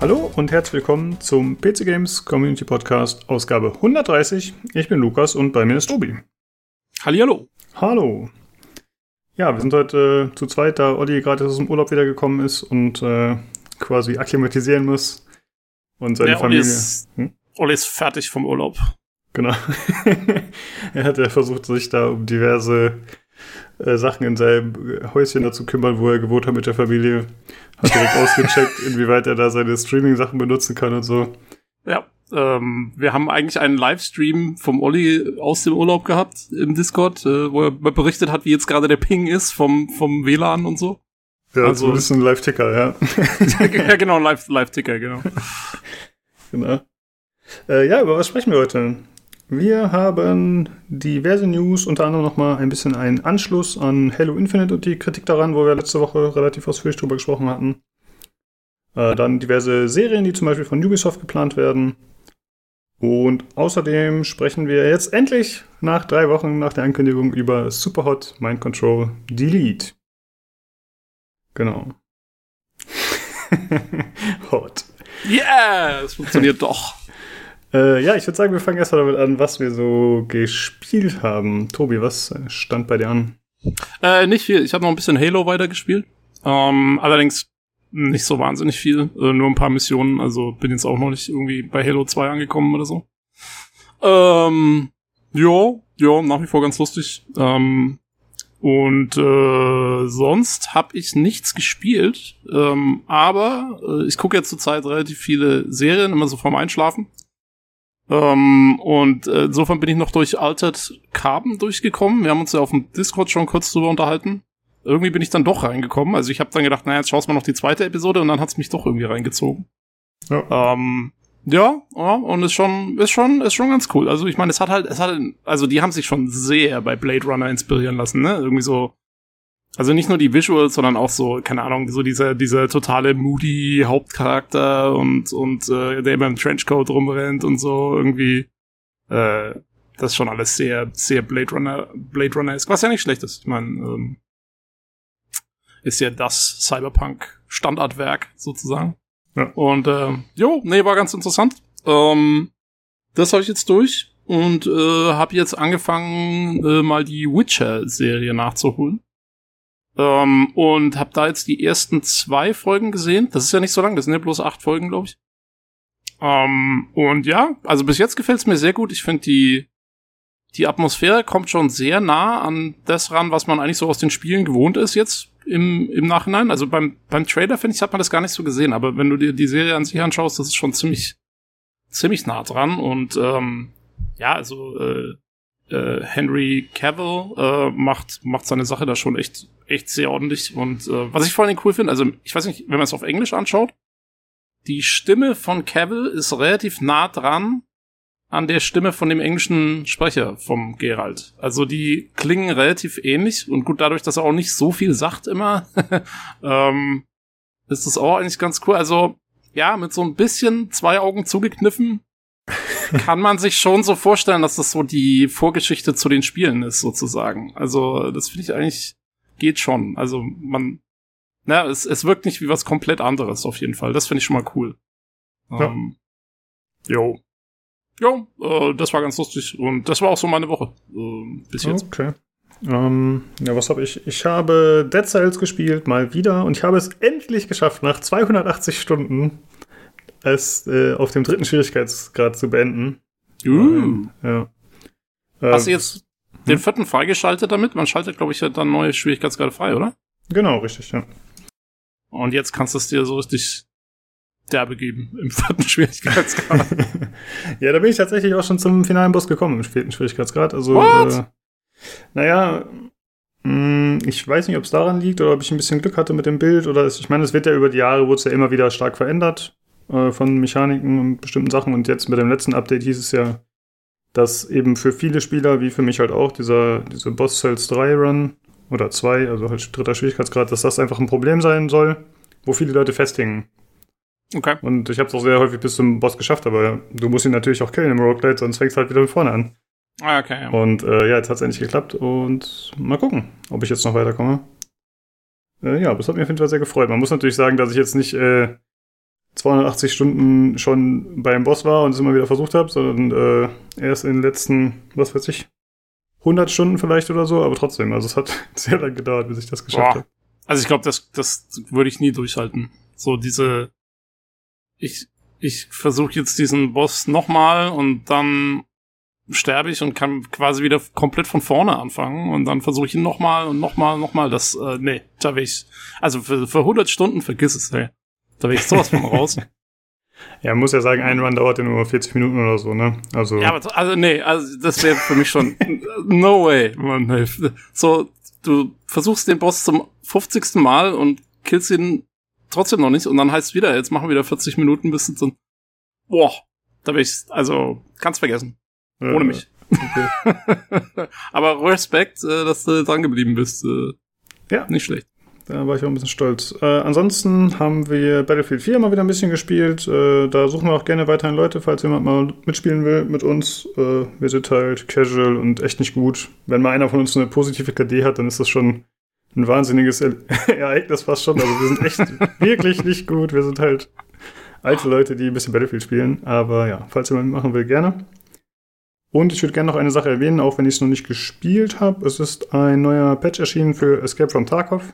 Hallo und herzlich willkommen zum PC Games Community Podcast, Ausgabe 130. Ich bin Lukas und bei mir ist Tobi. Hallihallo. Hallo. Ja, wir sind heute zu zweit, da Olli gerade aus dem Urlaub wiedergekommen ist und quasi akklimatisieren muss. Und seine Familie. Olli ist fertig vom Urlaub. Genau. Er hat ja versucht, sich da um diverse Sachen in seinem Häuschen dazu kümmern, wo er gewohnt hat mit der Familie. Hat direkt ausgecheckt, inwieweit er da seine Streaming-Sachen benutzen kann und so. Ja, wir haben eigentlich einen Livestream vom Olli aus dem Urlaub gehabt im Discord, wo er berichtet hat, wie jetzt gerade der Ping ist vom WLAN und so. Ja, also zumindest ein Live-Ticker, ja. Ja, genau, Live-Ticker, genau. Genau. Ja, über was sprechen wir heute? Wir haben diverse News, unter anderem nochmal ein bisschen einen Anschluss an Halo Infinite und die Kritik daran, wo wir letzte Woche relativ ausführlich drüber gesprochen hatten. Dann diverse Serien, die zum Beispiel von Ubisoft geplant werden. Und außerdem sprechen wir jetzt endlich nach 3 Wochen nach der Ankündigung über Superhot Mind Control Delete. Genau. Hot. Yeah, es funktioniert doch. Ja, ich würde sagen, wir fangen erstmal damit an, was wir so gespielt haben. Tobi, was stand bei dir an? Nicht viel. Ich habe noch ein bisschen Halo weitergespielt. Allerdings nicht so wahnsinnig viel. Nur ein paar Missionen. Also bin jetzt auch noch nicht irgendwie bei Halo 2 angekommen oder so. Ja, nach wie vor ganz lustig. Und sonst habe ich nichts gespielt. Aber ich gucke jetzt zurzeit relativ viele Serien, immer so vorm Einschlafen. Und insofern bin ich noch durch Altered Carbon durchgekommen. Wir haben uns ja auf dem Discord schon kurz drüber unterhalten. Irgendwie bin ich dann doch reingekommen. Also ich habe dann gedacht, naja, jetzt schaust mal noch die zweite Episode und dann hat's mich doch irgendwie reingezogen. Ja, und ist schon ganz cool. Also ich meine, also die haben sich schon sehr bei Blade Runner inspirieren lassen, ne? Irgendwie so. Also nicht nur die Visuals, sondern auch so, keine Ahnung, so dieser totale moody Hauptcharakter und der immer im Trenchcoat rumrennt und so irgendwie. Das ist schon alles sehr, sehr Blade Runner ist, was ja nicht schlecht ist. Ich meine, ist ja das Cyberpunk-Standardwerk sozusagen. Ja. Und war ganz interessant. Das habe ich jetzt durch und habe jetzt angefangen, mal die Witcher-Serie nachzuholen. Und habe da jetzt die ersten 2 Folgen gesehen. Das ist ja nicht so lang, das sind ja bloß 8 Folgen, glaube ich. Und ja, also bis jetzt gefällt es mir sehr gut. Ich finde, die Atmosphäre kommt schon sehr nah an das ran, was man eigentlich so aus den Spielen gewohnt ist jetzt im Nachhinein. Also beim Trailer, finde ich, hat man das gar nicht so gesehen. Aber wenn du dir die Serie an sich anschaust, das ist schon ziemlich nah dran. Und Henry Cavill macht seine Sache da schon echt sehr ordentlich. Und was ich vor allem cool finde, also ich weiß nicht, wenn man es auf Englisch anschaut, die Stimme von Cavill ist relativ nah dran an der Stimme von dem englischen Sprecher vom Geralt. Also die klingen relativ ähnlich und gut, dadurch, dass er auch nicht so viel sagt immer, ist das auch eigentlich ganz cool. Also ja, mit so ein bisschen 2 Augen zugekniffen kann man sich schon so vorstellen, dass das so die Vorgeschichte zu den Spielen ist, sozusagen. Also, das finde ich eigentlich, geht schon. Also, es wirkt nicht wie was komplett anderes, auf jeden Fall. Das finde ich schon mal cool. Das war ganz lustig. Und das war auch so meine Woche. Bis jetzt. Okay. Was habe ich? Ich habe Dead Cells gespielt, mal wieder. Und ich habe es endlich geschafft, nach 280 Stunden es auf dem 3. Schwierigkeitsgrad zu beenden. Ja. Hast du jetzt den 4. freigeschaltet damit? Man schaltet, glaube ich, dann neue Schwierigkeitsgrade frei, oder? Genau, richtig, ja. Und jetzt kannst du es dir so richtig derbe geben im 4. Schwierigkeitsgrad. Ja, da bin ich tatsächlich auch schon zum finalen Boss gekommen im 4. Schwierigkeitsgrad. Also, ich weiß nicht, ob es daran liegt oder ob ich ein bisschen Glück hatte mit dem Bild. Ich meine, es wird ja über die Jahre, wurde es ja immer wieder stark verändert. Von Mechaniken und bestimmten Sachen. Und jetzt mit dem letzten Update hieß es ja, dass eben für viele Spieler, wie für mich halt auch, diese Boss Cells 3 Run oder 2, also halt 3. Schwierigkeitsgrad, dass das einfach ein Problem sein soll, wo viele Leute festhängen. Okay. Und ich habe es auch sehr häufig bis zum Boss geschafft, aber du musst ihn natürlich auch killen im Roguelite, sonst fängst du halt wieder von vorne an. Okay, ja. Und jetzt hat es endlich geklappt und mal gucken, ob ich jetzt noch weiterkomme. Aber es hat mich auf jeden Fall sehr gefreut. Man muss natürlich sagen, dass ich jetzt nicht 280 Stunden schon beim Boss war und es immer wieder versucht habe, sondern erst in den letzten, was weiß ich, 100 Stunden vielleicht oder so, aber trotzdem, also es hat sehr lange gedauert, bis ich das geschafft habe. Also ich glaube, das würde ich nie durchhalten. So ich versuche jetzt diesen Boss nochmal und dann sterbe ich und kann quasi wieder komplett von vorne anfangen und dann versuche ich ihn nochmal und nochmal. Das, nee, da will ich, also für 100 Stunden vergiss es, ey. Da will ich sowas von raus. Ja, man muss ja sagen, ein Run dauert ja nur 40 Minuten oder so, ne? Also. Ja, aber also das wäre für mich schon no way, man. So, du versuchst den Boss zum 50. Mal und killst ihn trotzdem noch nicht und dann heißt es wieder, jetzt machen wir wieder 40 Minuten bis zum boah, da will ich, also, kannst vergessen. Ohne mich. Okay. Aber Respekt, dass du dran geblieben bist. Ja. Nicht schlecht. Da war ich auch ein bisschen stolz. Ansonsten haben wir Battlefield 4 mal wieder ein bisschen gespielt. Da suchen wir auch gerne weiterhin Leute, falls jemand mal mitspielen will mit uns. Wir sind halt casual und echt nicht gut. Wenn mal einer von uns eine positive KD hat, dann ist das schon ein wahnsinniges Ereignis fast schon. Also wir sind echt wirklich nicht gut. Wir sind halt alte Leute, die ein bisschen Battlefield spielen. Aber ja, falls jemand machen will, gerne. Und ich würde gerne noch eine Sache erwähnen, auch wenn ich es noch nicht gespielt habe. Es ist ein neuer Patch erschienen für Escape from Tarkov,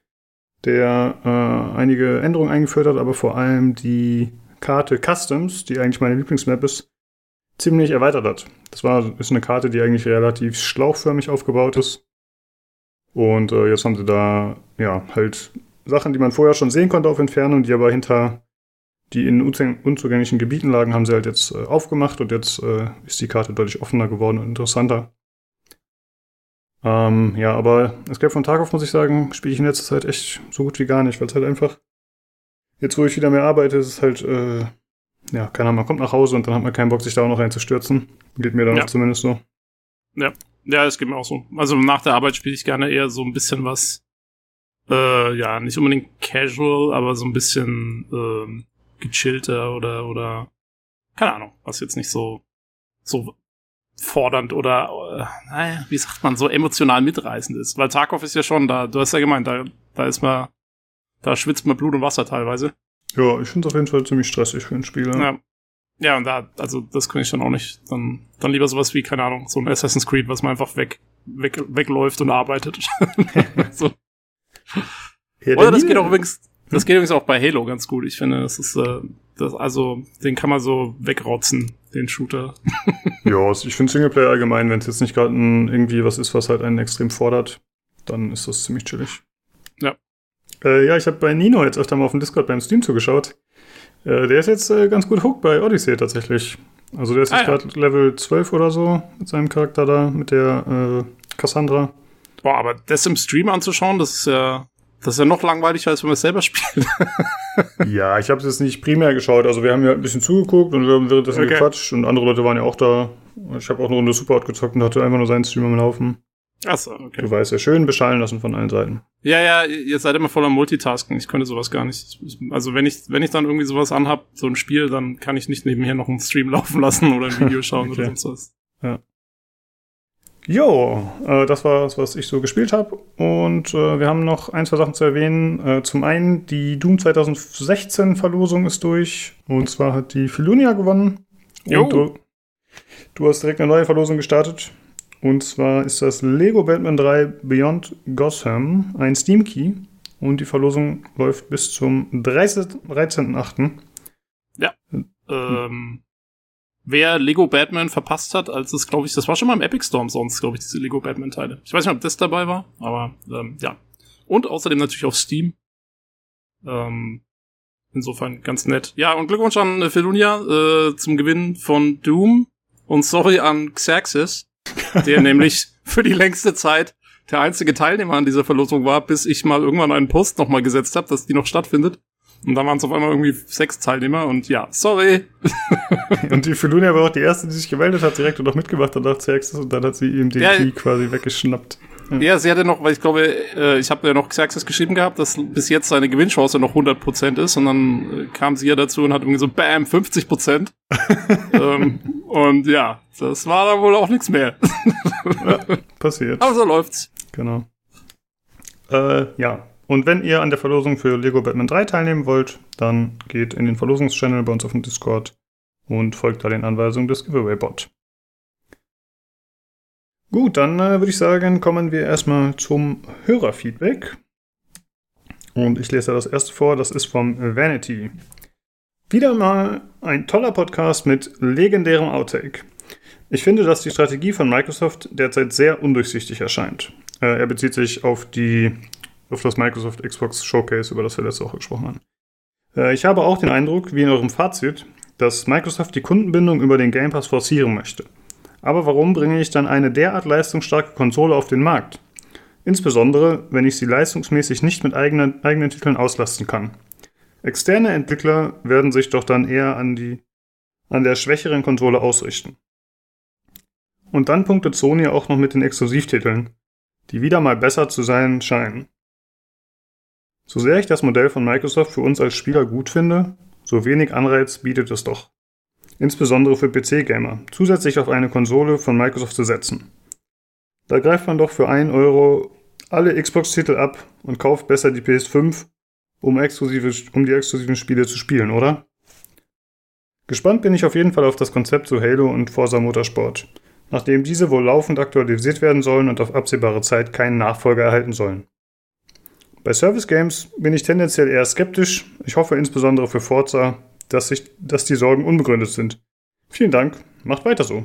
der einige Änderungen eingeführt hat, aber vor allem die Karte Customs, die eigentlich meine Lieblingsmap ist, ziemlich erweitert hat. Ist eine Karte, die eigentlich relativ schlauchförmig aufgebaut ist. Und jetzt haben sie da ja halt Sachen, die man vorher schon sehen konnte auf Entfernung, die aber die in unzugänglichen Gebieten lagen, haben sie halt jetzt aufgemacht und jetzt ist die Karte deutlich offener geworden und interessanter. Ja, aber Escape from Tarkov, muss ich sagen, spiele ich in letzter Zeit echt so gut wie gar nicht, weil es halt einfach, jetzt wo ich wieder mehr arbeite, ist es halt, ja, keine Ahnung, man kommt nach Hause und dann hat man keinen Bock, sich da auch noch reinzustürzen. Geht mir dann auch zumindest so. Ja, es geht mir auch so. Also nach der Arbeit spiele ich gerne eher so ein bisschen was, ja, nicht unbedingt casual, aber so ein bisschen gechillter oder keine Ahnung, was jetzt nicht so fordernd oder naja, wie sagt man, so emotional mitreißend ist. Weil Tarkov ist ja schon da, du hast ja gemeint, da schwitzt man Blut und Wasser teilweise. Ja, ich finde es auf jeden Fall ziemlich stressig für einen Spieler. Ja, und also das kann ich dann auch nicht. Dann lieber sowas wie, keine Ahnung, so ein Assassin's Creed, was man einfach wegläuft und arbeitet. So. Ja, oder das geht übrigens auch bei Halo ganz gut. Ich finde, das ist, also, den kann man so wegrotzen, den Shooter. Ja, ich finde Singleplayer allgemein, wenn es jetzt nicht gerade irgendwie was ist, was halt einen extrem fordert, dann ist das ziemlich chillig. Ja. Ja, ich habe bei Nino jetzt öfter mal auf dem Discord beim Stream zugeschaut. Der ist jetzt ganz gut hooked bei Odyssey tatsächlich. Also der ist jetzt gerade Level 12 oder so mit seinem Charakter da, mit der Cassandra. Boah, aber das im Stream anzuschauen, das ist ja noch langweiliger, als wenn man es selber spielt. Ja, ich habe es jetzt nicht primär geschaut. Also wir haben ja ein bisschen zugeguckt und wir haben währenddessen gequatscht und andere Leute waren ja auch da. Ich habe auch eine Runde Superhot gezockt und hatte einfach nur seinen Stream am Laufen. Achso, okay. Du weißt ja, schön beschallen lassen von allen Seiten. Ja, ihr seid immer voller Multitasking. Ich könnte sowas gar nicht. Also wenn ich dann irgendwie sowas anhab, so ein Spiel, dann kann ich nicht nebenher noch einen Stream laufen lassen oder ein Video schauen oder sonst was. Ja. Jo, das war was ich so gespielt habe. Und wir haben noch ein, zwei Sachen zu erwähnen. Zum einen, die Doom 2016 Verlosung ist durch. Und zwar hat die Filunia gewonnen. Jo. Und du hast direkt eine neue Verlosung gestartet. Und zwar ist das Lego Batman 3 Beyond Gotham ein Steam Key. Und die Verlosung läuft bis zum 13.8. Ja. Wer Lego Batman verpasst hat, als es, glaube ich, das war schon mal im Epic Store sonst, glaube ich, diese Lego Batman-Teile. Ich weiß nicht, ob das dabei war, aber ja. Und außerdem natürlich auf Steam. Insofern ganz nett. Ja, und Glückwunsch an Filunia zum Gewinn von Doom. Und sorry an Xerxes, der nämlich für die längste Zeit der einzige Teilnehmer an dieser Verlosung war, bis ich mal irgendwann einen Post nochmal gesetzt habe, dass die noch stattfindet. Und dann waren es auf einmal irgendwie 6 Teilnehmer und ja, sorry. Und die Filunia war auch die erste, die sich gemeldet hat direkt und auch mitgemacht hat nach Xerxes und dann hat sie ihm den Key quasi weggeschnappt. Ja, sie hatte noch, weil ich glaube, ich habe ja noch Xerxes geschrieben gehabt, dass bis jetzt seine Gewinnchance noch 100% ist und dann kam sie ja dazu und hat irgendwie so, bam, 50%. Und ja, das war dann wohl auch nichts mehr. Ja, passiert. Aber so läuft's. Genau. Ja. Und wenn ihr an der Verlosung für Lego Batman 3 teilnehmen wollt, dann geht in den Verlosungschannel bei uns auf dem Discord und folgt da den Anweisungen des Giveaway-Bot. Gut, dann würde ich sagen, kommen wir erstmal zum Hörerfeedback. Und ich lese das erste vor, das ist vom Vanity. Wieder mal ein toller Podcast mit legendärem Outtake. Ich finde, dass die Strategie von Microsoft derzeit sehr undurchsichtig erscheint. Er bezieht sich auf das Microsoft Xbox Showcase, über das wir letzte Woche gesprochen haben. Ich habe auch den Eindruck, wie in eurem Fazit, dass Microsoft die Kundenbindung über den Game Pass forcieren möchte. Aber warum bringe ich dann eine derart leistungsstarke Konsole auf den Markt? Insbesondere, wenn ich sie leistungsmäßig nicht mit eigenen Titeln auslasten kann. Externe Entwickler werden sich doch dann eher an der schwächeren Konsole ausrichten. Und dann punktet Sony auch noch mit den Exklusivtiteln, die wieder mal besser zu sein scheinen. So sehr ich das Modell von Microsoft für uns als Spieler gut finde, so wenig Anreiz bietet es doch. Insbesondere für PC-Gamer, zusätzlich auf eine Konsole von Microsoft zu setzen. Da greift man doch für 1 Euro alle Xbox-Titel ab und kauft besser die PS5, um die exklusiven Spiele zu spielen, oder? Gespannt bin ich auf jeden Fall auf das Konzept zu Halo und Forza Motorsport, nachdem diese wohl laufend aktualisiert werden sollen und auf absehbare Zeit keinen Nachfolger erhalten sollen. Bei Service Games bin ich tendenziell eher skeptisch. Ich hoffe insbesondere für Forza, dass die Sorgen unbegründet sind. Vielen Dank, macht weiter so.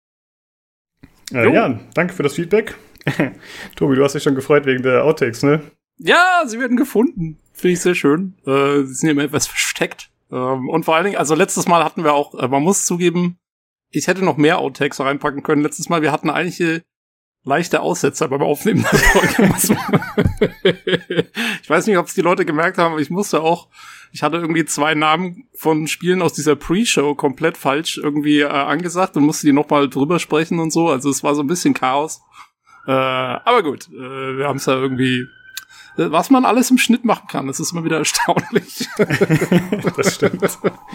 Ja, danke für das Feedback. Tobi, du hast dich schon gefreut wegen der Outtakes, ne? Ja, sie werden gefunden. Finde ich sehr schön. Sie sind ja immer etwas versteckt. Und vor allen Dingen, also letztes Mal hatten wir auch, man muss zugeben, ich hätte noch mehr Outtakes reinpacken können. Letztes Mal, wir hatten eigentlich leichte Aussetzer beim Aufnehmen der Folge. Ich weiß nicht, ob es die Leute gemerkt haben, aber ich hatte irgendwie 2 Namen von Spielen aus dieser Pre-Show komplett falsch irgendwie angesagt und musste die nochmal drüber sprechen und so. Also es war so ein bisschen Chaos. Aber gut, wir haben es ja irgendwie, was man alles im Schnitt machen kann, das ist immer wieder erstaunlich. Das stimmt.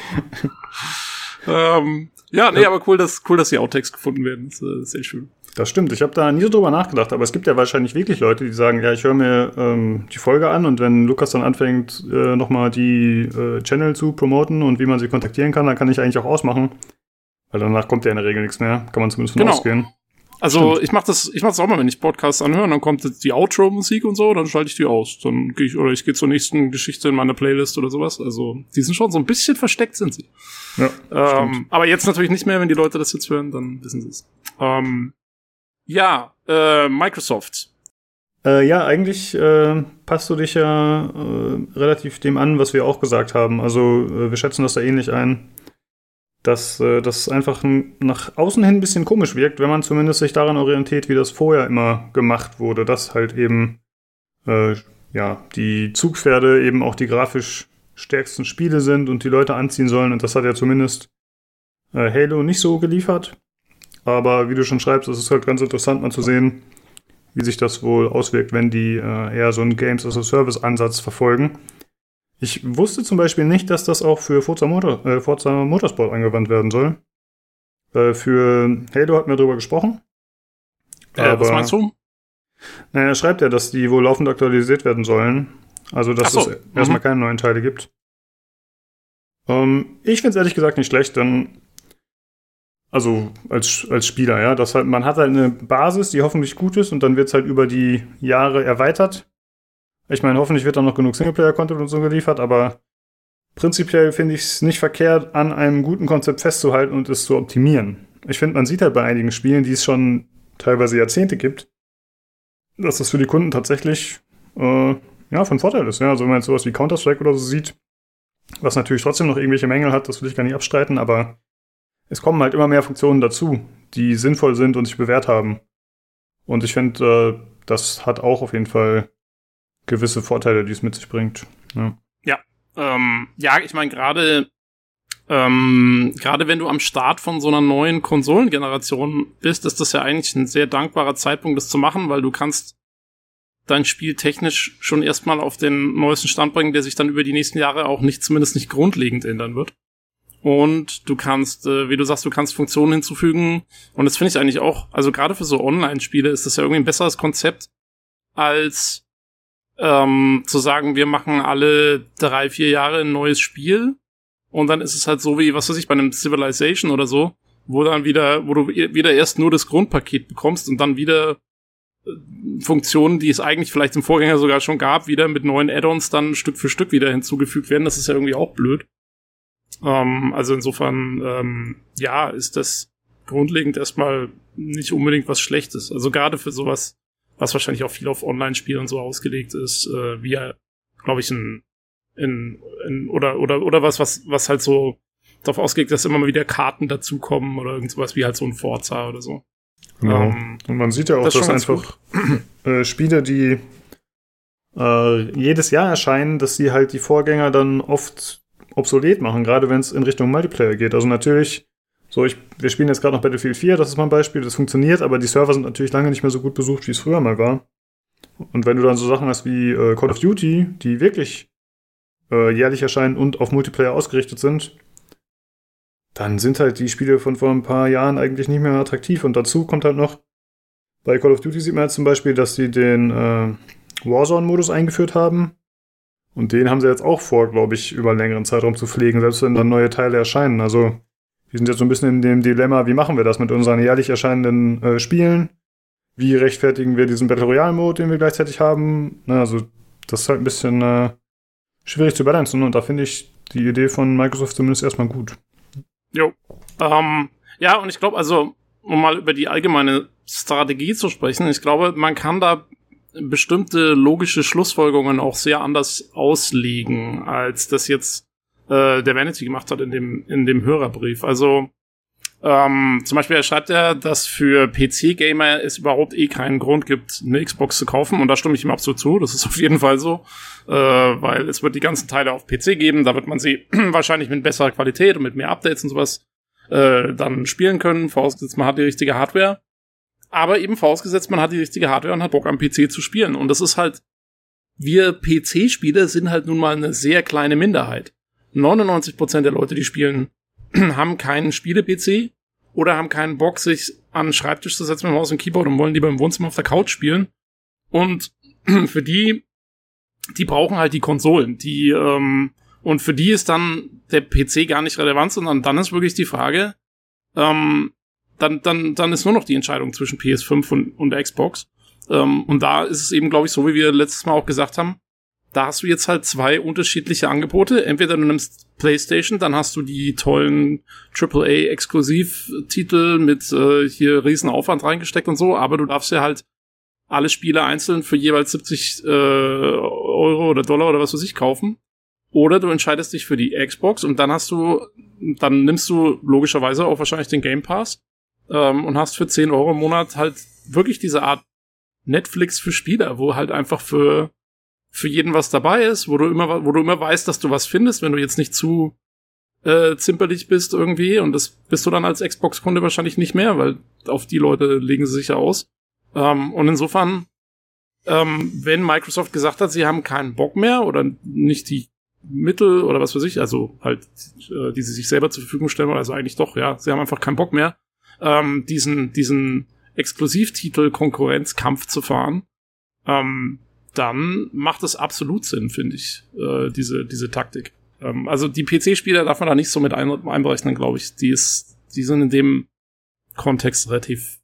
Aber cool, dass die Outtakes gefunden werden. Das ist sehr schön. Das stimmt, ich habe da nie so drüber nachgedacht, aber es gibt ja wahrscheinlich wirklich Leute, die sagen, ja, ich höre mir die Folge an und wenn Lukas dann anfängt, nochmal die Channel zu promoten und wie man sie kontaktieren kann, dann kann ich eigentlich auch ausmachen. Weil danach kommt ja in der Regel nichts mehr, kann man zumindest von ausgehen. Also ich mach das auch mal, wenn ich Podcasts anhöre, dann kommt die Outro-Musik und so, dann schalte ich die aus. Dann gehe ich gehe zur nächsten Geschichte in meine Playlist oder sowas. Also die sind schon so ein bisschen versteckt, sind sie. Ja, aber jetzt natürlich nicht mehr, wenn die Leute das jetzt hören, dann wissen sie es. Microsoft. Eigentlich passt du dich ja relativ dem an, was wir auch gesagt haben. Also wir schätzen das da ähnlich ein, dass das einfach nach außen hin ein bisschen komisch wirkt, wenn man zumindest sich daran orientiert, wie das vorher immer gemacht wurde, dass halt eben die Zugpferde eben auch die grafisch stärksten Spiele sind und die Leute anziehen sollen. Und das hat ja zumindest Halo nicht so geliefert. Aber wie du schon schreibst, es ist halt ganz interessant mal zu sehen, wie sich das wohl auswirkt, wenn die eher so einen Games-as-a-Service-Ansatz verfolgen. Ich wusste zum Beispiel nicht, dass das auch für Forza Motorsport angewandt werden soll. Für Halo hatten wir darüber gesprochen. Was meinst du? Naja, er schreibt ja, dass die wohl laufend aktualisiert werden sollen. Also, dass es erstmal keine neuen Teile gibt. Ich finde es ehrlich gesagt nicht schlecht, denn also als Spieler, ja, man hat halt eine Basis, die hoffentlich gut ist und dann wird es halt über die Jahre erweitert. Ich meine, hoffentlich wird dann noch genug Singleplayer-Content und so geliefert, aber prinzipiell finde ich es nicht verkehrt, an einem guten Konzept festzuhalten und es zu optimieren. Ich finde, man sieht halt bei einigen Spielen, die es schon teilweise Jahrzehnte gibt, dass das für die Kunden tatsächlich von Vorteil ist. Ja? Also wenn man jetzt sowas wie Counter-Strike oder so sieht, was natürlich trotzdem noch irgendwelche Mängel hat, das will ich gar nicht abstreiten, aber es kommen halt immer mehr Funktionen dazu, die sinnvoll sind und sich bewährt haben. Und ich finde, das hat auch auf jeden Fall gewisse Vorteile, die es mit sich bringt. Ja, ich meine, gerade wenn du am Start von so einer neuen Konsolengeneration bist, ist das ja eigentlich ein sehr dankbarer Zeitpunkt, das zu machen, weil du kannst dein Spiel technisch schon erstmal auf den neuesten Stand bringen, der sich dann über die nächsten Jahre auch zumindest nicht grundlegend ändern wird. Und du kannst, wie du sagst, Funktionen hinzufügen. Und das finde ich eigentlich auch, also gerade für so Online-Spiele ist das ja irgendwie ein besseres Konzept als zu sagen, wir machen alle 3-4 Jahre ein neues Spiel und dann ist es halt so wie, was weiß ich, bei einem Civilization oder so, wo du wieder erst nur das Grundpaket bekommst und dann wieder Funktionen, die es eigentlich vielleicht im Vorgänger sogar schon gab, wieder mit neuen Add-ons dann Stück für Stück wieder hinzugefügt werden. Das ist ja irgendwie auch blöd. Also insofern, ist das grundlegend erstmal nicht unbedingt was Schlechtes. Also gerade für sowas, was wahrscheinlich auch viel auf Online-Spielen und so ausgelegt ist, wie ja, glaube ich, oder was halt so darauf ausgelegt, dass immer mal wieder Karten dazukommen oder irgendwas wie halt so ein Forza oder so. Genau. Und man sieht ja auch, dass einfach Spiele, die jedes Jahr erscheinen, dass sie halt die Vorgänger dann oft obsolet machen, gerade wenn es in Richtung Multiplayer geht. Also natürlich, wir spielen jetzt gerade noch Battlefield 4, das ist mal ein Beispiel, das funktioniert, aber die Server sind natürlich lange nicht mehr so gut besucht, wie es früher mal war. Und wenn du dann so Sachen hast wie Call of Duty, die wirklich jährlich erscheinen und auf Multiplayer ausgerichtet sind, dann sind halt die Spiele von vor ein paar Jahren eigentlich nicht mehr attraktiv. Und dazu kommt halt noch, bei Call of Duty sieht man jetzt zum Beispiel, dass sie den Warzone-Modus eingeführt haben. Und den haben sie jetzt auch vor, glaube ich, über einen längeren Zeitraum zu pflegen, selbst wenn dann neue Teile erscheinen. Also wir sind jetzt so ein bisschen in dem Dilemma, wie machen wir das mit unseren jährlich erscheinenden Spielen? Wie rechtfertigen wir diesen Battle Royale-Mode, den wir gleichzeitig haben? Also das ist halt ein bisschen schwierig zu balancen. Und da finde ich die Idee von Microsoft zumindest erstmal gut. Jo. Ja, und ich glaube, also, um mal über die allgemeine Strategie zu sprechen, ich glaube, man kann da bestimmte logische Schlussfolgerungen auch sehr anders auslegen, als das jetzt der Vanity gemacht hat in dem Hörerbrief. Also zum Beispiel, er schreibt ja, dass für PC-Gamer es überhaupt keinen Grund gibt, eine Xbox zu kaufen, und da stimme ich ihm absolut zu, das ist auf jeden Fall so, weil es wird die ganzen Teile auf PC geben, da wird man sie wahrscheinlich mit besserer Qualität und mit mehr Updates und sowas dann spielen können, vorausgesetzt man hat die richtige Hardware. Aber eben vorausgesetzt, man hat die richtige Hardware und hat Bock am PC zu spielen. Und das ist halt, wir PC-Spieler sind halt nun mal eine sehr kleine Minderheit. 99% der Leute, die spielen, haben keinen Spiele-PC oder haben keinen Bock, sich an den Schreibtisch zu setzen mit Maus und Keyboard und wollen lieber im Wohnzimmer auf der Couch spielen. Und für die brauchen halt die Konsolen. Und für die ist dann der PC gar nicht relevant, sondern dann ist wirklich die Frage, dann ist nur noch die Entscheidung zwischen PS5 und der Xbox. Und da ist es eben, glaube ich, so wie wir letztes Mal auch gesagt haben, da hast du jetzt halt zwei unterschiedliche Angebote. Entweder du nimmst PlayStation, dann hast du die tollen AAA-Exklusivtitel mit hier riesen Aufwand reingesteckt und so, aber du darfst ja halt alle Spiele einzeln für jeweils 70 Euro oder Dollar oder was weiß ich kaufen. Oder du entscheidest dich für die Xbox und dann nimmst du logischerweise auch wahrscheinlich den Game Pass und hast für 10 Euro im Monat halt wirklich diese Art Netflix für Spieler, wo halt einfach für jeden was dabei ist, wo du immer weißt, dass du was findest, wenn du jetzt nicht zu zimperlich bist irgendwie, und das bist du dann als Xbox-Kunde wahrscheinlich nicht mehr, weil auf die Leute legen sie sich ja aus. Und insofern, wenn Microsoft gesagt hat, sie haben keinen Bock mehr oder nicht die Mittel oder was weiß ich, also halt, die sie sich selber zur Verfügung stellen, also eigentlich doch, ja, sie haben einfach keinen Bock mehr, diesen Exklusivtitel-Konkurrenzkampf zu fahren, dann macht es absolut Sinn, finde ich, diese Taktik. Also die PC-Spieler darf man da nicht so mit einberechnen, glaube ich. Die sind in dem Kontext relativ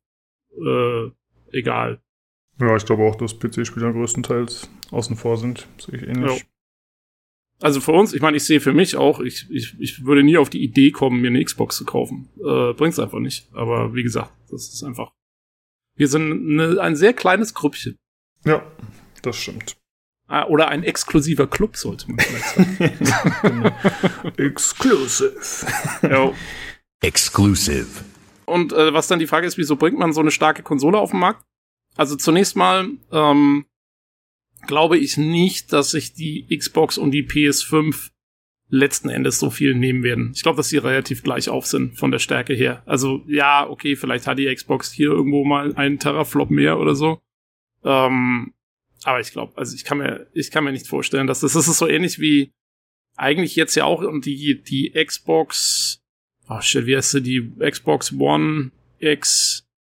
egal. Ja, ich glaube auch, dass PC-Spieler größtenteils außen vor sind. Sehe ich ähnlich. Ja. Also für uns, ich meine, ich sehe für mich auch, ich würde nie auf die Idee kommen, mir eine Xbox zu kaufen. Bringt's einfach nicht. Aber wie gesagt, das ist einfach, wir sind ein sehr kleines Grüppchen. Ja, das stimmt. Oder ein exklusiver Club, sollte man vielleicht sagen. Genau. Exclusive. Ja. Exclusive. Und was dann die Frage ist, wieso bringt man so eine starke Konsole auf den Markt? Also zunächst mal glaube ich nicht, dass sich die Xbox und die PS5 letzten Endes so viel nehmen werden. Ich glaube, dass sie relativ gleich auf sind von der Stärke her. Also ja, okay, vielleicht hat die Xbox hier irgendwo mal einen Teraflop mehr oder so. Aber ich glaube, also ich kann mir nicht vorstellen, dass das ist so ähnlich wie eigentlich jetzt ja auch die Xbox, wie heißt sie, die Xbox One X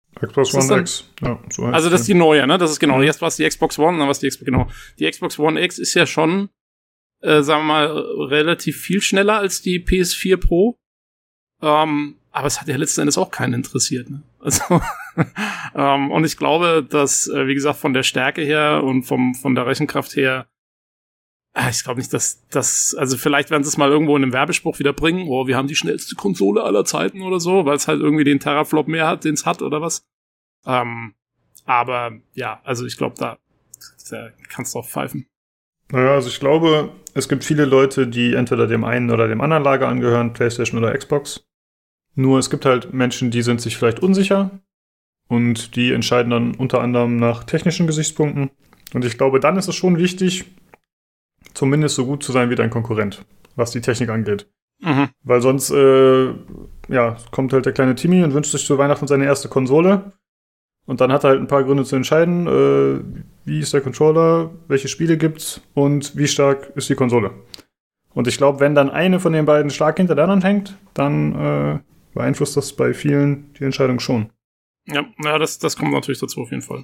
Xbox One X. Ja, so heißt also das ist die neue, ne? Das ist genau. Jetzt war es die Xbox One, dann war es die Xbox, genau. Die Xbox One X ist ja schon, sagen wir mal, relativ viel schneller als die PS4 Pro. Aber es hat ja letzten Endes auch keinen interessiert, ne? Also, und ich glaube, dass, wie gesagt, von der Stärke her und von der Rechenkraft her, ich glaube nicht, dass also vielleicht werden sie es mal irgendwo in einem Werbespruch wieder bringen, wir haben die schnellste Konsole aller Zeiten oder so, weil es halt irgendwie den Teraflop mehr hat, den es hat oder was. Aber ja, also ich glaube, da kannst du auch pfeifen. Naja, also ich glaube, es gibt viele Leute, die entweder dem einen oder dem anderen Lager angehören, PlayStation oder Xbox. Nur es gibt halt Menschen, die sind sich vielleicht unsicher und die entscheiden dann unter anderem nach technischen Gesichtspunkten. Und ich glaube, dann ist es schon wichtig, zumindest so gut zu sein wie dein Konkurrent, was die Technik angeht. Mhm. Weil sonst kommt halt der kleine Timmy und wünscht sich zu Weihnachten seine erste Konsole. Und dann hat er halt ein paar Gründe zu entscheiden, wie ist der Controller, welche Spiele gibt's und wie stark ist die Konsole. Und ich glaube, wenn dann eine von den beiden stark hinter der anderen hängt, dann beeinflusst das bei vielen die Entscheidung schon. Ja, das kommt natürlich dazu auf jeden Fall.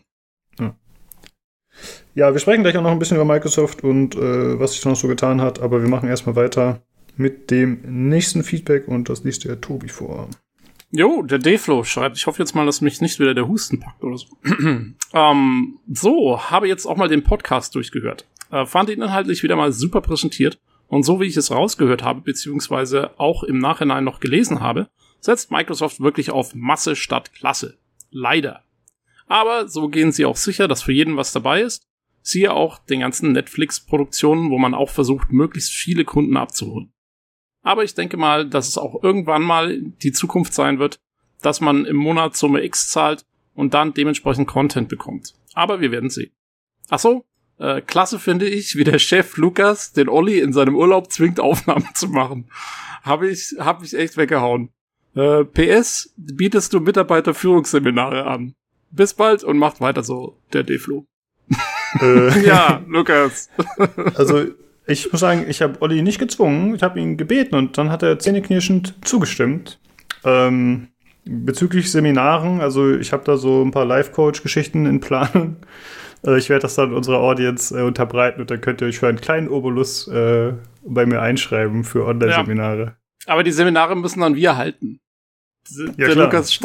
Ja, wir sprechen gleich auch noch ein bisschen über Microsoft und was sich da noch so getan hat, aber wir machen erstmal weiter mit dem nächsten Feedback und das liest der Tobi vor. Jo, der D-Flow schreibt, ich hoffe jetzt mal, dass mich nicht wieder der Husten packt oder so. Habe jetzt auch mal den Podcast durchgehört. Fand ihn inhaltlich wieder mal super präsentiert und so wie ich es rausgehört habe, beziehungsweise auch im Nachhinein noch gelesen habe, setzt Microsoft wirklich auf Masse statt Klasse. Leider. Aber so gehen sie auch sicher, dass für jeden was dabei ist. Siehe auch den ganzen Netflix-Produktionen, wo man auch versucht, möglichst viele Kunden abzuholen. Aber ich denke mal, dass es auch irgendwann mal die Zukunft sein wird, dass man im Monat Summe X zahlt und dann dementsprechend Content bekommt. Aber wir werden sehen. Ach so, klasse finde ich, wie der Chef Lukas den Olli in seinem Urlaub zwingt, Aufnahmen zu machen. Hab ich echt weggehauen. PS, bietest du Mitarbeiterführungsseminare an. Bis bald und macht weiter so, der D-Flo. Ja, Lukas. Also, ich muss sagen, ich habe Olli nicht gezwungen, ich habe ihn gebeten und dann hat er zähneknirschend zugestimmt. Bezüglich Seminaren, also ich habe da so ein paar Life-Coach-Geschichten in Planung. Ich werde das dann unserer Audience unterbreiten und dann könnt ihr euch für einen kleinen Obolus bei mir einschreiben für Online-Seminare. Ja. Aber die Seminare müssen dann wir halten. Ja, der klar. Lukas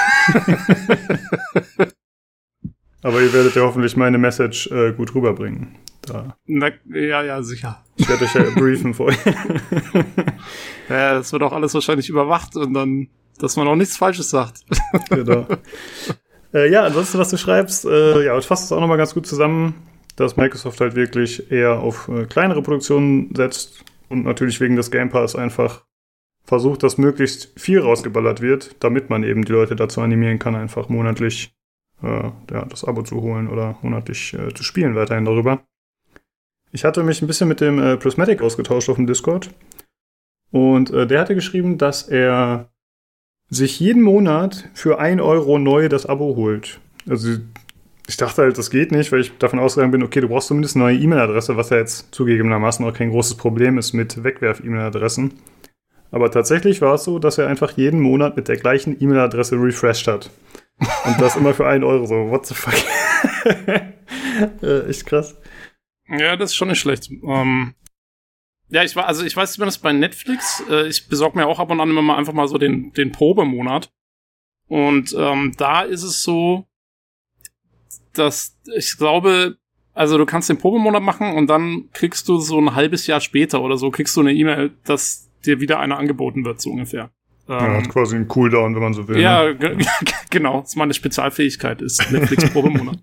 Aber ihr werdet ja hoffentlich meine Message gut rüberbringen. Da. Ja, sicher. Ich werde euch ja briefen vorher. Ja, das wird auch alles wahrscheinlich überwacht und dann, dass man auch nichts Falsches sagt. Genau. Ansonsten, was du schreibst, und fasst es auch nochmal ganz gut zusammen, dass Microsoft halt wirklich eher auf kleinere Produktionen setzt und natürlich wegen des Game Pass einfach versucht, dass möglichst viel rausgeballert wird, damit man eben die Leute dazu animieren kann, einfach monatlich das Abo zu holen oder monatlich zu spielen weiterhin darüber. Ich hatte mich ein bisschen mit dem Prismatic ausgetauscht auf dem Discord und der hatte geschrieben, dass er sich jeden Monat für 1 Euro neu das Abo holt. Also ich dachte halt, das geht nicht, weil ich davon ausgegangen bin, okay, du brauchst zumindest eine neue E-Mail-Adresse, was ja jetzt zugegebenermaßen auch kein großes Problem ist mit Wegwerf-E-Mail-Adressen. Aber tatsächlich war es so, dass er einfach jeden Monat mit der gleichen E-Mail-Adresse refreshed hat. Und das immer für 1 Euro. So, what the fuck? Echt krass. Ja, das ist schon nicht schlecht. Ich weiß zumindest bei Netflix, ich besorge mir auch ab und an immer mal einfach mal so den Probemonat. Und da ist es so, dass ich glaube, also du kannst den Probemonat machen und dann kriegst du so ein halbes Jahr später oder so, kriegst du eine E-Mail, dass dir wieder einer angeboten wird, so ungefähr. Hat quasi einen Cooldown, wenn man so will. Ja, ne? Genau. Das ist meine Spezialfähigkeit, ist Netflix Probemonat.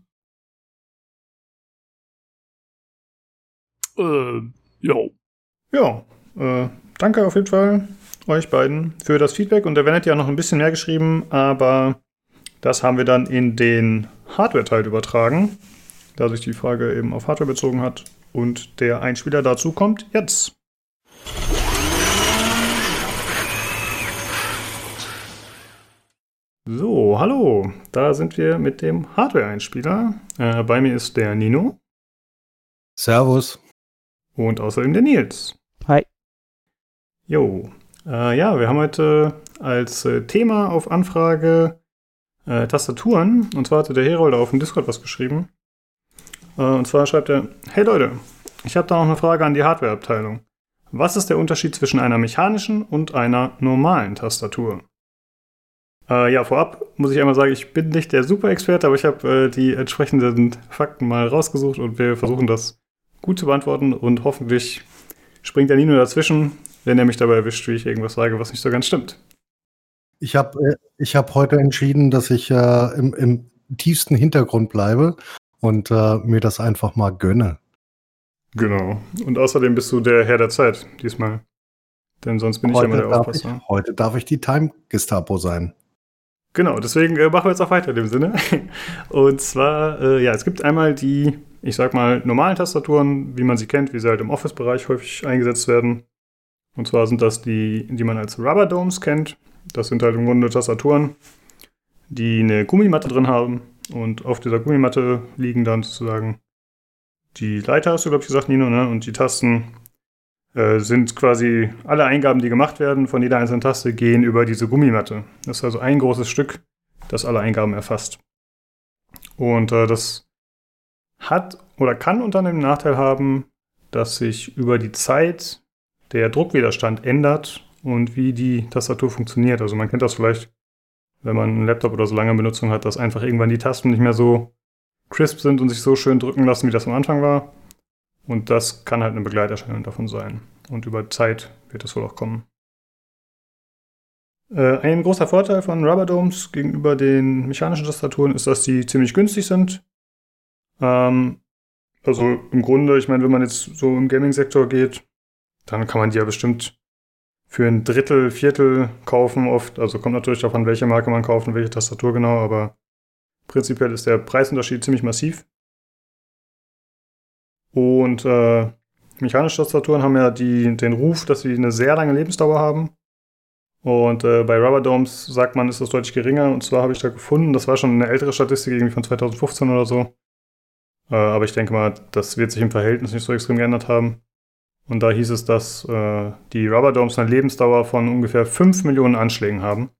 Jo. Ja, danke auf jeden Fall euch beiden für das Feedback. Und der Van hat ja noch ein bisschen mehr geschrieben, aber das haben wir dann in den Hardware-Teil übertragen, da sich die Frage eben auf Hardware bezogen hat. Und der Einspieler dazu kommt jetzt. So, hallo, da sind wir mit dem Hardware-Einspieler. Bei mir ist der Nino. Servus. Und außerdem der Nils. Hi. Jo, wir haben heute als Thema auf Anfrage Tastaturen. Und zwar hatte der Herold auf dem Discord was geschrieben. Und zwar schreibt er: Hey Leute, ich habe da noch eine Frage an die Hardware-Abteilung. Was ist der Unterschied zwischen einer mechanischen und einer normalen Tastatur? Ja, vorab muss ich einmal sagen, ich bin nicht der Super-Experte, aber ich habe die entsprechenden Fakten mal rausgesucht und wir versuchen das gut zu beantworten und hoffentlich springt der Nino dazwischen, wenn er mich dabei erwischt, wie ich irgendwas sage, was nicht so ganz stimmt. Ich hab heute entschieden, dass ich im tiefsten Hintergrund bleibe und mir das einfach mal gönne. Genau. Und außerdem bist du der Herr der Zeit diesmal. Denn sonst bin ich ja immer der Aufpasser. Heute darf ich die Time-Gestapo sein. Genau, deswegen machen wir jetzt auch weiter in dem Sinne. Und zwar, es gibt einmal die, ich sag mal, normalen Tastaturen, wie man sie kennt, wie sie halt im Office-Bereich häufig eingesetzt werden. Und zwar sind das die man als Rubber Domes kennt. Das sind halt im Grunde Tastaturen, die eine Gummimatte drin haben. Und auf dieser Gummimatte liegen dann sozusagen die Leiter, hast du, glaube ich, gesagt, Nino, ne? Und die Tasten sind quasi alle Eingaben, die gemacht werden von jeder einzelnen Taste, gehen über diese Gummimatte. Das ist also ein großes Stück, das alle Eingaben erfasst. Und das hat oder kann unter einem Nachteil haben, dass sich über die Zeit der Druckwiderstand ändert und wie die Tastatur funktioniert. Also man kennt das vielleicht, wenn man einen Laptop oder so lange in Benutzung hat, dass einfach irgendwann die Tasten nicht mehr so crisp sind und sich so schön drücken lassen, wie das am Anfang war. Und das kann halt eine Begleiterscheinung davon sein. Und über Zeit wird es wohl auch kommen. Ein großer Vorteil von Rubber Domes gegenüber den mechanischen Tastaturen ist, dass die ziemlich günstig sind. Also im Grunde, ich meine, wenn man jetzt so im Gaming-Sektor geht, dann kann man die ja bestimmt für ein Drittel, Viertel kaufen oft. Also kommt natürlich darauf an, welche Marke man kauft und welche Tastatur genau, aber prinzipiell ist der Preisunterschied ziemlich massiv. Und mechanische Tastaturen haben ja den Ruf, dass sie eine sehr lange Lebensdauer haben. Und bei Rubber Domes sagt man, ist das deutlich geringer. Und zwar habe ich da gefunden, das war schon eine ältere Statistik, irgendwie von 2015 oder so. Aber ich denke mal, das wird sich im Verhältnis nicht so extrem geändert haben. Und da hieß es, dass die Rubber Domes eine Lebensdauer von ungefähr 5 Millionen Anschlägen haben.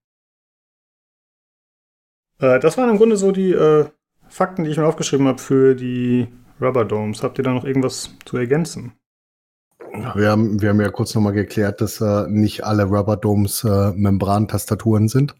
Das waren im Grunde so die Fakten, die ich mir aufgeschrieben habe für die Rubber Domes. Habt ihr da noch irgendwas zu ergänzen? Wir haben ja kurz nochmal geklärt, dass nicht alle Rubber Domes Membran-Tastaturen sind.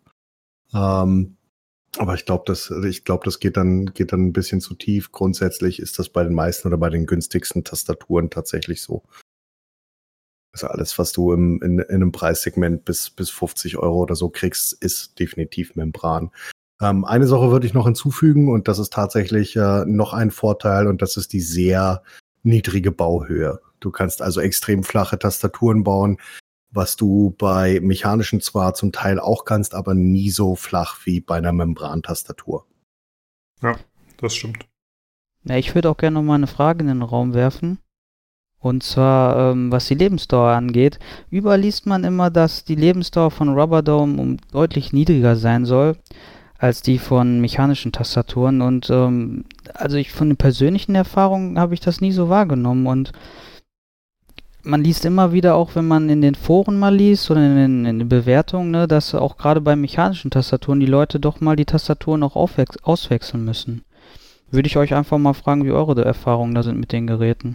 Aber ich glaube, das geht dann ein bisschen zu tief. Grundsätzlich ist das bei den meisten oder bei den günstigsten Tastaturen tatsächlich so. Also alles, was du in einem Preissegment bis 50 Euro oder so kriegst, ist definitiv Membran. Eine Sache würde ich noch hinzufügen und das ist tatsächlich noch ein Vorteil und das ist die sehr niedrige Bauhöhe. Du kannst also extrem flache Tastaturen bauen, was du bei mechanischen zwar zum Teil auch kannst, aber nie so flach wie bei einer Membran-Tastatur. Ja, das stimmt. Ja, ich würde auch gerne noch mal eine Frage in den Raum werfen. Und zwar, was die Lebensdauer angeht. Überall liest man immer, dass die Lebensdauer von Rubber Dome deutlich niedriger sein soll als die von mechanischen Tastaturen. Und also von den persönlichen Erfahrungen habe ich das nie so wahrgenommen. Und man liest immer wieder, auch wenn man in den Foren mal liest oder in den Bewertungen, ne, dass auch gerade bei mechanischen Tastaturen die Leute doch mal die Tastaturen auch auswechseln müssen. Würde ich euch einfach mal fragen, wie eure Erfahrungen da sind mit den Geräten.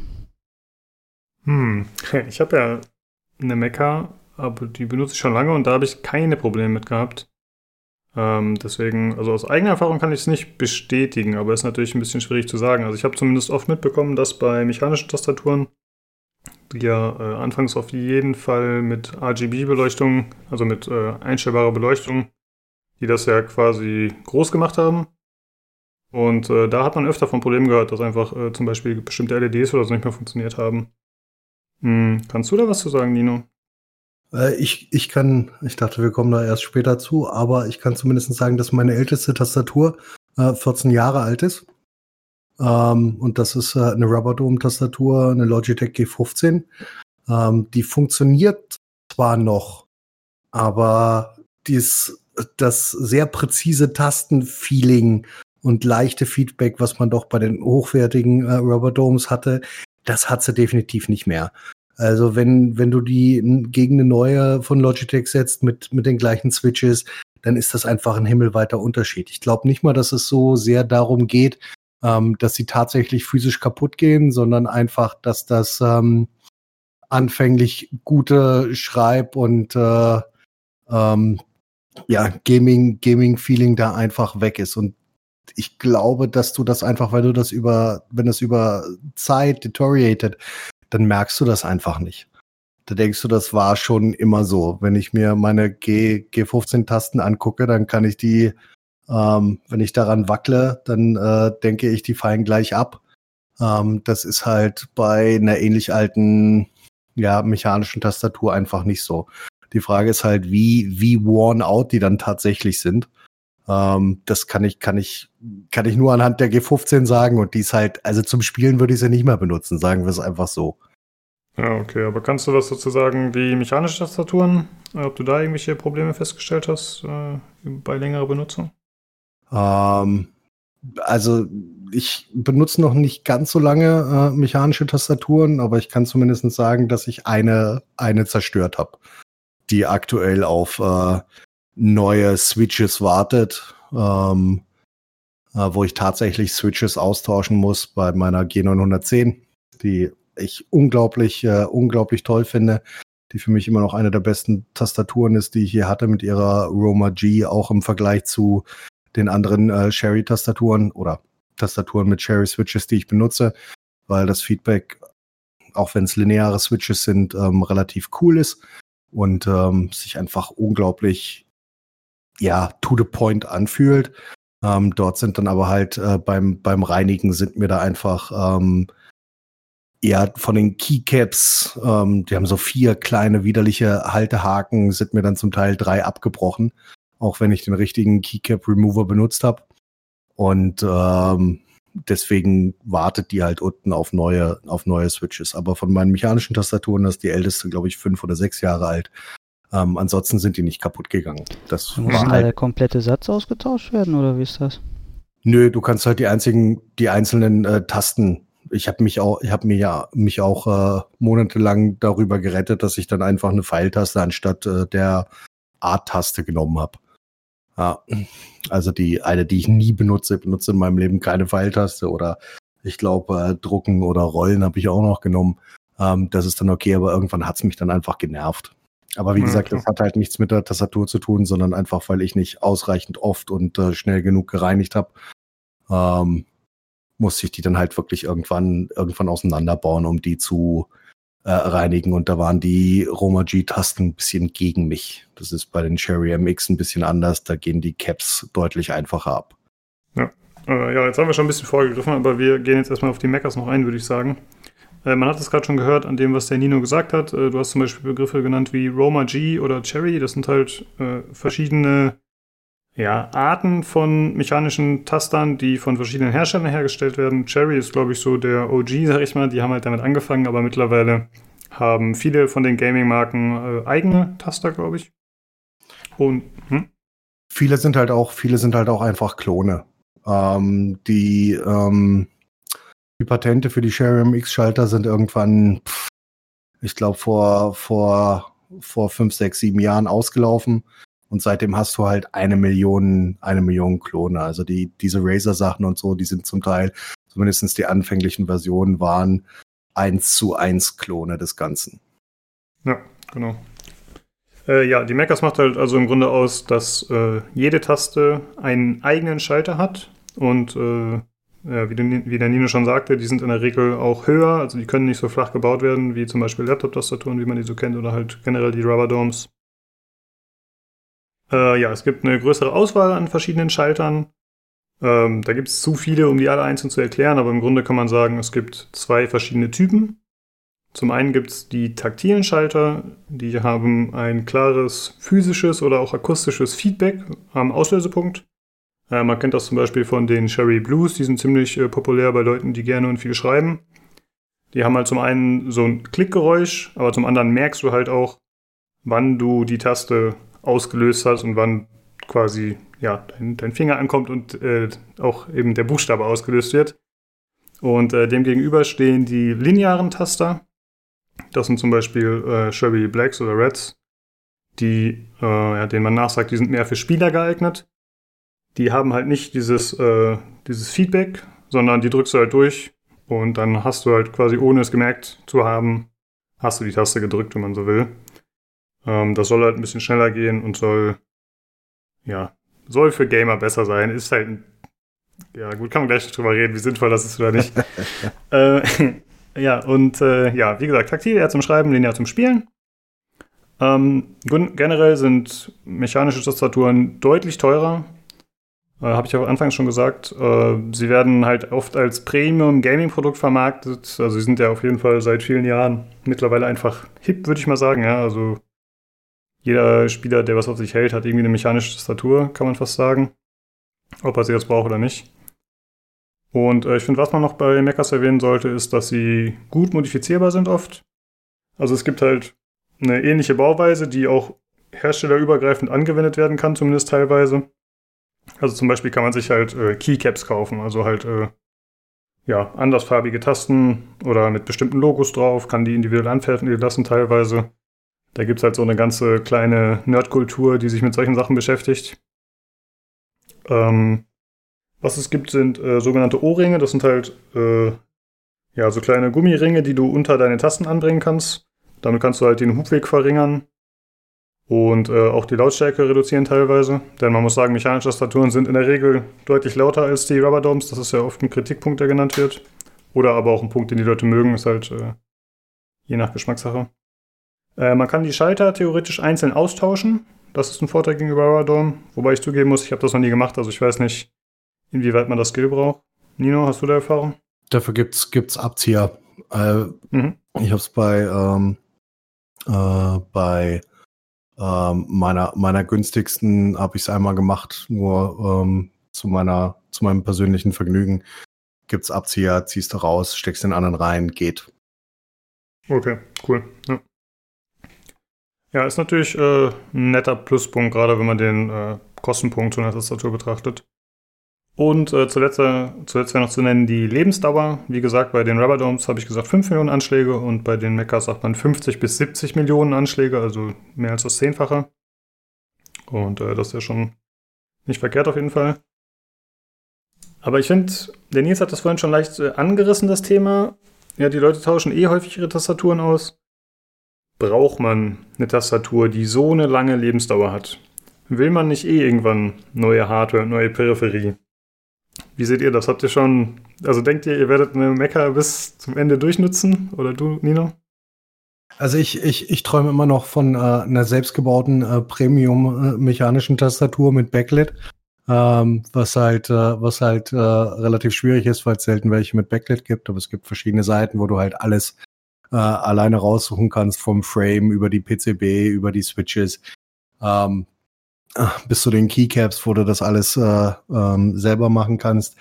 Ich habe ja eine Mecha, aber die benutze ich schon lange und da habe ich keine Probleme mit gehabt. Deswegen, also aus eigener Erfahrung kann ich es nicht bestätigen, aber ist natürlich ein bisschen schwierig zu sagen. Also ich habe zumindest oft mitbekommen, dass bei mechanischen Tastaturen, die ja anfangs auf jeden Fall mit RGB-Beleuchtung, also mit einstellbarer Beleuchtung, die das ja quasi groß gemacht haben. Und da hat man öfter von Problemen gehört, dass einfach zum Beispiel bestimmte LEDs oder so nicht mehr funktioniert haben. Kannst du da was zu sagen, Nino? Ich dachte, wir kommen da erst später zu, aber ich kann zumindest sagen, dass meine älteste Tastatur 14 Jahre alt ist. Und das ist eine Rubber Dome Tastatur, eine Logitech G15. Die funktioniert zwar noch, aber das sehr präzise Tastenfeeling und leichte Feedback, was man doch bei den hochwertigen Rubber Domes hatte, das hat sie definitiv nicht mehr. Also wenn du die gegen eine neue von Logitech setzt mit den gleichen Switches, dann ist das einfach ein himmelweiter Unterschied. Ich glaube nicht mal, dass es so sehr darum geht, dass sie tatsächlich physisch kaputt gehen, sondern einfach, dass das anfänglich gute Schreib- und Gaming-Feeling da einfach weg ist. Und ich glaube, dass du das einfach, wenn das über Zeit deteriorated, dann merkst du das einfach nicht. Da denkst du, das war schon immer so. Wenn ich mir meine G15-Tasten angucke, dann kann ich die, wenn ich daran wackle, dann denke ich, die fallen gleich ab. Das ist halt bei einer ähnlich alten, mechanischen Tastatur einfach nicht so. Die Frage ist halt, wie worn out die dann tatsächlich sind. Das kann ich nur anhand der G15 sagen, und die ist halt, also zum Spielen würde ich sie nicht mehr benutzen, sagen wir es einfach so. Ja, okay, aber kannst du was dazu sagen, die mechanischen Tastaturen, ob du da irgendwelche Probleme festgestellt hast bei längerer Benutzung? Also ich benutze noch nicht ganz so lange mechanische Tastaturen, aber ich kann zumindest sagen, dass ich eine zerstört habe, die aktuell auf neue Switches wartet, wo ich tatsächlich Switches austauschen muss bei meiner G910, die ich unglaublich toll finde, die für mich immer noch eine der besten Tastaturen ist, die ich hier hatte mit ihrer Roma G, auch im Vergleich zu den anderen Cherry-Tastaturen oder Tastaturen mit Cherry-Switches, die ich benutze, weil das Feedback, auch wenn es lineare Switches sind, relativ cool ist und sich einfach unglaublich to the point anfühlt. Dort sind dann aber halt beim Reinigen sind mir da einfach von den Keycaps, die haben so 4 kleine widerliche Haltehaken, sind mir dann zum Teil 3 abgebrochen, auch wenn ich den richtigen Keycap Remover benutzt habe. Und deswegen wartet die halt unten auf neue Switches. Aber von meinen mechanischen Tastaturen ist die älteste, glaube ich, 5 oder 6 Jahre alt. Ansonsten sind die nicht kaputt gegangen. Das Muss war da halt der komplette Satz ausgetauscht werden, oder wie ist das? Nö, du kannst halt die einzelnen Tasten. Ich habe mich auch monatelang darüber gerettet, dass ich dann einfach eine Pfeiltaste anstatt der A-Taste genommen habe. Ja, also die ich nie benutze in meinem Leben keine Pfeiltaste, oder ich glaube Drucken oder Rollen habe ich auch noch genommen. Das ist dann okay, aber irgendwann hat's mich dann einfach genervt. Aber wie gesagt, das hat halt nichts mit der Tastatur zu tun, sondern einfach, weil ich nicht ausreichend oft und schnell genug gereinigt habe. Musste ich die dann halt wirklich irgendwann auseinanderbauen, um die zu reinigen. Und da waren die Roma G-Tasten ein bisschen gegen mich. Das ist bei den Cherry MX ein bisschen anders. Da gehen die Caps deutlich einfacher ab. Ja, jetzt haben wir schon ein bisschen vorgegriffen, aber wir gehen jetzt erstmal auf die Meckers noch ein, würde ich sagen. Man hat es gerade schon gehört an dem, was der Nino gesagt hat. Du hast zum Beispiel Begriffe genannt wie Roma G oder Cherry. Das sind halt verschiedene Arten von mechanischen Tastern, die von verschiedenen Herstellern hergestellt werden. Cherry ist, glaube ich, so der OG, sag ich mal. Die haben halt damit angefangen, aber mittlerweile haben viele von den Gaming-Marken eigene Taster, glaube ich. Und Viele sind halt auch einfach Klone. Die Patente für die Cherry MX-Schalter sind irgendwann, ich glaube, vor 5, 6, 7 Jahren ausgelaufen. Und seitdem hast du halt 1 Million Klone. Also diese Razer-Sachen und so, die sind zum Teil, zumindest die anfänglichen Versionen, waren 1:1 Klone des Ganzen. Ja, genau. Die Meckers macht halt also im Grunde aus, dass jede Taste einen eigenen Schalter hat. Und wie der Nino schon sagte, die sind in der Regel auch höher. Also die können nicht so flach gebaut werden, wie zum Beispiel Laptop-Tastaturen, wie man die so kennt, oder halt generell die Rubber Domes. Es gibt eine größere Auswahl an verschiedenen Schaltern. Da gibt es zu viele, um die alle einzeln zu erklären, aber im Grunde kann man sagen, es gibt 2 verschiedene Typen. Zum einen gibt es die taktilen Schalter, die haben ein klares physisches oder auch akustisches Feedback am Auslösepunkt. Man kennt das zum Beispiel von den Cherry Blues, die sind ziemlich populär bei Leuten, die gerne und viel schreiben. Die haben halt zum einen so ein Klickgeräusch, aber zum anderen merkst du halt auch, wann du die Taste ausgelöst hast und wann quasi dein Finger ankommt und auch eben der Buchstabe ausgelöst wird. Und dem gegenüber stehen die linearen Taster. Das sind zum Beispiel Cherry Blacks oder Reds. denen man nachsagt, die sind mehr für Spieler geeignet. Die haben halt nicht dieses Feedback, sondern die drückst du halt durch und dann hast du halt quasi, ohne es gemerkt zu haben, hast du die Taste gedrückt, wenn man so will. Das soll halt ein bisschen schneller gehen und soll für Gamer besser sein. Ist halt ja gut, kann man gleich drüber reden, wie sinnvoll das ist oder nicht. Wie gesagt, taktil eher zum Schreiben, linear zum Spielen. Generell sind mechanische Tastaturen deutlich teurer. Habe ich auch anfangs schon gesagt. Sie werden halt oft als Premium-Gaming-Produkt vermarktet. Also sie sind ja auf jeden Fall seit vielen Jahren mittlerweile einfach hip, würde ich mal sagen. Ja, also jeder Spieler, der was auf sich hält, hat irgendwie eine mechanische Tastatur, kann man fast sagen. Ob er sie jetzt braucht oder nicht. Und ich finde, was man noch bei Mechas erwähnen sollte, ist, dass sie gut modifizierbar sind oft. Also es gibt halt eine ähnliche Bauweise, die auch herstellerübergreifend angewendet werden kann, zumindest teilweise. Also zum Beispiel kann man sich halt Keycaps kaufen, also halt andersfarbige Tasten oder mit bestimmten Logos drauf, kann die individuell anfertigen lassen teilweise. Da gibt es halt so eine ganze kleine Nerdkultur, die sich mit solchen Sachen beschäftigt. Was es gibt, sind sogenannte Ohrringe. Das sind halt so kleine Gummiringe, die du unter deine Tasten anbringen kannst. Damit kannst du halt den Hubweg verringern und auch die Lautstärke reduzieren teilweise. Denn man muss sagen, mechanische Tastaturen sind in der Regel deutlich lauter als die Rubberdomes. Das ist ja oft ein Kritikpunkt, der genannt wird. Oder aber auch ein Punkt, den die Leute mögen. Ist halt je nach Geschmackssache. Man kann die Schalter theoretisch einzeln austauschen. Das ist ein Vorteil gegenüber Rubberdome. Wobei ich zugeben muss, ich habe das noch nie gemacht. Also ich weiß nicht, inwieweit man das Skill braucht. Nino, hast du da Erfahrung? Dafür gibt's Abzieher. Ich habe es bei meiner günstigsten habe ich es einmal gemacht, nur zu meinem persönlichen Vergnügen. Gibt's Abzieher, ziehst du raus, steckst den anderen rein, geht. Okay, cool. Ja, ist natürlich ein netter Pluspunkt, gerade wenn man den Kostenpunkt von der Tastatur betrachtet. Und zuletzt wäre noch zu nennen die Lebensdauer. Wie gesagt, bei den Rubberdomes habe ich gesagt 5 Millionen Anschläge und bei den Mechas sagt man 50 bis 70 Millionen Anschläge, also mehr als das 10-fache. Und das ist ja schon nicht verkehrt auf jeden Fall. Aber ich finde, der Nils hat das vorhin schon leicht angerissen, das Thema. Ja, die Leute tauschen häufig ihre Tastaturen aus. Braucht man eine Tastatur, die so eine lange Lebensdauer hat? Will man nicht irgendwann neue Hardware, neue Peripherie? Wie seht ihr das? Habt ihr schon, also denkt ihr werdet eine Mecha bis zum Ende durchnutzen? Oder du, Nino? Also ich träume immer noch von einer selbstgebauten Premium-mechanischen Tastatur mit Backlit, was halt relativ schwierig ist, weil es selten welche mit Backlit gibt, aber es gibt verschiedene Seiten, wo du halt alles alleine raussuchen kannst, vom Frame über die PCB, über die Switches, bis zu den Keycaps, wo du das alles selber machen kannst.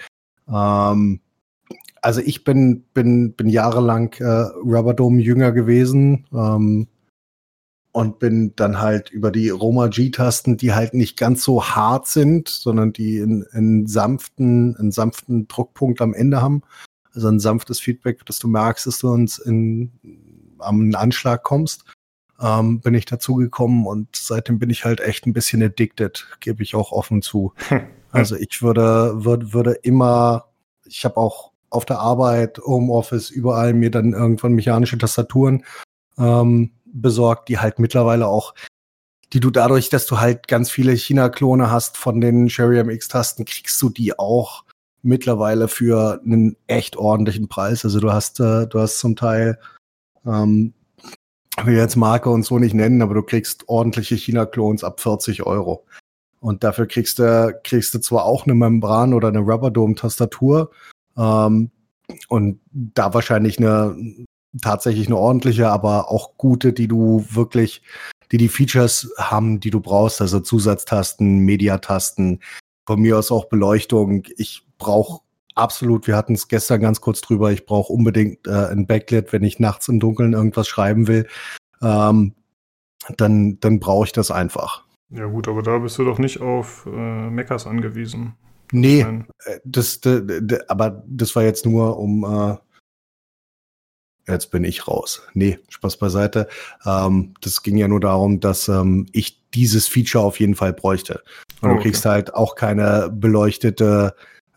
Also ich bin jahrelang Rubberdome-Jünger gewesen und bin dann halt über die Roma-G-Tasten, die halt nicht ganz so hart sind, sondern die einen sanften Druckpunkt am Ende haben. Also ein sanftes Feedback, dass du merkst, dass du am Anschlag kommst. Bin ich dazu gekommen und seitdem bin ich halt echt ein bisschen addicted, gebe ich auch offen zu. Also ich würde immer, ich habe auch auf der Arbeit, Homeoffice, überall mir dann irgendwann mechanische Tastaturen besorgt, die halt mittlerweile auch, die du dadurch, dass du halt ganz viele China-Klone hast von den Cherry MX-Tasten, kriegst du die auch mittlerweile für einen echt ordentlichen Preis. Also du hast zum Teil ich will jetzt Marke und so nicht nennen, aber du kriegst ordentliche China-Clones ab 40 €. Und dafür kriegst du zwar auch eine Membran oder eine Rubberdome-Tastatur und da wahrscheinlich tatsächlich eine ordentliche, aber auch gute, die die Features haben, die du brauchst, also Zusatztasten, Mediatasten, von mir aus auch Beleuchtung. Ich brauche absolut, wir hatten es gestern ganz kurz drüber, ich brauche unbedingt ein Backlit, wenn ich nachts im Dunkeln irgendwas schreiben will, dann brauche ich das einfach. Ja gut, aber da bist du doch nicht auf Mechas angewiesen. Nee, aber das war jetzt nur, jetzt bin ich raus. Nee, Spaß beiseite. Das ging ja nur darum, dass ich dieses Feature auf jeden Fall bräuchte. Und du kriegst halt auch keine beleuchtete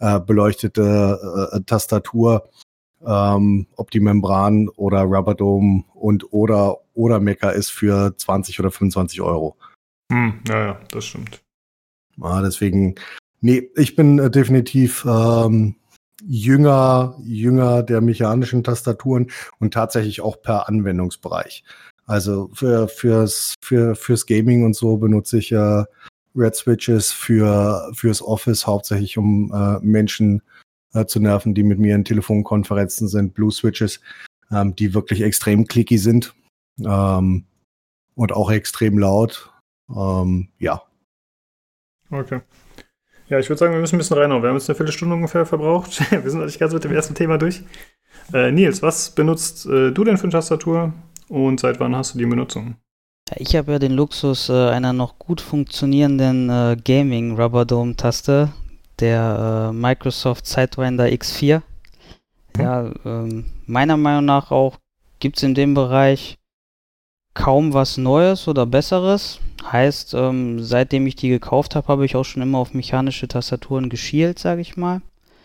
Tastatur, ob die Membran oder Rubberdome oder Mecha ist für 20 oder 25 Euro. Ja, das stimmt. Deswegen, nee, ich bin definitiv Jünger der mechanischen Tastaturen und tatsächlich auch per Anwendungsbereich. Also fürs Gaming und so benutze ich Red Switches fürs Office hauptsächlich, um Menschen zu nerven, die mit mir in Telefonkonferenzen sind. Blue Switches, die wirklich extrem clicky sind und auch extrem laut. Ja. Okay. Ja, ich würde sagen, wir müssen ein bisschen reinhauen. Wir haben jetzt eine Viertelstunde ungefähr verbraucht. Wir sind nicht ganz mit dem ersten Thema durch. Nils, was benutzt du denn für eine Tastatur und seit wann hast du die in Benutzung? Ich habe ja den Luxus einer noch gut funktionierenden Gaming-Rubberdome-Taste, der Microsoft Sidewinder X4. Ja, meiner Meinung nach auch gibt es in dem Bereich kaum was Neues oder Besseres. Heißt, seitdem ich die gekauft habe, habe ich auch schon immer auf mechanische Tastaturen geschielt, sage ich mal.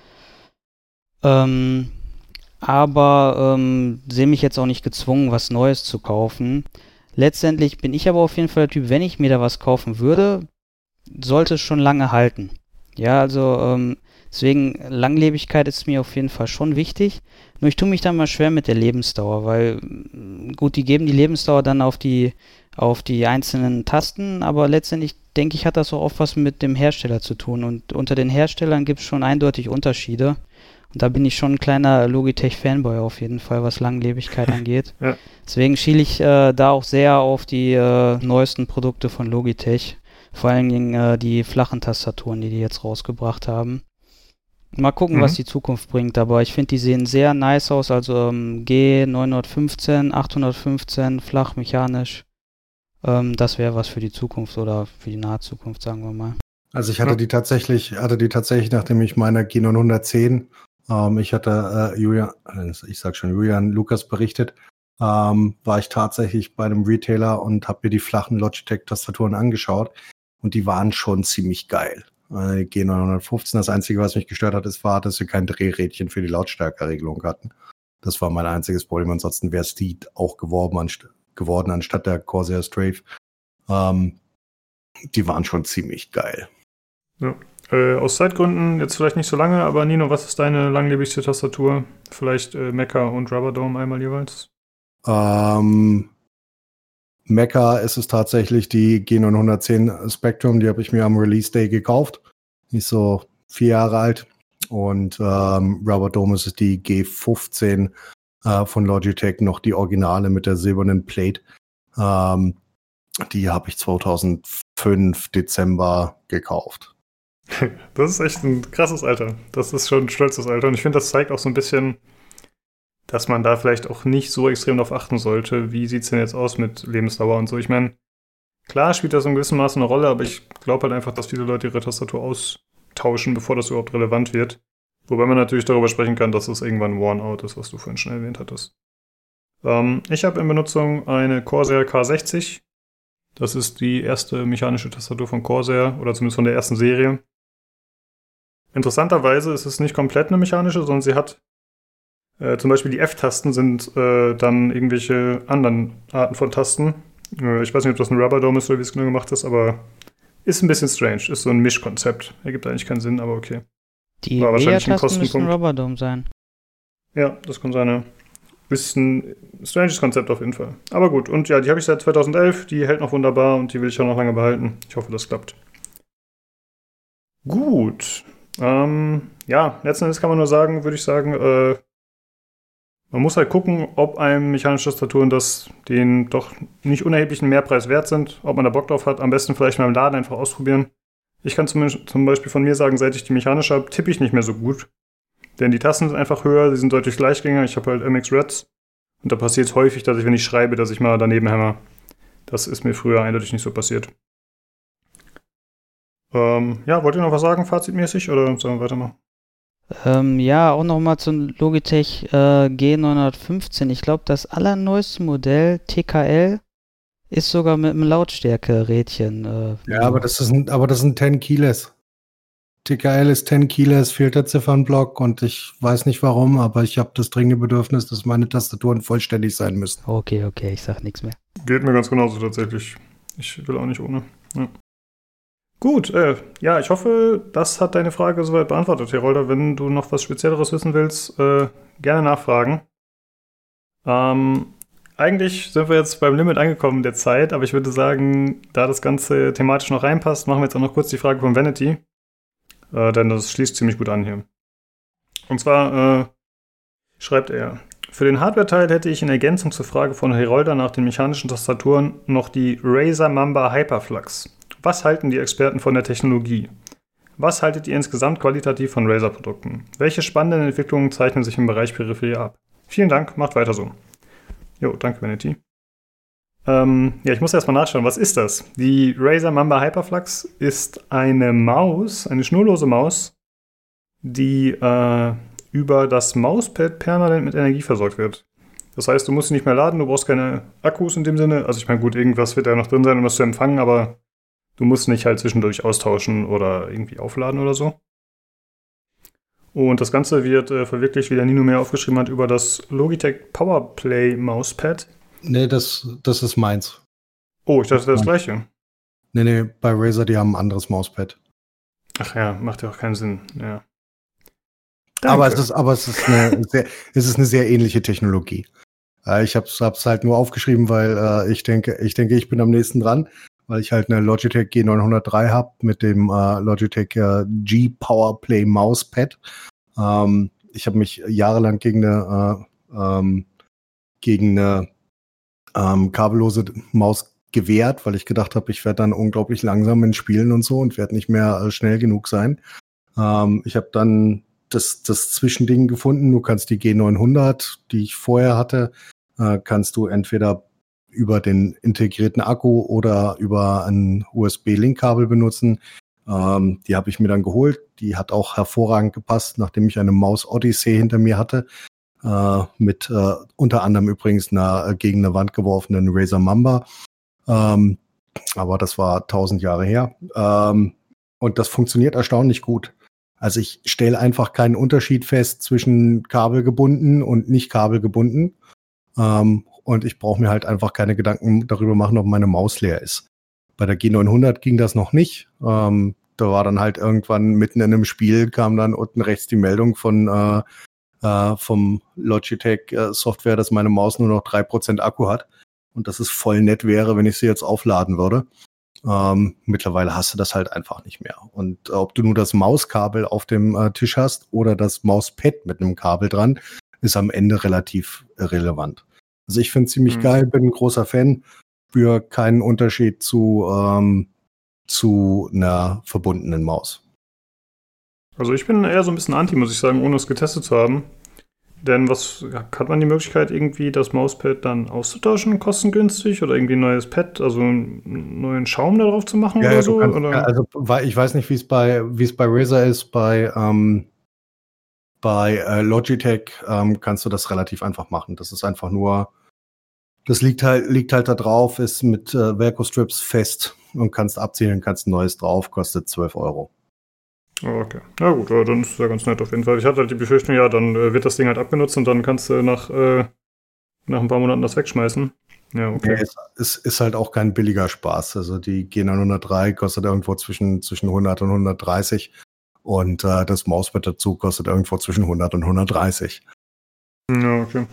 Aber sehe mich jetzt auch nicht gezwungen, was Neues zu kaufen. Letztendlich bin ich aber auf jeden Fall der Typ, wenn ich mir da was kaufen würde, sollte es schon lange halten. Ja, also deswegen Langlebigkeit ist mir auf jeden Fall schon wichtig. Nur ich tue mich dann mal schwer mit der Lebensdauer, weil gut, die geben die Lebensdauer dann auf die einzelnen Tasten, aber letztendlich denke ich, hat das auch oft was mit dem Hersteller zu tun und unter den Herstellern gibt es schon eindeutig Unterschiede. Und da bin ich schon ein kleiner Logitech-Fanboy auf jeden Fall, was Langlebigkeit angeht. Ja. Deswegen schiele ich da auch sehr auf die neuesten Produkte von Logitech. Vor allen Dingen die flachen Tastaturen, die jetzt rausgebracht haben. Mal gucken, was die Zukunft bringt. Aber ich finde, die sehen sehr nice aus. Also G915, 815, flach, mechanisch. Das wäre was für die Zukunft oder für die nahe Zukunft, sagen wir mal. Also ich hatte die tatsächlich, nachdem ich meine G910, ich hatte Julian Lukas berichtet, war ich tatsächlich bei einem Retailer und habe mir die flachen Logitech-Tastaturen angeschaut und die waren schon ziemlich geil. G915, das Einzige, was mich gestört hat, war, dass wir kein Drehrädchen für die Lautstärkeregelung hatten. Das war mein einziges Problem. Ansonsten wäre es die auch geworden anstatt der Corsair Strafe. Die waren schon ziemlich geil. Ja. Aus Zeitgründen jetzt vielleicht nicht so lange, aber Nino, was ist deine langlebigste Tastatur? Vielleicht Mecha und Rubberdome einmal jeweils? Mecha ist es tatsächlich die G910 Spectrum, die habe ich mir am Release Day gekauft. Die ist so 4 Jahre alt. Und Rubberdome ist die G15 von Logitech, noch die Originale mit der silbernen Plate. Die habe ich 2005 Dezember gekauft. Das ist echt ein krasses Alter. Das ist schon ein stolzes Alter. Und ich finde, das zeigt auch so ein bisschen, dass man da vielleicht auch nicht so extrem darauf achten sollte. Wie sieht es denn jetzt aus mit Lebensdauer und so? Ich meine, klar spielt das in gewissem Maße eine Rolle, aber ich glaube halt einfach, dass viele Leute ihre Tastatur austauschen, bevor das überhaupt relevant wird. Wobei man natürlich darüber sprechen kann, dass es irgendwann Worn-out ist, was du vorhin schon erwähnt hattest. Ich habe in Benutzung eine Corsair K60. Das ist die erste mechanische Tastatur von Corsair, oder zumindest von der ersten Serie. Interessanterweise ist es nicht komplett eine mechanische, sondern sie hat zum Beispiel die F-Tasten sind dann irgendwelche anderen Arten von Tasten. Ich weiß nicht, ob das ein Rubberdome ist oder wie es genau gemacht ist, aber ist ein bisschen strange. Ist so ein Mischkonzept. Ergibt eigentlich keinen Sinn, aber okay. Die Media-Tasten müssen Rubberdome sein. Ja, das kann sein, ja. Ist ein stranges Konzept auf jeden Fall. Aber gut, und ja, die habe ich seit 2011. Die hält noch wunderbar und die will ich auch noch lange behalten. Ich hoffe, das klappt. Gut. Ja, letzten Endes kann man nur sagen, würde ich sagen, man muss halt gucken, ob einem mechanische Tastaturen den doch nicht unerheblichen Mehrpreis wert sind, ob man da Bock drauf hat. Am besten vielleicht mal im Laden einfach ausprobieren. Ich kann zum Beispiel von mir sagen, seit ich die mechanische habe, tippe ich nicht mehr so gut. Denn die Tasten sind einfach höher, die sind deutlich Leichtgänger. Ich habe halt MX Reds. Und da passiert es häufig, dass ich, wenn ich schreibe, dass ich mal daneben hämmer. Das ist mir früher eindeutig nicht so passiert. Ja, wollt ihr noch was sagen, fazitmäßig, oder sollen wir weitermachen? Ja, auch nochmal zum Logitech G915. Ich glaube, das allerneueste Modell TKL ist sogar mit einem Lautstärke-Rädchen. Ja, aber das sind 10 Keyless. TKL ist 10 Keyless, fehlt der Ziffernblock und ich weiß nicht warum, aber ich habe das dringende Bedürfnis, dass meine Tastaturen vollständig sein müssen. Okay, ich sag nichts mehr. Geht mir ganz genauso tatsächlich. Ich will auch nicht ohne. Ja. Gut, ja, ich hoffe, das hat deine Frage soweit beantwortet, Herolder. Wenn du noch was Spezielleres wissen willst, gerne nachfragen. Eigentlich sind wir jetzt beim Limit angekommen der Zeit, aber ich würde sagen, da das Ganze thematisch noch reinpasst, machen wir jetzt auch noch kurz die Frage von Vanity. Denn das schließt ziemlich gut an hier. Und zwar schreibt er: Für den Hardware-Teil hätte ich in Ergänzung zur Frage von Herolder nach den mechanischen Tastaturen noch die Razer Mamba Hyperflux. Was halten die Experten von der Technologie? Was haltet ihr insgesamt qualitativ von Razer-Produkten? Welche spannenden Entwicklungen zeichnen sich im Bereich Peripherie ab? Vielen Dank, macht weiter so. Jo, danke, Vanity. Ja, ich muss erstmal nachschauen, was ist das? Die Razer Mamba Hyperflux ist eine Maus, eine schnurlose Maus, die über das Mauspad permanent mit Energie versorgt wird. Das heißt, du musst sie nicht mehr laden, du brauchst keine Akkus in dem Sinne. Also ich meine, gut, irgendwas wird da noch drin sein, um das zu empfangen, aber du musst nicht halt zwischendurch austauschen oder irgendwie aufladen oder so. Und das Ganze wird verwirklicht, wie der Nino mehr aufgeschrieben hat, über das Logitech Powerplay Mauspad. Nee, das ist meins. Oh, ich dachte, das ist das gleiche. Nee, bei Razer, die haben ein anderes Mauspad. Ach ja, macht ja auch keinen Sinn, ja. Aber es ist eine sehr ähnliche Technologie. Ich hab's halt nur aufgeschrieben, weil ich denke, ich bin am nächsten dran, weil ich halt eine Logitech G903 habe mit dem Logitech G Powerplay Mauspad. Ich habe mich jahrelang gegen eine kabellose Maus gewehrt, weil ich gedacht habe, ich werde dann unglaublich langsam in Spielen und so und werde nicht mehr schnell genug sein. Ich habe dann das Zwischending gefunden. Du kannst die G900, die ich vorher hatte, kannst du entweder über den integrierten Akku oder über ein USB-Link-Kabel benutzen. Die habe ich mir dann geholt. Die hat auch hervorragend gepasst, nachdem ich eine Maus Odyssey hinter mir hatte. Mit unter anderem übrigens einer gegen eine Wand geworfenen Razer Mamba. Aber das war 1000 Jahre her. Und das funktioniert erstaunlich gut. Also ich stelle einfach keinen Unterschied fest zwischen kabelgebunden und nicht kabelgebunden. Und ich brauche mir halt einfach keine Gedanken darüber machen, ob meine Maus leer ist. Bei der G900 ging das noch nicht. Da war dann halt irgendwann mitten in einem Spiel, kam dann unten rechts die Meldung vom Logitech Software, dass meine Maus nur noch 3% Akku hat. Und dass es voll nett wäre, wenn ich sie jetzt aufladen würde. Mittlerweile hast du das halt einfach nicht mehr. Und ob du nur das Mauskabel auf dem Tisch hast oder das Mauspad mit einem Kabel dran, ist am Ende relativ irrelevant. Also ich finde es ziemlich geil, bin ein großer Fan, spüre keinen Unterschied zu einer verbundenen Maus. Also ich bin eher so ein bisschen anti, muss ich sagen, ohne es getestet zu haben. Denn hat man die Möglichkeit, irgendwie das Mauspad dann auszutauschen, kostengünstig, oder irgendwie ein neues Pad, also einen neuen Schaum da drauf zu machen oder so? Oder? Also ich weiß nicht, wie es bei Razer ist, bei Logitech kannst du das relativ einfach machen. Das ist einfach nur, das liegt halt da drauf, ist mit Velcro-Strips fest und kannst abziehen, kannst ein neues drauf, kostet 12 €. Okay, na gut, dann ist es ja ganz nett auf jeden Fall. Ich hatte halt die Befürchtung, ja, dann wird das Ding halt abgenutzt und dann kannst du nach ein paar Monaten das wegschmeißen. Ja, okay. Ja, es ist halt auch kein billiger Spaß. Also die G903 kostet irgendwo zwischen 100 und 130 und das Mauspad dazu kostet irgendwo zwischen 100 und 130. Ja, okay.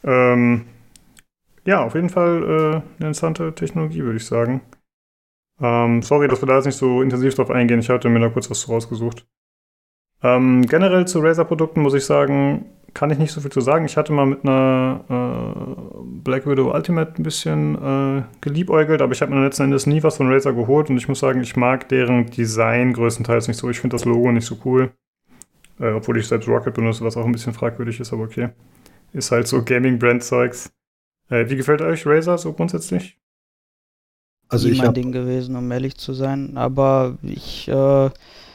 Ja, auf jeden Fall eine interessante Technologie, würde ich sagen. Sorry, dass wir da jetzt nicht so intensiv drauf eingehen. Ich hatte mir da kurz was rausgesucht. Generell zu Razer-Produkten muss ich sagen, kann ich nicht so viel zu sagen. Ich hatte mal mit einer Black Widow Ultimate ein bisschen geliebäugelt, aber ich habe mir letzten Endes nie was von Razer geholt und ich muss sagen, ich mag deren Design größtenteils nicht so. Ich finde das Logo nicht so cool. Obwohl ich selbst Rocket benutze, was auch ein bisschen fragwürdig ist, aber okay. Ist halt so Gaming-Brand-Zeugs. Wie gefällt euch Razer so grundsätzlich? Also mein Ding gewesen, um ehrlich zu sein. Aber ich habe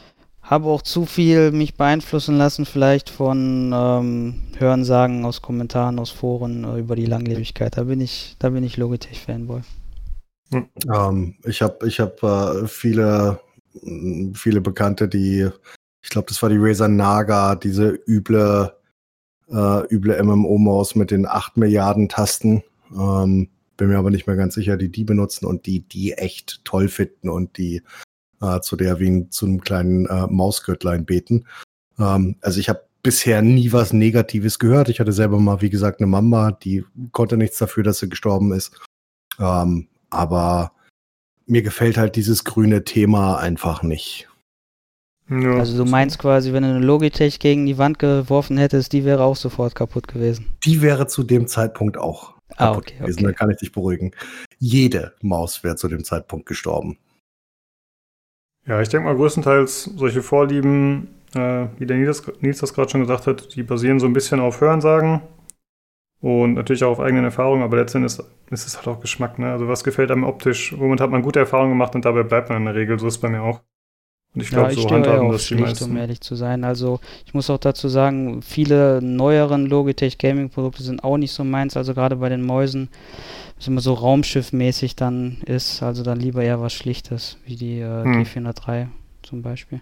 habe auch zu viel mich beeinflussen lassen, vielleicht von Hörensagen aus Kommentaren, aus Foren über die Langlebigkeit. Da bin ich Logitech-Fanboy. Ich hab viele Bekannte, ich glaube, das war die Razer Naga, diese üble MMO-Maus mit den 8 Milliarden Tasten. Bin mir aber nicht mehr ganz sicher, die benutzen und die echt toll finden und die zu einem kleinen Mausgürtlein beten. Also ich habe bisher nie was Negatives gehört. Ich hatte selber mal, wie gesagt, eine Mamba, die konnte nichts dafür, dass sie gestorben ist. Aber mir gefällt halt dieses grüne Thema einfach nicht. Ja. Also du meinst quasi, wenn du eine Logitech gegen die Wand geworfen hättest, die wäre auch sofort kaputt gewesen. Die wäre zu dem Zeitpunkt auch kaputt gewesen. Da kann ich dich beruhigen. Jede Maus wäre zu dem Zeitpunkt gestorben. Ja, ich denke mal, größtenteils solche Vorlieben, wie der Nils das gerade schon gesagt hat, die basieren so ein bisschen auf Hörensagen und natürlich auch auf eigenen Erfahrungen, aber letztendlich ist es halt auch Geschmack, ne? Also was gefällt einem optisch, womit hat man gute Erfahrungen gemacht und dabei bleibt man in der Regel, so ist es bei mir auch. Und ich glaube, so handhaben das die meisten. Um ehrlich zu sein. Also ich muss auch dazu sagen, viele neueren Logitech Gaming-Produkte sind auch nicht so meins, also gerade bei den Mäusen, was immer so Raumschiff-mäßig dann ist, also dann lieber eher was Schlichtes, wie die G403 zum Beispiel.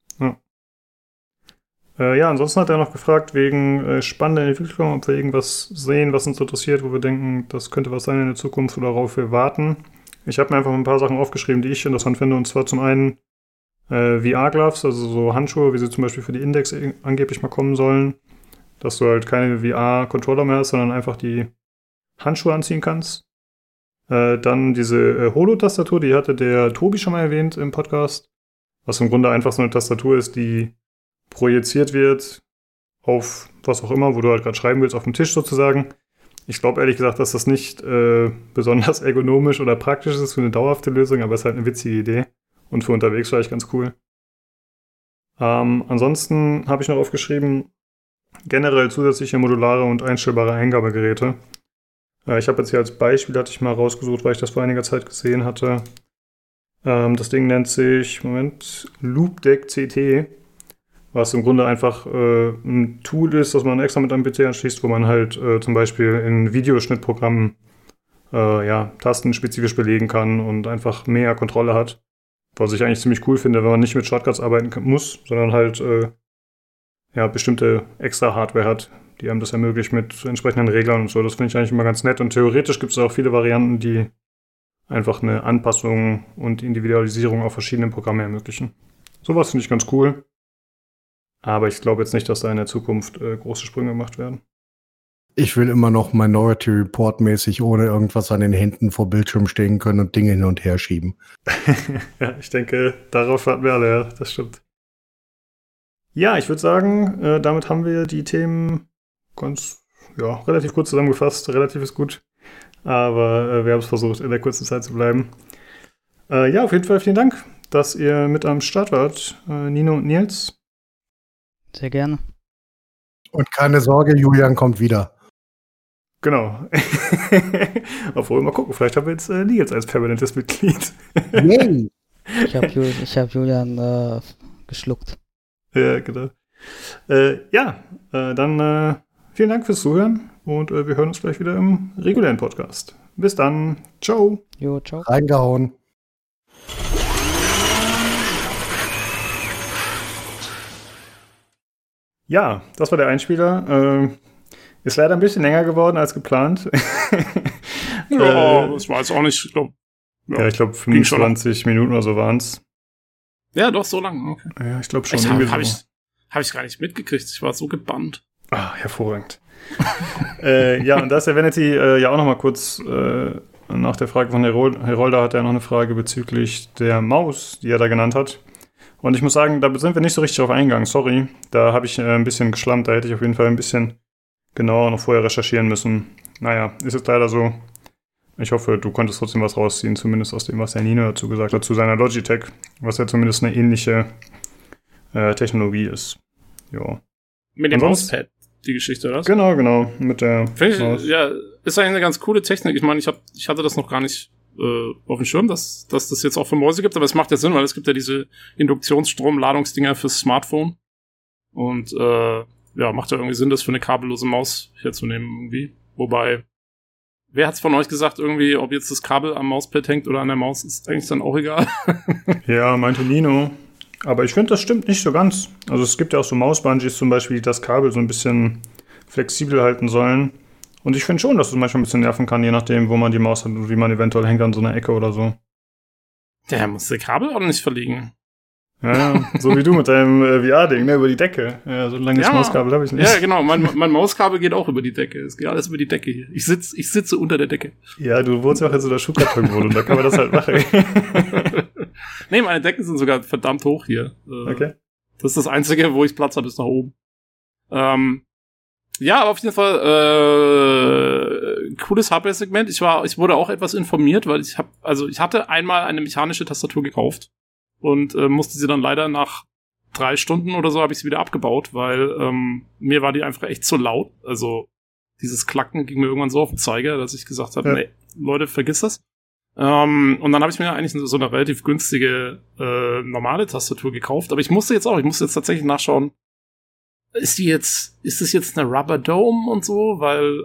Ja, ansonsten hat er noch gefragt wegen spannender Entwicklung, ob wir irgendwas sehen, was uns interessiert, wo wir denken, das könnte was sein in der Zukunft oder worauf wir warten. Ich habe mir einfach ein paar Sachen aufgeschrieben, die ich interessant finde, und zwar zum einen VR-Gloves, also so Handschuhe, wie sie zum Beispiel für die Index angeblich mal kommen sollen, dass du halt keine VR-Controller mehr hast, sondern einfach die Handschuhe anziehen kannst. Dann diese Holo-Tastatur, die hatte der Tobi schon mal erwähnt im Podcast, was im Grunde einfach so eine Tastatur ist, die projiziert wird auf was auch immer, wo du halt gerade schreiben willst, auf dem Tisch sozusagen. Ich glaube ehrlich gesagt, dass das nicht besonders ergonomisch oder praktisch ist für eine dauerhafte Lösung, aber es ist halt eine witzige Idee und für unterwegs vielleicht ganz cool. Ansonsten habe ich noch aufgeschrieben, generell zusätzliche modulare und einstellbare Eingabegeräte. Ich habe jetzt hier als Beispiel, hatte ich mal rausgesucht, weil ich das vor einiger Zeit gesehen hatte. Das Ding nennt sich, Loopdeck CT, was im Grunde einfach ein Tool ist, das man extra mit einem PC anschließt, wo man halt zum Beispiel in Videoschnittprogrammen Tasten spezifisch belegen kann und einfach mehr Kontrolle hat. Was ich eigentlich ziemlich cool finde, wenn man nicht mit Shortcuts arbeiten muss, sondern halt bestimmte extra Hardware hat, die einem das ermöglicht mit entsprechenden Reglern und so. Das finde ich eigentlich immer ganz nett. Und theoretisch gibt es auch viele Varianten, die einfach eine Anpassung und Individualisierung auf verschiedene Programme ermöglichen. Sowas finde ich ganz cool. Aber ich glaube jetzt nicht, dass da in der Zukunft große Sprünge gemacht werden. Ich will immer noch Minority Report mäßig ohne irgendwas an den Händen vor Bildschirm stehen können und Dinge hin und her schieben. Ja, ich denke, darauf warten wir alle, ja, das stimmt. Ja, ich würde sagen, damit haben wir die Themen relativ kurz zusammengefasst. Relativ ist gut, aber wir haben es versucht, in der kurzen Zeit zu bleiben. Auf jeden Fall vielen Dank, dass ihr mit am Start wart, Nino und Nils. Sehr gerne. Und keine Sorge, Julian kommt wieder. Genau. Obwohl, mal gucken, vielleicht haben wir jetzt Nils als permanentes Mitglied. Yay! Ich hab Julian geschluckt. Ja, genau. Dann vielen Dank fürs Zuhören und wir hören uns gleich wieder im regulären Podcast. Bis dann. Ciao. Jo, ciao. Reingehauen. Ja, das war der Einspieler. Ist leider ein bisschen länger geworden als geplant. Das war jetzt auch nicht, ich glaube. Ja, ich glaube 25 Minuten oder so waren es. Ja, doch, so lang. Okay. Ja, ich glaube schon. Hab ich gar nicht mitgekriegt. Ich war so gebannt. Ah, hervorragend. Und da ist der Vanity ja auch noch mal kurz nach der Frage von Herolda hat er noch eine Frage bezüglich der Maus, die er da genannt hat. Und ich muss sagen, da sind wir nicht so richtig drauf eingegangen. Sorry, da habe ich ein bisschen geschlammt. Da hätte ich auf jeden Fall ein bisschen genauer noch vorher recherchieren müssen. Naja, ist jetzt leider so. Ich hoffe, du konntest trotzdem was rausziehen, zumindest aus dem, was der Nino dazu gesagt hat, zu seiner Logitech, was ja zumindest eine ähnliche Technologie ist. Ja. Mit dem Mauspad, die Geschichte, oder? Genau, mit der Maus. Ja, ist eigentlich eine ganz coole Technik. Ich meine, ich hatte das noch gar nicht auf dem Schirm, dass das jetzt auch für Mäuse gibt, aber es macht ja Sinn, weil es gibt ja diese Induktionsstrom-Ladungsdinger fürs Smartphone. Und macht ja irgendwie Sinn, das für eine kabellose Maus herzunehmen irgendwie. Wobei, wer hat's von euch gesagt, irgendwie, ob jetzt das Kabel am Mauspad hängt oder an der Maus, ist eigentlich dann auch egal. Ja, meinte Nino. Aber ich finde, das stimmt nicht so ganz. Also es gibt ja auch so Mausbungees zum Beispiel, die das Kabel so ein bisschen flexibel halten sollen. Und ich finde schon, dass es manchmal ein bisschen nerven kann, je nachdem, wo man die Maus hat und wie man eventuell hängt an so einer Ecke oder so. Der muss das Kabel ordentlich verlegen. Ja, so wie du mit deinem VR-Ding, ne, über die Decke. Ja, so ein langes Mauskabel habe ich nicht. Ja, genau, mein Mauskabel geht auch über die Decke. Es geht alles über die Decke hier. Ich sitze unter der Decke. Ja, du wohnst ja auch in so einer Schuhkartonwohnung, da kann man das halt machen. Nee, meine Decken sind sogar verdammt hoch hier. Okay. Das ist das Einzige, wo ich Platz habe, ist nach oben. Ja, aber auf jeden Fall cooles Hardware-Segment. Ich wurde auch etwas informiert, weil ich hatte einmal eine mechanische Tastatur gekauft und musste sie dann leider nach 3 Stunden oder so habe ich sie wieder abgebaut, weil mir war die einfach echt zu laut. Also dieses Klacken ging mir irgendwann so auf den Zeiger, dass ich gesagt habe, nee, Leute, vergiss das. Und dann habe ich mir eigentlich so eine relativ günstige normale Tastatur gekauft. Aber ich musste jetzt tatsächlich nachschauen, ist das jetzt eine Rubber Dome und so? Weil,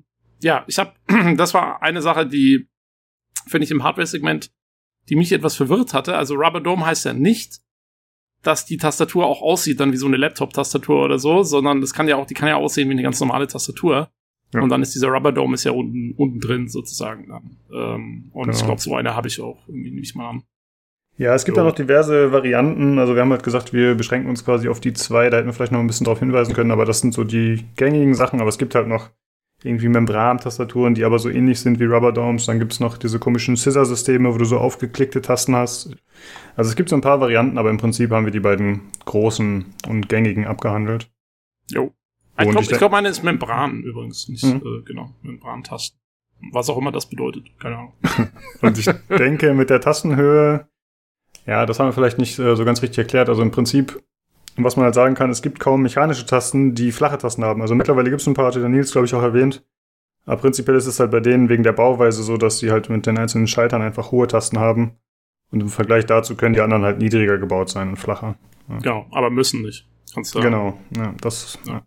das war eine Sache, die, finde ich, im Hardware-Segment, die mich etwas verwirrt hatte. Also Rubber Dome heißt ja nicht, dass die Tastatur auch aussieht dann wie so eine Laptop-Tastatur oder so, sondern die kann ja aussehen wie eine ganz normale Tastatur. Ja. Und dann ist dieser Rubber Dome ja unten drin sozusagen dann. Und ich glaube, so eine habe ich auch irgendwie, nehme ich mal an. Ja, es gibt da noch diverse Varianten. Also wir haben halt gesagt, wir beschränken uns quasi auf die 2. Da hätten wir vielleicht noch ein bisschen drauf hinweisen können, aber das sind so die gängigen Sachen. Aber es gibt halt noch irgendwie Membran-Tastaturen, die aber so ähnlich sind wie Rubber Domes. Dann gibt's noch diese komischen Scissor-Systeme, wo du so aufgeklickte Tasten hast. Also es gibt so ein paar Varianten, aber im Prinzip haben wir die beiden großen und gängigen abgehandelt. Jo. Ich glaube, meine ist Membran übrigens. Nicht, genau, Membran-Tasten. Was auch immer das bedeutet. Keine Ahnung. Und ich denke, mit der Tastenhöhe, ja, das haben wir vielleicht nicht so ganz richtig erklärt. Also im Prinzip, was man halt sagen kann, es gibt kaum mechanische Tasten, die flache Tasten haben. Also mittlerweile gibt es ein paar, hat der Nils, glaube ich, auch erwähnt. Aber prinzipiell ist es halt bei denen wegen der Bauweise so, dass die halt mit den einzelnen Schaltern einfach hohe Tasten haben. Und im Vergleich dazu können die anderen halt niedriger gebaut sein und flacher. Ja. Genau, aber müssen nicht. Kannst du genau, ja, das. Ja.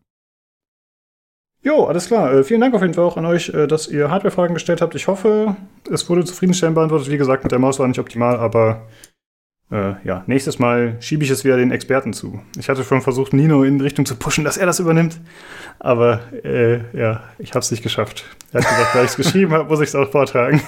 Jo, alles klar. Vielen Dank auf jeden Fall auch an euch, dass ihr Hardware-Fragen gestellt habt. Ich hoffe, es wurde zufriedenstellend beantwortet. Wie gesagt, mit der Maus war nicht optimal, aber nächstes Mal schiebe ich es wieder den Experten zu. Ich hatte schon versucht, Nino in Richtung zu pushen, dass er das übernimmt. Aber ich habe es nicht geschafft. Er hat gesagt, da ich es geschrieben habe, muss ich es auch vortragen.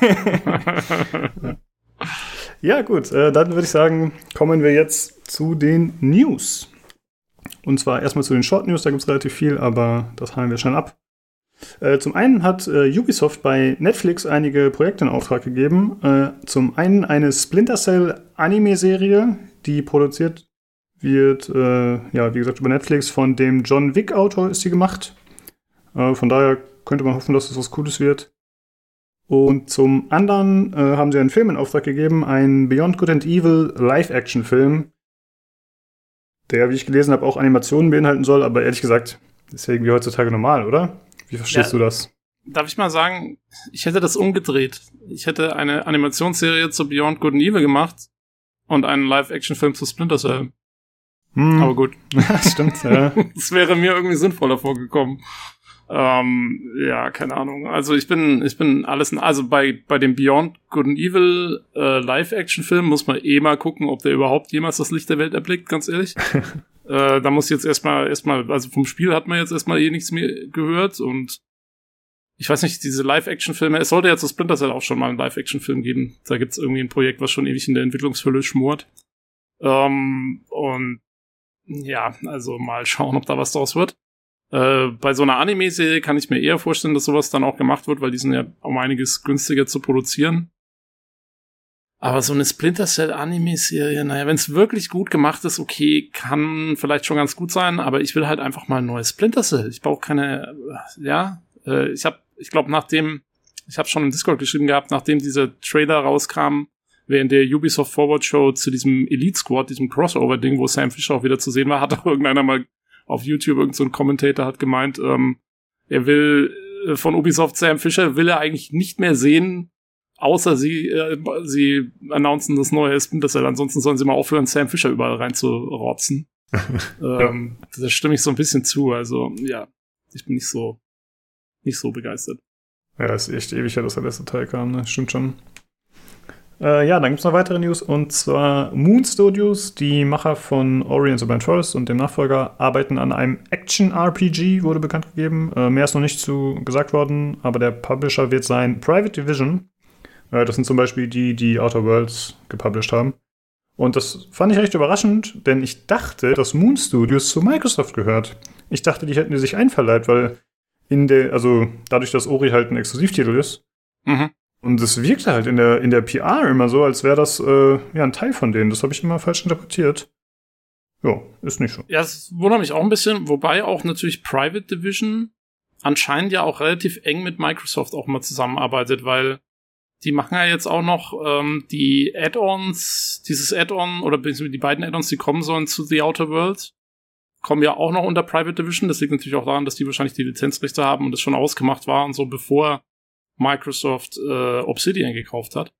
Ja, gut. Dann würde ich sagen, kommen wir jetzt zu den News. Und zwar erstmal zu den Short News, da gibt es relativ viel, aber das handeln wir schnell ab. Zum einen hat Ubisoft bei Netflix einige Projekte in Auftrag gegeben. Zum einen eine Splinter Cell Anime-Serie, die produziert wird, wie gesagt, über Netflix von dem John Wick-Autor ist sie gemacht. Von daher könnte man hoffen, dass es was Cooles wird. Und zum anderen haben sie einen Film in Auftrag gegeben, einen Beyond Good and Evil Live-Action-Film, der, wie ich gelesen habe, auch Animationen beinhalten soll, aber ehrlich gesagt, ist ja irgendwie heutzutage normal, oder? Wie verstehst du das? Darf ich mal sagen, ich hätte das umgedreht. Ich hätte eine Animationsserie zu Beyond Good and Evil gemacht und einen Live-Action-Film zu Splinter Cell. Aber gut. Stimmt, ja. Das wäre mir irgendwie sinnvoller vorgekommen. Keine Ahnung. Also ich bin alles, also bei dem Beyond Good and Evil Live-Action-Film muss man mal gucken, ob der überhaupt jemals das Licht der Welt erblickt, ganz ehrlich. Da muss jetzt erstmal, also vom Spiel hat man jetzt erstmal nichts mehr gehört und ich weiß nicht, diese Live-Action-Filme, es sollte ja zu Splinter Cell auch schon mal einen Live-Action-Film geben. Da gibt's irgendwie ein Projekt, was schon ewig in der Entwicklungshölle schmort. Und ja, also mal schauen, ob da was draus wird. Bei so einer Anime-Serie kann ich mir eher vorstellen, dass sowas dann auch gemacht wird, weil die sind ja um einiges günstiger zu produzieren. Aber so eine Splinter Cell Anime-Serie, naja, wenn es wirklich gut gemacht ist, okay, kann vielleicht schon ganz gut sein, aber ich will halt einfach mal ein neues Splinter Cell. Ich brauche keine, ich glaube, ich habe schon im Discord geschrieben gehabt, nachdem dieser Trailer rauskam, während der Ubisoft Forward Show zu diesem Elite Squad, diesem Crossover-Ding, wo Sam Fisher auch wieder zu sehen war, hat auch irgendeiner mal auf YouTube, irgend so ein Commentator hat gemeint, er will von Ubisoft Sam Fisher will er eigentlich nicht mehr sehen Außer sie announcen das neue Splinter Cell, ansonsten sollen sie mal aufhören, Sam Fisher überall reinzurotzen. Da stimme ich so ein bisschen zu, also ja, ich bin nicht so begeistert. Ja, ist echt ewig her, dass der letzte Teil kam, ne? Stimmt schon. Ja, dann gibt's noch weitere News, und zwar Moon Studios, die Macher von Ori and the Blind Forest und dem Nachfolger, arbeiten an einem Action-RPG, wurde bekannt gegeben. Mehr ist noch nicht zu gesagt worden, aber der Publisher wird sein Private Division. Das sind zum Beispiel die Outer Worlds gepublished haben. Und das fand ich recht überraschend, denn ich dachte, dass Moon Studios zu Microsoft gehört. Ich dachte, die hätten die sich einverleibt, weil dadurch, dass Ori halt ein Exklusivtitel ist, und es wirkte halt in der PR immer so, als wäre das ein Teil von denen. Das habe ich immer falsch interpretiert. Ja, ist nicht so. Ja, es wundert mich auch ein bisschen, wobei auch natürlich Private Division anscheinend ja auch relativ eng mit Microsoft auch mal zusammenarbeitet, weil die machen ja jetzt auch noch die Add-ons, dieses Add-on oder die beiden Add-ons, die kommen sollen zu The Outer Worlds, kommen ja auch noch unter Private Division. Das liegt natürlich auch daran, dass die wahrscheinlich die Lizenzrechte haben und das schon ausgemacht war und so, bevor Microsoft Obsidian gekauft hat.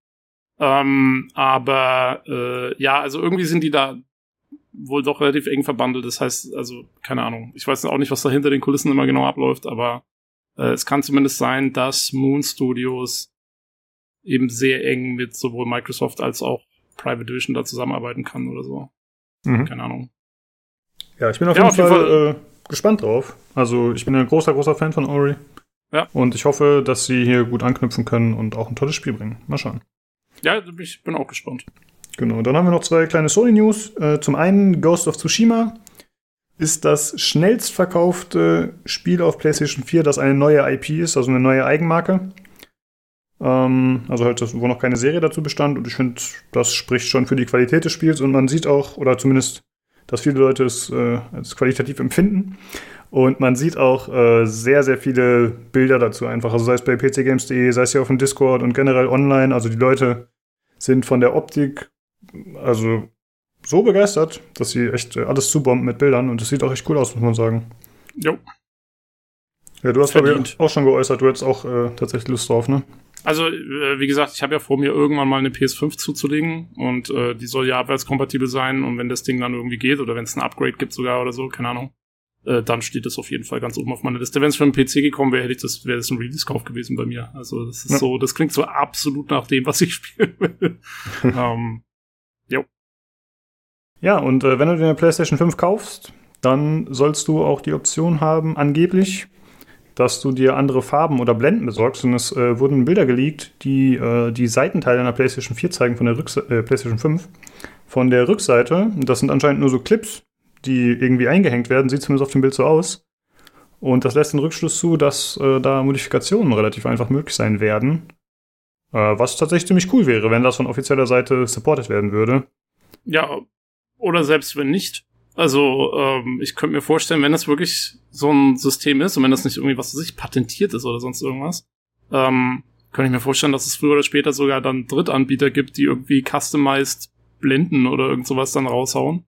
Aber also irgendwie sind die da wohl doch relativ eng verbandelt. Das heißt, also, keine Ahnung. Ich weiß auch nicht, was da hinter den Kulissen immer genau abläuft, aber es kann zumindest sein, dass Moon Studios eben sehr eng mit sowohl Microsoft als auch Private Division da zusammenarbeiten kann oder so. Keine Ahnung. Ja, ich bin auf jeden Fall gespannt drauf. Also, ich bin ein großer Fan von Ori. Ja. Und ich hoffe, dass sie hier gut anknüpfen können und auch ein tolles Spiel bringen. Mal schauen. Ja, ich bin auch gespannt. Genau, dann haben wir noch 2 kleine Sony-News. Zum einen, Ghost of Tsushima ist das schnellst verkaufte Spiel auf PlayStation 4, das eine neue IP ist, also eine neue Eigenmarke. Also halt, wo noch keine Serie dazu bestand. Und ich finde, das spricht schon für die Qualität des Spiels. Und man sieht auch, oder zumindest, dass viele Leute es als qualitativ empfinden. Und man sieht auch sehr, sehr viele Bilder dazu einfach. Also sei es bei pcgames.de, sei es hier auf dem Discord und generell online. Also die Leute sind von der Optik also so begeistert, dass sie echt alles zubomben mit Bildern. Und das sieht auch echt cool aus, muss man sagen. Jo. Ja, du hast auch schon geäußert, du hättest auch tatsächlich Lust drauf, ne? Also, wie gesagt, ich habe ja vor, mir irgendwann mal eine PS5 zuzulegen. Und die soll ja abwärtskompatibel sein. Und wenn das Ding dann irgendwie geht oder wenn es ein Upgrade gibt sogar oder so, keine Ahnung, dann steht das auf jeden Fall ganz oben auf meiner Liste. Wenn es für einen PC gekommen wäre, wäre das ein Release-Kauf gewesen bei mir. Also das ist so, das klingt so absolut nach dem, was ich spielen will. Jo. Ja, und wenn du dir eine PlayStation 5 kaufst, dann sollst du auch die Option haben, angeblich, dass du dir andere Farben oder Blenden besorgst. Und es wurden Bilder geleakt, die die Seitenteile einer PlayStation 4 zeigen von der PlayStation 5. Von der Rückseite, das sind anscheinend nur so Clips, die irgendwie eingehängt werden, sieht zumindest auf dem Bild so aus. Und das lässt den Rückschluss zu, dass da Modifikationen relativ einfach möglich sein werden. Was tatsächlich ziemlich cool wäre, wenn das von offizieller Seite supported werden würde. Ja, oder selbst wenn nicht. Also, ich könnte mir vorstellen, wenn das wirklich so ein System ist und wenn das nicht irgendwie, was weiß ich, patentiert ist oder sonst irgendwas, könnte ich mir vorstellen, dass es früher oder später sogar dann Drittanbieter gibt, die irgendwie customized Blenden oder irgend sowas dann raushauen.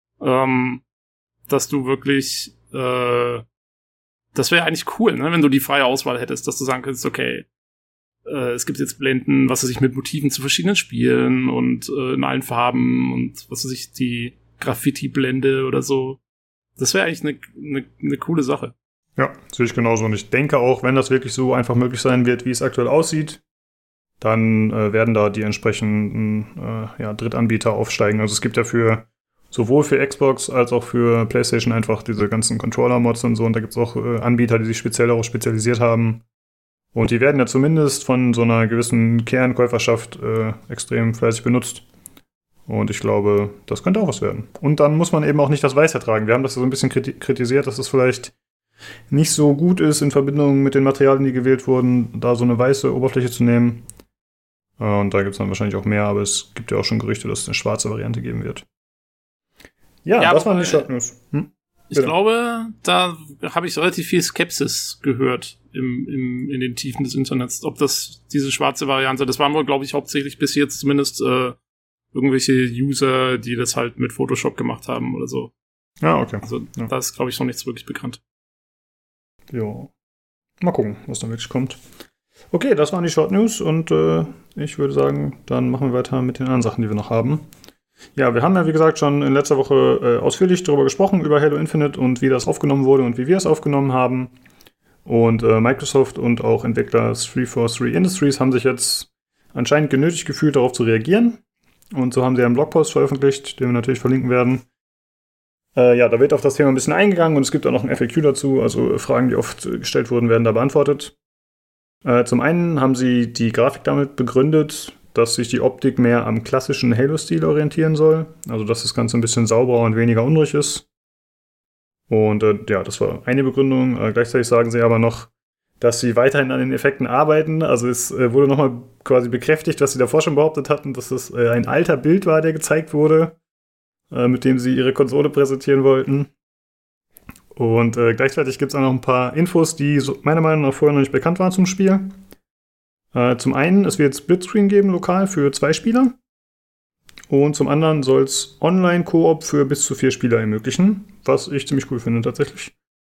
Dass du wirklich, das wäre eigentlich cool, ne, wenn du die freie Auswahl hättest, dass du sagen könntest, okay, es gibt jetzt Blenden, was weiß ich, mit Motiven zu verschiedenen Spielen und in allen Farben und was weiß ich, die Graffiti-Blende oder so. Das wäre eigentlich eine coole Sache. Ja, sehe ich genauso. Und ich denke auch, wenn das wirklich so einfach möglich sein wird, wie es aktuell aussieht, dann werden da die entsprechenden Drittanbieter aufsteigen. Also es gibt ja sowohl für Xbox als auch für PlayStation einfach diese ganzen Controller-Mods und so. Und da gibt es auch Anbieter, die sich speziell darauf spezialisiert haben. Und die werden ja zumindest von so einer gewissen Kernkäuferschaft extrem fleißig benutzt. Und ich glaube, das könnte auch was werden. Und dann muss man eben auch nicht das Weiß ertragen. Wir haben das so ein bisschen kritisiert, dass es vielleicht nicht so gut ist, in Verbindung mit den Materialien, die gewählt wurden, da so eine weiße Oberfläche zu nehmen. Und da gibt es dann wahrscheinlich auch mehr, aber es gibt ja auch schon Gerüchte, dass es eine schwarze Variante geben wird. Ja, das waren die Short News. Ich glaube, da habe ich relativ viel Skepsis gehört in den Tiefen des Internets. Ob das diese schwarze Variante, das waren wohl, glaube ich, hauptsächlich bis jetzt zumindest irgendwelche User, die das halt mit Photoshop gemacht haben oder so. Ja, okay. Also da ist, glaube ich, noch nichts wirklich bekannt. Jo. Mal gucken, was da wirklich kommt. Okay, das waren die Short News und ich würde sagen, dann machen wir weiter mit den anderen Sachen, die wir noch haben. Ja, wir haben ja, wie gesagt, schon in letzter Woche ausführlich darüber gesprochen, über Halo Infinite und wie das aufgenommen wurde und wie wir es aufgenommen haben. Und Microsoft und auch Entwickler 343 Industries haben sich jetzt anscheinend genötigt gefühlt, darauf zu reagieren. Und so haben sie einen Blogpost veröffentlicht, den wir natürlich verlinken werden. Ja, da wird auf das Thema ein bisschen eingegangen und es gibt auch noch ein FAQ dazu, also Fragen, die oft gestellt wurden, werden da beantwortet. Zum einen haben sie die Grafik damit begründet, dass sich die Optik mehr am klassischen Halo-Stil orientieren soll, also dass das Ganze ein bisschen sauberer und weniger unruhig ist. Und ja, das war eine Begründung. Gleichzeitig sagen sie aber noch, dass sie weiterhin an den Effekten arbeiten. Also es wurde nochmal quasi bekräftigt, was sie davor schon behauptet hatten, dass es ein alter Bild war, der gezeigt wurde, mit dem sie ihre Konsole präsentieren wollten. Und gleichzeitig gibt es auch noch ein paar Infos, die meiner Meinung nach vorher noch nicht bekannt waren zum Spiel. Zum einen, es wird Splitscreen geben, lokal, für 2 Spieler. Und zum anderen soll es Online-Koop für bis zu 4 Spieler ermöglichen, was ich ziemlich cool finde tatsächlich.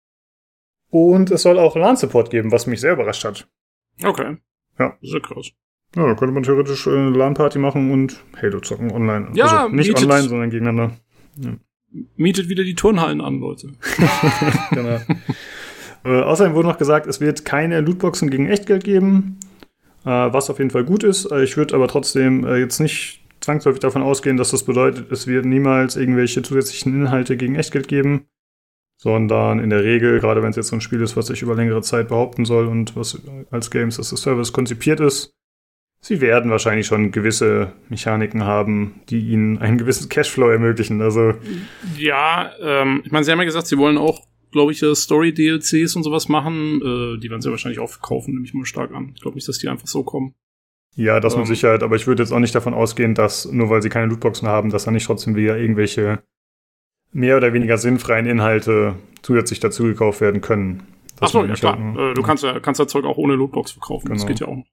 Und es soll auch LAN-Support geben, was mich sehr überrascht hat. Okay. Ja. Sehr krass. Ja, da könnte man theoretisch eine LAN-Party machen und Halo zocken online. Ja, also nicht online, sondern gegeneinander. Ja. Mietet wieder die Turnhallen an, Leute. Genau. Außerdem wurde noch gesagt, es wird keine Lootboxen gegen Echtgeld geben, was auf jeden Fall gut ist. Ich würde aber trotzdem jetzt nicht zwangsläufig davon ausgehen, dass das bedeutet, es wird niemals irgendwelche zusätzlichen Inhalte gegen Echtgeld geben, sondern in der Regel, gerade wenn es jetzt so ein Spiel ist, was sich über längere Zeit behaupten soll und was als Games as a Service konzipiert ist, sie werden wahrscheinlich schon gewisse Mechaniken haben, die ihnen einen gewissen Cashflow ermöglichen. Also ja, ich meine, sie haben ja gesagt, sie wollen auch, glaube ich, Story-DLCs und sowas machen. Die werden sie wahrscheinlich auch verkaufen, nehme ich mal stark an. Ich glaube nicht, dass die einfach so kommen. Ja, das mit Sicherheit, aber ich würde jetzt auch nicht davon ausgehen, dass, nur weil sie keine Lootboxen haben, dass da nicht trotzdem wieder irgendwelche mehr oder weniger sinnfreien Inhalte zusätzlich dazu gekauft werden können. Achso, ja klar. Du kannst ja Zeug auch ohne Lootbox verkaufen. Genau. Das geht ja auch noch.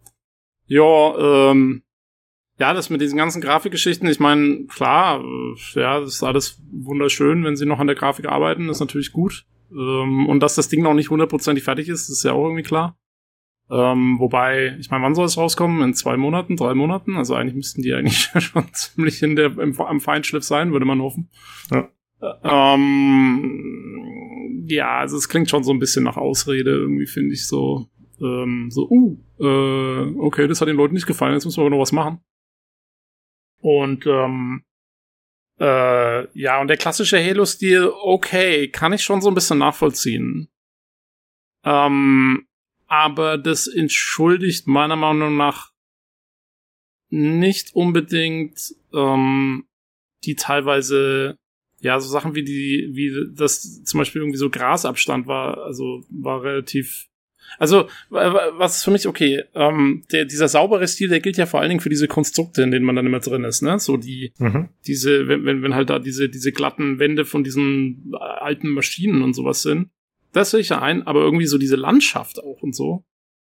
Ja, ja, das mit diesen ganzen Grafikgeschichten, ich meine, klar, ja, das ist alles wunderschön, wenn sie noch an der Grafik arbeiten, ist natürlich gut. Und dass das Ding noch nicht 100% fertig ist, ist ja auch irgendwie klar. Wobei, ich meine, wann soll es rauskommen? In 2 Monaten, 3 Monaten? Also eigentlich müssten die eigentlich schon ziemlich am Feinschliff sein, würde man hoffen. Ja. Ja, also es klingt schon so ein bisschen nach Ausrede, irgendwie finde ich so. Okay, das hat den Leuten nicht gefallen, jetzt müssen wir aber noch was machen. Und ja, und der klassische Halo-Stil, okay, kann ich schon so ein bisschen nachvollziehen. Aber das entschuldigt meiner Meinung nach nicht unbedingt die teilweise, ja, so Sachen wie das zum Beispiel irgendwie so Grasabstand war relativ. Also, was ist für mich okay? Dieser saubere Stil, der gilt ja vor allen Dingen für diese Konstrukte, in denen man dann immer drin ist, ne? So diese, wenn halt da diese glatten Wände von diesen alten Maschinen und sowas sind. Das sehe ich ja ein, aber irgendwie so diese Landschaft auch und so.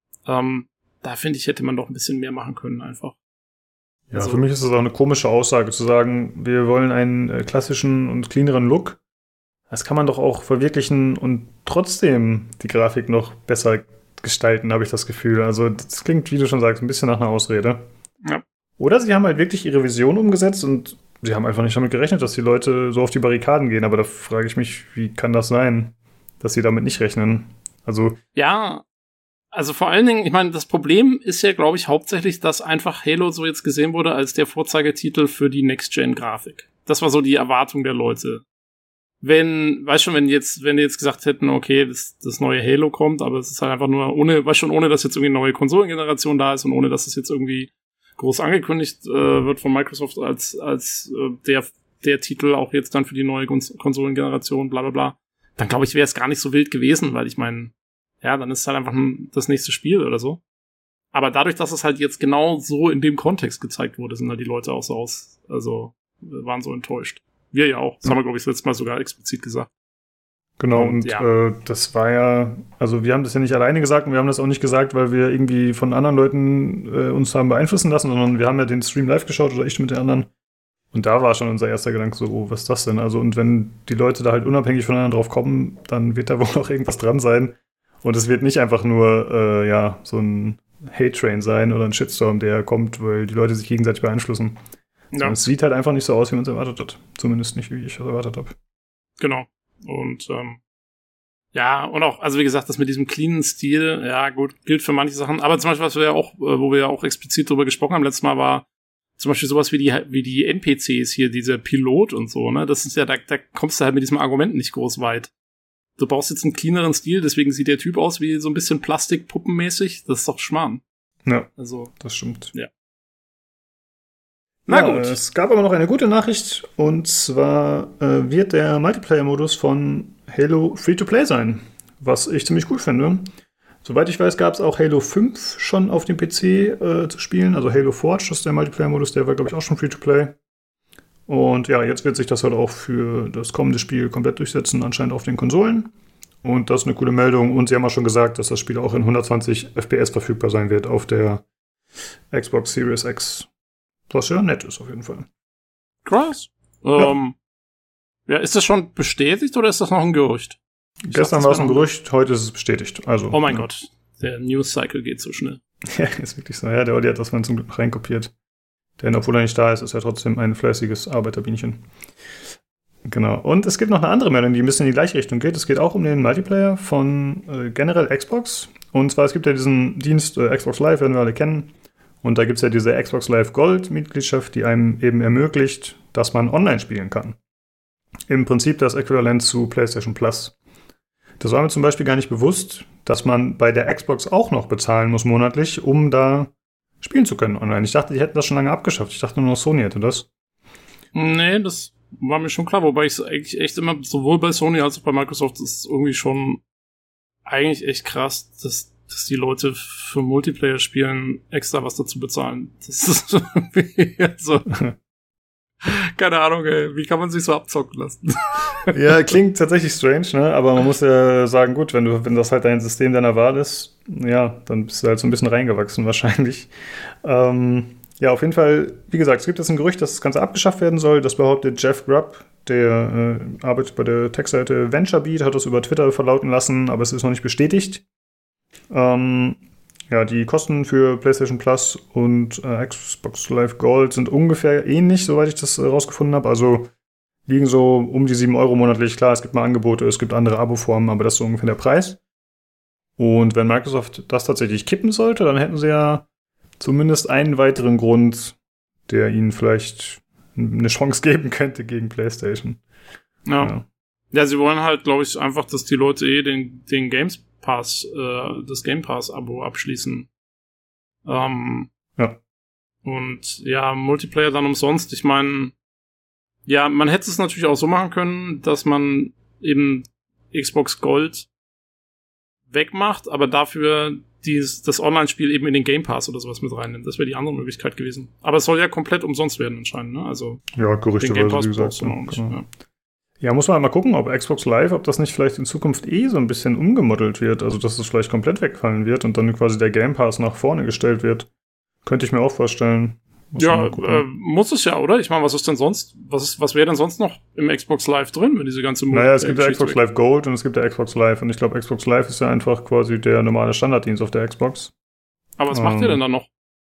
Da finde ich, hätte man doch ein bisschen mehr machen können einfach. Ja, also, für mich ist es auch eine komische Aussage zu sagen, wir wollen einen klassischen und cleaneren Look. Das kann man doch auch verwirklichen und trotzdem die Grafik noch besser gestalten, habe ich das Gefühl. Also das klingt, wie du schon sagst, ein bisschen nach einer Ausrede. Ja. Oder sie haben halt wirklich ihre Vision umgesetzt und sie haben einfach nicht damit gerechnet, dass die Leute so auf die Barrikaden gehen. Aber da frage ich mich, wie kann das sein, dass sie damit nicht rechnen? Also ja, also vor allen Dingen, ich meine, das Problem ist ja, glaube ich, hauptsächlich, dass einfach Halo so jetzt gesehen wurde als der Vorzeigetitel für die Next-Gen-Grafik. Das war so die Erwartung der Leute. Wenn die jetzt gesagt hätten, okay, das neue Halo kommt, aber es ist halt einfach nur ohne, ohne dass jetzt irgendwie eine neue Konsolengeneration da ist und ohne dass es jetzt irgendwie groß angekündigt wird von Microsoft als der Titel auch jetzt dann für die neue Konsolengeneration, bla bla bla, dann glaube ich, wäre es gar nicht so wild gewesen, weil ich meine, ja, dann ist es halt einfach das nächste Spiel oder so. Aber dadurch, dass es halt jetzt genau so in dem Kontext gezeigt wurde, sind halt die Leute auch so waren so enttäuscht. Wir ja auch. Das haben wir, glaube ich, das letzte Mal sogar explizit gesagt. Genau, und ja. Das war ja, also wir haben das ja nicht alleine gesagt und wir haben das auch nicht gesagt, weil wir irgendwie von anderen Leuten uns haben beeinflussen lassen, sondern wir haben ja den Stream live geschaut oder ich mit den anderen. Und da war schon unser erster Gedanke so, oh, was ist das denn? Also, und wenn die Leute da halt unabhängig voneinander drauf kommen, dann wird da wohl auch irgendwas dran sein. Und es wird nicht einfach nur so ein Hate-Train sein oder ein Shitstorm, der kommt, weil die Leute sich gegenseitig beeinflussen. Ja. Es sieht halt einfach nicht so aus, wie man es erwartet hat. Zumindest nicht, wie ich es erwartet habe. Genau. Und und auch, also wie gesagt, das mit diesem cleanen Stil, ja gut, gilt für manche Sachen. Aber zum Beispiel, was wir ja auch, wo wir ja auch explizit drüber gesprochen haben letztes Mal, war zum Beispiel sowas wie die NPCs hier, dieser Pilot und so, ne? Das ist ja, da kommst du halt mit diesem Argument nicht groß weit. Du brauchst jetzt einen cleaneren Stil, deswegen sieht der Typ aus wie so ein bisschen Plastikpuppenmäßig. Das ist doch Schmarrn. Ja, also das stimmt. Ja. Na gut. Es gab aber noch eine gute Nachricht, und zwar wird der Multiplayer-Modus von Halo Free-to-Play sein, was ich ziemlich cool finde. Soweit ich weiß, gab es auch Halo 5 schon auf dem PC zu spielen, also Halo Forge, das ist der Multiplayer-Modus, der war, glaube ich, auch schon Free-to-Play. Und ja, jetzt wird sich das halt auch für das kommende Spiel komplett durchsetzen, anscheinend auf den Konsolen. Und das ist eine coole Meldung. Und sie haben auch schon gesagt, dass das Spiel auch in 120 FPS verfügbar sein wird auf der Xbox Series X. Was ja nett ist auf jeden Fall. Krass. Ja, ist das schon bestätigt oder ist das noch ein Gerücht? Gestern war es ein Gerücht, heute ist es bestätigt. Also, oh mein Gott, der News-Cycle geht so schnell. Ja, ist wirklich so. Ja, der Olli hat das mal zum Glück reinkopiert. Denn obwohl er nicht da ist, ist er trotzdem ein fleißiges Arbeiterbienchen. Genau. Und es gibt noch eine andere Meldung, die ein bisschen in die gleiche Richtung geht. Es geht auch um den Multiplayer von generell Xbox. Und zwar, es gibt ja diesen Dienst Xbox Live, werden wir alle kennen. Und da gibt es ja diese Xbox Live Gold-Mitgliedschaft, die einem eben ermöglicht, dass man online spielen kann. Im Prinzip das Äquivalent zu PlayStation Plus. Das war mir zum Beispiel gar nicht bewusst, dass man bei der Xbox auch noch bezahlen muss monatlich, um da spielen zu können online. Ich dachte, die hätten das schon lange abgeschafft. Ich dachte nur noch, Sony hätte das. Nee, das war mir schon klar. Wobei ich es eigentlich echt immer, sowohl bei Sony als auch bei Microsoft, ist irgendwie schon eigentlich echt krass, dass die Leute für Multiplayer spielen extra was dazu bezahlen. Das ist irgendwie so. Keine Ahnung, ey. Wie kann man sich so abzocken lassen? Ja, klingt tatsächlich strange, ne? Aber man muss ja sagen, gut, wenn das halt dein System deiner Wahl ist, ja, dann bist du halt so ein bisschen reingewachsen wahrscheinlich. Ja, auf jeden Fall, wie gesagt, es gibt jetzt ein Gerücht, dass das Ganze abgeschafft werden soll. Das behauptet Jeff Grubb, der arbeitet bei der Tech-Seite VentureBeat, hat das über Twitter verlauten lassen, aber es ist noch nicht bestätigt. Ja, die Kosten für PlayStation Plus und Xbox Live Gold sind ungefähr ähnlich, soweit ich das rausgefunden habe. Also liegen so um die 7 Euro monatlich. Klar, es gibt mal Angebote, es gibt andere Abo-Formen, aber das ist so ungefähr der Preis. Und wenn Microsoft das tatsächlich kippen sollte, dann hätten sie ja zumindest einen weiteren Grund, der ihnen vielleicht eine Chance geben könnte gegen PlayStation. Ja, sie wollen halt, glaube ich, einfach, dass die Leute den Games Pass, das Game Pass-Abo abschließen. Ja. Und ja, Multiplayer dann umsonst. Ich meine, ja, man hätte es natürlich auch so machen können, dass man eben Xbox Gold wegmacht, aber dafür das Online-Spiel eben in den Game Pass oder sowas mit reinnimmt. Das wäre die andere Möglichkeit gewesen. Aber es soll ja komplett umsonst werden anscheinend, ne? Also ja, gerüchteweise, wie gesagt. Genau. Ja, muss man mal gucken, ob Xbox Live, ob das nicht vielleicht in Zukunft so ein bisschen umgemodelt wird, also dass es vielleicht komplett wegfallen wird und dann quasi der Game Pass nach vorne gestellt wird. Könnte ich mir auch vorstellen. Muss es ja, oder? Ich meine, was ist denn sonst, was wäre denn sonst noch im Xbox Live drin, wenn diese ganze Naja, es gibt ja Xbox Live Gold und es gibt ja Xbox Live und ich glaube, Xbox Live ist ja einfach quasi der normale Standarddienst auf der Xbox. Aber was macht ihr denn dann noch?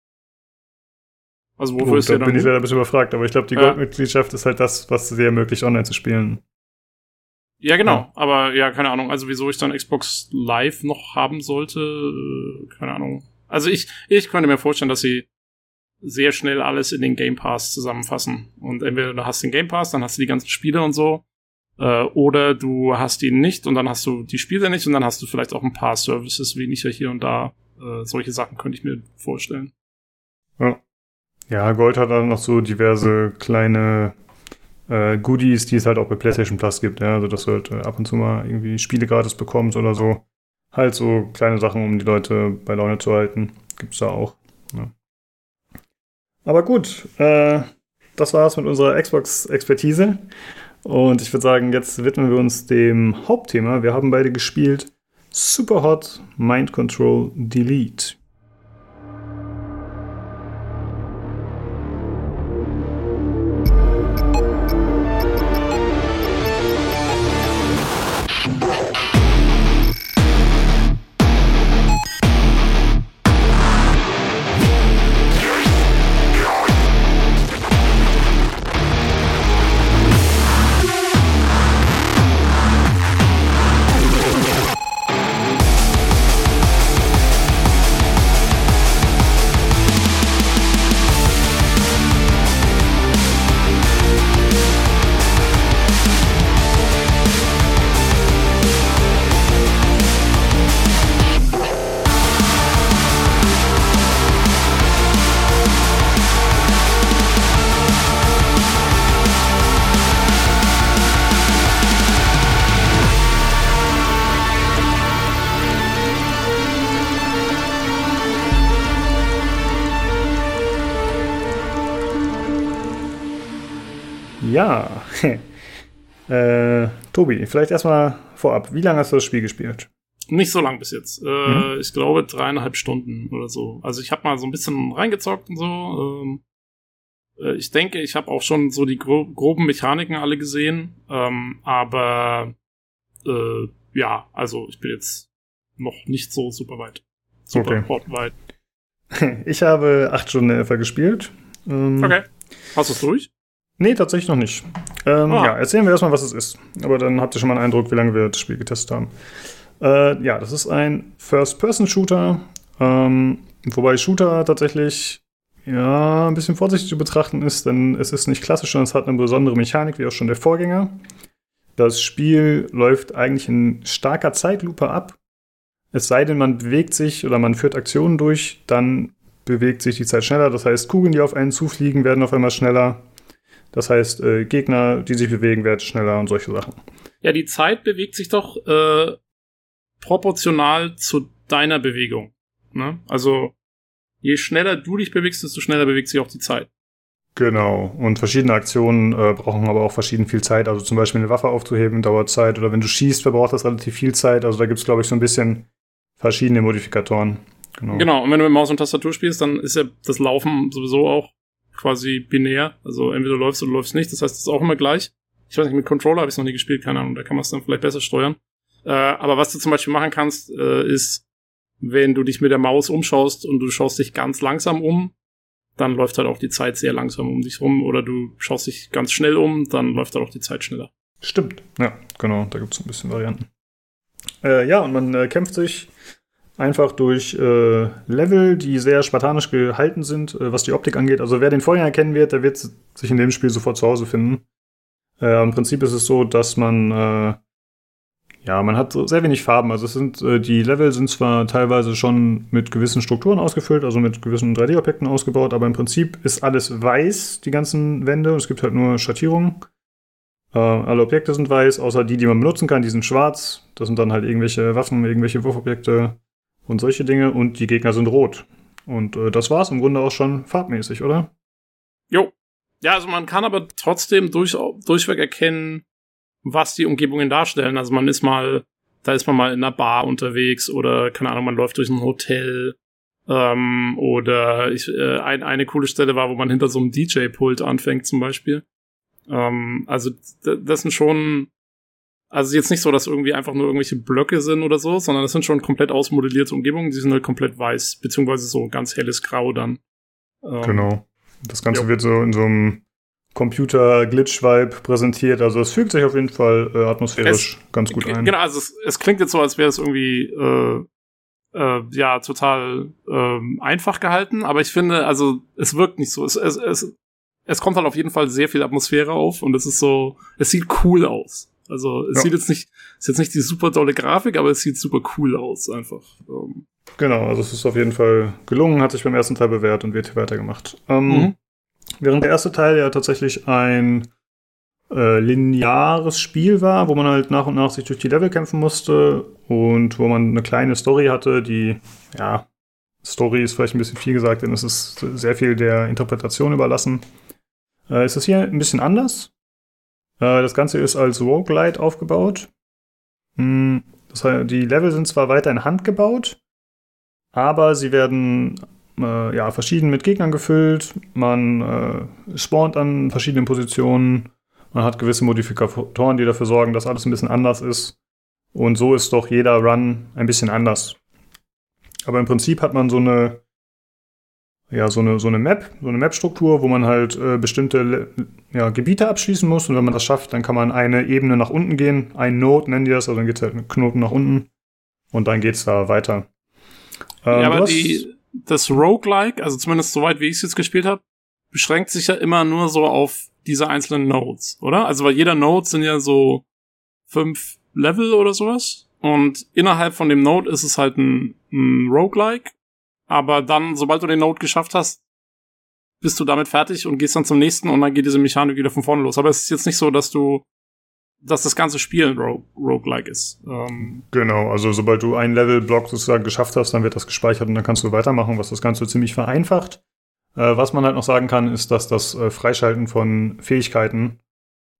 Also wofür ist der dann? Da bin ich leider ein bisschen überfragt, aber ich glaube, die Goldmitgliedschaft ist halt das, was dir ermöglicht, online zu spielen. Ja, genau. Aber ja, keine Ahnung. Also wieso ich dann Xbox Live noch haben sollte, keine Ahnung. Also ich könnte mir vorstellen, dass sie sehr schnell alles in den Game Pass zusammenfassen. Und entweder du hast den Game Pass, dann hast du die ganzen Spiele und so. Oder du hast ihn nicht und dann hast du die Spiele nicht und dann hast du vielleicht auch ein paar Services, weniger hier und da. Solche Sachen könnte ich mir vorstellen. Ja, Gold hat dann noch so diverse kleine Goodies, die es halt auch bei PlayStation Plus gibt. Ja? Also dass du halt ab und zu mal irgendwie Spiele gratis bekommst oder so. Halt so kleine Sachen, um die Leute bei Laune zu halten. Gibt's da auch. Ja. Aber gut, das war's mit unserer Xbox-Expertise. Und ich würde sagen, jetzt widmen wir uns dem Hauptthema. Wir haben beide gespielt Superhot Mind Control Delete. Ja. Tobi, vielleicht erstmal vorab. Wie lange hast du das Spiel gespielt? Nicht so lang bis jetzt. Ich glaube 3,5 Stunden oder so. Also ich habe mal so ein bisschen reingezockt und so. Ich denke, ich habe auch schon so die groben Mechaniken alle gesehen. Aber ja, also ich bin jetzt noch nicht so super weit. Super weit. Ich habe 8 Stunden etwa gespielt. Okay. Hast du es durch? Nee, tatsächlich noch nicht. Ja, erzählen wir erstmal, was es ist. Aber dann habt ihr schon mal einen Eindruck, wie lange wir das Spiel getestet haben. Ja, das ist ein First-Person-Shooter. Wobei Shooter tatsächlich ja ein bisschen vorsichtig zu betrachten ist, denn es ist nicht klassisch, sondern es hat eine besondere Mechanik, wie auch schon der Vorgänger. Das Spiel läuft eigentlich in starker Zeitlupe ab. Es sei denn, man bewegt sich oder man führt Aktionen durch, dann bewegt sich die Zeit schneller. Das heißt, Kugeln, die auf einen zufliegen, werden auf einmal schneller. Das heißt, Gegner, die sich bewegen, werden schneller und solche Sachen. Ja, die Zeit bewegt sich doch proportional zu deiner Bewegung. Ne? Also, je schneller du dich bewegst, desto schneller bewegt sich auch die Zeit. Genau. Und verschiedene Aktionen brauchen aber auch verschieden viel Zeit. Also zum Beispiel eine Waffe aufzuheben dauert Zeit. Oder wenn du schießt, verbraucht das relativ viel Zeit. Also da gibt es, glaube ich, so ein bisschen verschiedene Modifikatoren. Genau. Und wenn du mit Maus und Tastatur spielst, dann ist ja das Laufen sowieso auch quasi binär. Also entweder du läufst oder du läufst nicht. Das heißt, es ist auch immer gleich. Ich weiß nicht, mit Controller habe ich es noch nie gespielt. Keine Ahnung, da kann man es dann vielleicht besser steuern. Aber was du zum Beispiel machen kannst, ist, wenn du dich mit der Maus umschaust und du schaust dich ganz langsam um, dann läuft halt auch die Zeit sehr langsam um dich rum. Oder du schaust dich ganz schnell um, dann läuft halt auch die Zeit schneller. Stimmt, ja, genau. Da gibt es ein bisschen Varianten. Ja, und man kämpft sich einfach durch Level, die sehr spartanisch gehalten sind, was die Optik angeht. Also wer den Vorgänger kennen wird, der wird sich in dem Spiel sofort zu Hause finden. Im Prinzip ist es so, dass man man hat so sehr wenig Farben. Also es sind die Level sind zwar teilweise schon mit gewissen Strukturen ausgefüllt, also mit gewissen 3D-Objekten ausgebaut, aber im Prinzip ist alles weiß, die ganzen Wände. Es gibt halt nur Schattierungen. Alle Objekte sind weiß, außer die man benutzen kann, die sind schwarz. Das sind dann halt irgendwelche Waffen, irgendwelche Wurfobjekte und solche Dinge. Und die Gegner sind rot. Und das war's im Grunde auch schon farbmäßig, oder? Jo. Ja, also man kann aber trotzdem durchweg erkennen, was die Umgebungen darstellen. Also da ist man mal in einer Bar unterwegs oder, keine Ahnung, man läuft durch ein Hotel. Oder eine coole Stelle war, wo man hinter so einem DJ-Pult anfängt zum Beispiel. Also das sind schon, also jetzt nicht so, dass irgendwie einfach nur irgendwelche Blöcke sind oder so, sondern das sind schon komplett ausmodellierte Umgebungen, die sind halt komplett weiß, beziehungsweise so ganz helles Grau dann. Genau. Das Ganze wird so in so einem Computer-Glitch-Vibe präsentiert, also es fügt sich auf jeden Fall atmosphärisch ganz gut ein. Genau, also es klingt jetzt so, als wäre es irgendwie total einfach gehalten, aber ich finde, also es wirkt nicht so. Es kommt halt auf jeden Fall sehr viel Atmosphäre auf und es sieht cool aus. Also ist jetzt nicht die super tolle Grafik, aber es sieht super cool aus einfach. Genau, also es ist auf jeden Fall gelungen, hat sich beim ersten Teil bewährt und wird hier weitergemacht. Während der erste Teil ja tatsächlich ein lineares Spiel war, wo man halt nach und nach sich durch die Level kämpfen musste und wo man eine kleine Story hatte, Story ist vielleicht ein bisschen viel gesagt, denn es ist sehr viel der Interpretation überlassen. Ist es hier ein bisschen anders. Das Ganze ist als Roguelite aufgebaut. Das heißt, die Level sind zwar weiterhin handgebaut, aber sie werden verschieden mit Gegnern gefüllt. Man spawnt an verschiedenen Positionen. Man hat gewisse Modifikatoren, die dafür sorgen, dass alles ein bisschen anders ist. Und so ist doch jeder Run ein bisschen anders. Aber im Prinzip hat man so eine Map-Struktur, wo man halt bestimmte Gebiete abschließen muss. Und wenn man das schafft, dann kann man eine Ebene nach unten gehen. Ein Node nennen die das, also dann geht es halt einen Knoten nach unten. Und dann geht's da weiter. Aber das Roguelike, also zumindest soweit wie ich es jetzt gespielt habe, beschränkt sich ja immer nur so auf diese einzelnen Nodes, oder? Also weil jeder Node sind ja so 5 Level oder sowas. Und innerhalb von dem Node ist es halt ein Roguelike. Aber dann, sobald du den Node geschafft hast, bist du damit fertig und gehst dann zum nächsten und dann geht diese Mechanik wieder von vorne los. Aber es ist jetzt nicht so, dass das ganze Spiel ein Roguelike ist. Genau, also sobald du einen Levelblock sozusagen geschafft hast, dann wird das gespeichert und dann kannst du weitermachen, was das Ganze ziemlich vereinfacht. Was man halt noch sagen kann, ist, dass das Freischalten von Fähigkeiten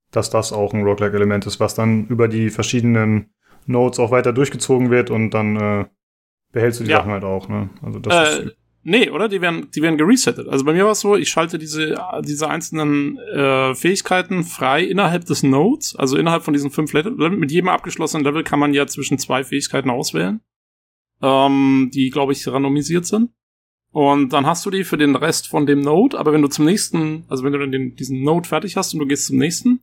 dass das auch ein Roguelike-Element ist, was dann über die verschiedenen Nodes auch weiter durchgezogen wird und dann behältst du die Sachen halt auch, ne? Also das ist nee, oder? Die werden geresettet. Also bei mir war es so, ich schalte diese einzelnen Fähigkeiten frei innerhalb des Nodes, also innerhalb von diesen 5 Level. Mit jedem abgeschlossenen Level kann man ja zwischen 2 Fähigkeiten auswählen, die, glaube ich, randomisiert sind. Und dann hast du die für den Rest von dem Node, aber wenn du zum nächsten, also wenn du dann diesen Node fertig hast und du gehst zum nächsten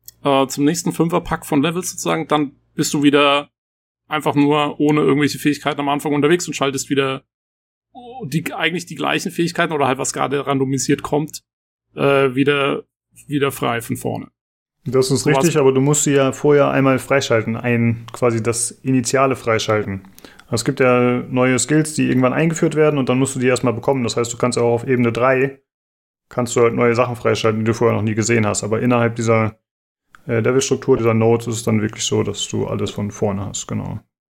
5er-Pack von Levels sozusagen, dann bist du wieder einfach nur ohne irgendwelche Fähigkeiten am Anfang unterwegs und schaltest wieder eigentlich die gleichen Fähigkeiten oder halt was gerade randomisiert kommt, wieder frei von vorne. Das ist richtig, aber du musst sie ja vorher einmal freischalten, quasi das Initiale freischalten. Es gibt ja neue Skills, die irgendwann eingeführt werden und dann musst du die erstmal bekommen. Das heißt, du kannst ja auch auf Ebene 3 kannst du halt neue Sachen freischalten, die du vorher noch nie gesehen hast. Aber innerhalb dieser Levelstruktur, dieser Nodes ist es dann wirklich so, dass du alles von vorne hast, genau.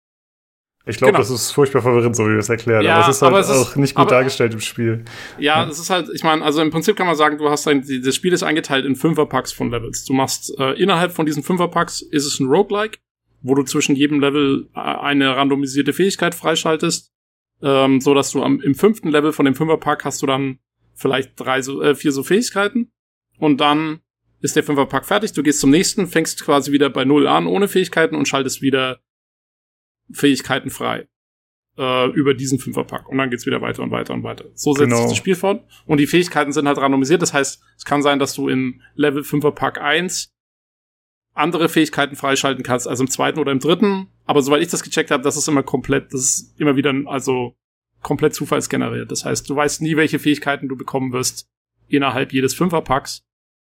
Ich glaube, das ist furchtbar verwirrend, so wie wir es erklären. Ja, aber es ist halt auch nicht gut dargestellt im Spiel. Ja, das ist halt, ich meine, also im Prinzip kann man sagen, das Spiel ist eingeteilt in 5er-Packs von Levels. Du machst, innerhalb von diesen 5er-Packs ist es ein Roguelike, wo du zwischen jedem Level eine randomisierte Fähigkeit freischaltest, so dass du im 5. Level von dem 5er-Pack hast du dann vielleicht 4 so Fähigkeiten und dann ist der 5er-Pack fertig, du gehst zum nächsten, fängst quasi wieder bei 0 an, ohne Fähigkeiten und schaltest wieder Fähigkeiten frei über diesen 5er-Pack. Und dann geht's wieder weiter und weiter und weiter. So setzt sich das Spiel fort. Und die Fähigkeiten sind halt randomisiert. Das heißt, es kann sein, dass du in Level 5er-Pack 1 andere Fähigkeiten freischalten kannst, also im 2. oder im 3. Aber soweit ich das gecheckt habe, das ist immer wieder also komplett zufallsgeneriert. Das heißt, du weißt nie, welche Fähigkeiten du bekommen wirst innerhalb jedes 5er-Packs.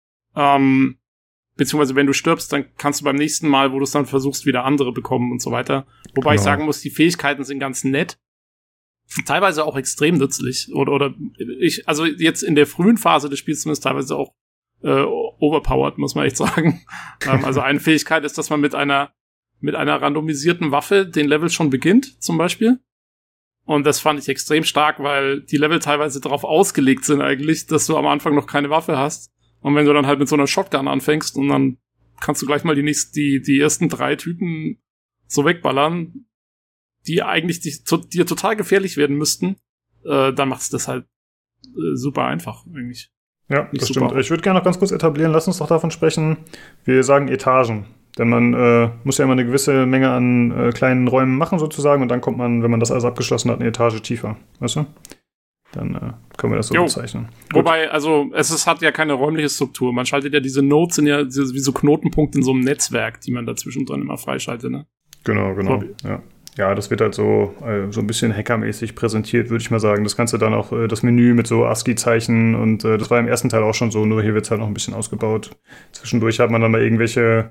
Beziehungsweise wenn du stirbst, dann kannst du beim nächsten Mal, wo du es dann versuchst, wieder andere bekommen und so weiter. Wobei ich sagen muss, die Fähigkeiten sind ganz nett. Teilweise auch extrem nützlich. Also jetzt in der frühen Phase des Spiels zumindest teilweise auch overpowered, muss man echt sagen. Also eine Fähigkeit ist, dass man mit einer randomisierten Waffe den Level schon beginnt, zum Beispiel. Und das fand ich extrem stark, weil die Level teilweise darauf ausgelegt sind eigentlich, dass du am Anfang noch keine Waffe hast. Und wenn du dann halt mit so einer Shotgun anfängst und dann kannst du gleich mal die ersten 3 Typen so wegballern, die eigentlich dir total gefährlich werden müssten, dann macht es das halt super einfach eigentlich. Ja, das stimmt. Ich würde gerne noch ganz kurz etablieren, lass uns doch davon sprechen, wir sagen Etagen. Denn man muss ja immer eine gewisse Menge an kleinen Räumen machen sozusagen und dann kommt man, wenn man das alles abgeschlossen hat, eine Etage tiefer. Weißt du? Dann können wir das so bezeichnen. Wobei, also es hat ja keine räumliche Struktur. Man schaltet ja diese Nodes, sind ja wie so Knotenpunkte in so einem Netzwerk, die man dazwischen drin immer freischaltet, ne? Genau. So. Ja, das wird halt so ein bisschen hackermäßig präsentiert, würde ich mal sagen. Das kannst du dann auch, das Menü mit so ASCII-Zeichen und das war im ersten Teil auch schon so, nur hier wird es halt noch ein bisschen ausgebaut. Zwischendurch hat man dann mal irgendwelche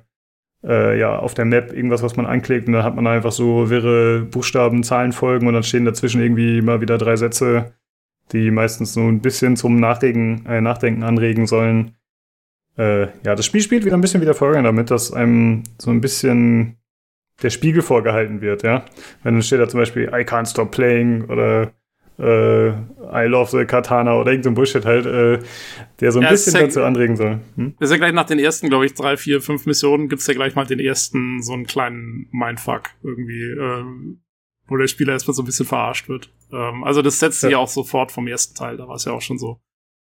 auf der Map irgendwas, was man anklickt und dann hat man einfach so wirre Buchstaben, Zahlenfolgen und dann stehen dazwischen irgendwie mal wieder 3 Sätze, die meistens so ein bisschen zum Nachdenken anregen sollen. Das Spiel spielt wieder ein bisschen wie der Vorgänger damit, dass einem so ein bisschen der Spiegel vorgehalten wird, ja. Wenn dann steht da zum Beispiel I can't stop playing oder I love the Katana oder irgendein Bullshit halt, der so ein bisschen dazu anregen soll. Das ist ja gleich nach den ersten, glaube ich, 3, 4, 5 Missionen gibt's ja gleich mal den ersten so einen kleinen Mindfuck irgendwie, wo der Spieler erstmal so ein bisschen verarscht wird. Also das setzt sich ja auch sofort vom ersten Teil, da war es ja auch schon so.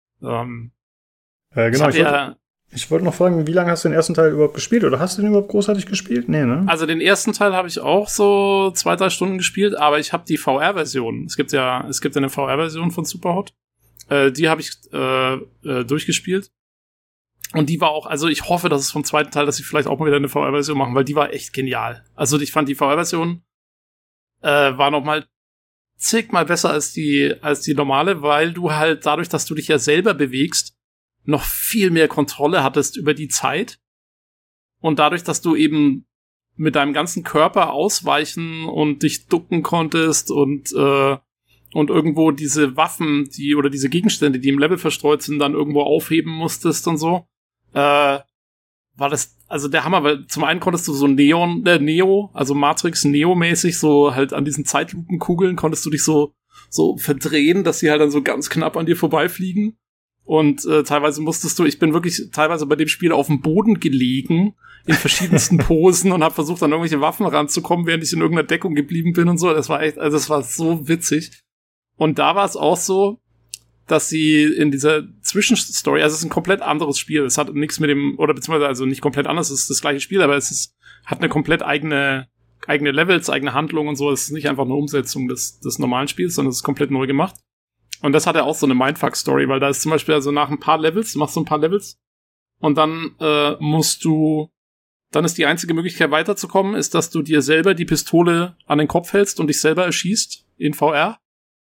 Genau, ich wollte noch fragen, wie lange hast du den ersten Teil überhaupt gespielt? Oder hast du den überhaupt großartig gespielt? Nee, ne? Also den ersten Teil habe ich auch so 2, 3 Stunden gespielt, aber ich habe die VR-Version. Es gibt ja eine VR-Version von Superhot. Die habe ich durchgespielt. Und die war auch, also ich hoffe, dass es vom zweiten Teil, dass sie vielleicht auch mal wieder eine VR-Version machen, weil die war echt genial. Also ich fand die VR-Version war nochmal zigmal besser als die normale, weil du halt dadurch, dass du dich ja selber bewegst, noch viel mehr Kontrolle hattest über die Zeit. Und dadurch, dass du eben mit deinem ganzen Körper ausweichen und dich ducken konntest und irgendwo diese Waffen, oder diese Gegenstände, die im Level verstreut sind, dann irgendwo aufheben musstest und so, war das also der Hammer, weil zum einen konntest du so Neo, also Matrix Neo-mäßig, so halt an diesen Zeitlupenkugeln konntest du dich so verdrehen, dass sie halt dann so ganz knapp an dir vorbeifliegen. Und teilweise ich bin wirklich teilweise bei dem Spiel auf dem Boden gelegen, in verschiedensten Posen und habe versucht, an irgendwelche Waffen ranzukommen, während ich in irgendeiner Deckung geblieben bin und so. Das war echt, also das war so witzig. Und da war es auch so, dass sie in dieser Zwischenstory, also es ist ein komplett anderes Spiel, es hat nichts mit dem, oder beziehungsweise also nicht komplett anders, es ist das gleiche Spiel, aber hat eine komplett eigene Levels, eigene Handlung und so. Es ist nicht einfach eine Umsetzung des normalen Spiels, sondern es ist komplett neu gemacht. Und das hat ja auch so eine Mindfuck-Story, weil da ist zum Beispiel also nach ein paar Levels, du machst so ein paar Levels und dann dann ist die einzige Möglichkeit weiterzukommen, ist, dass du dir selber die Pistole an den Kopf hältst und dich selber erschießt in VR.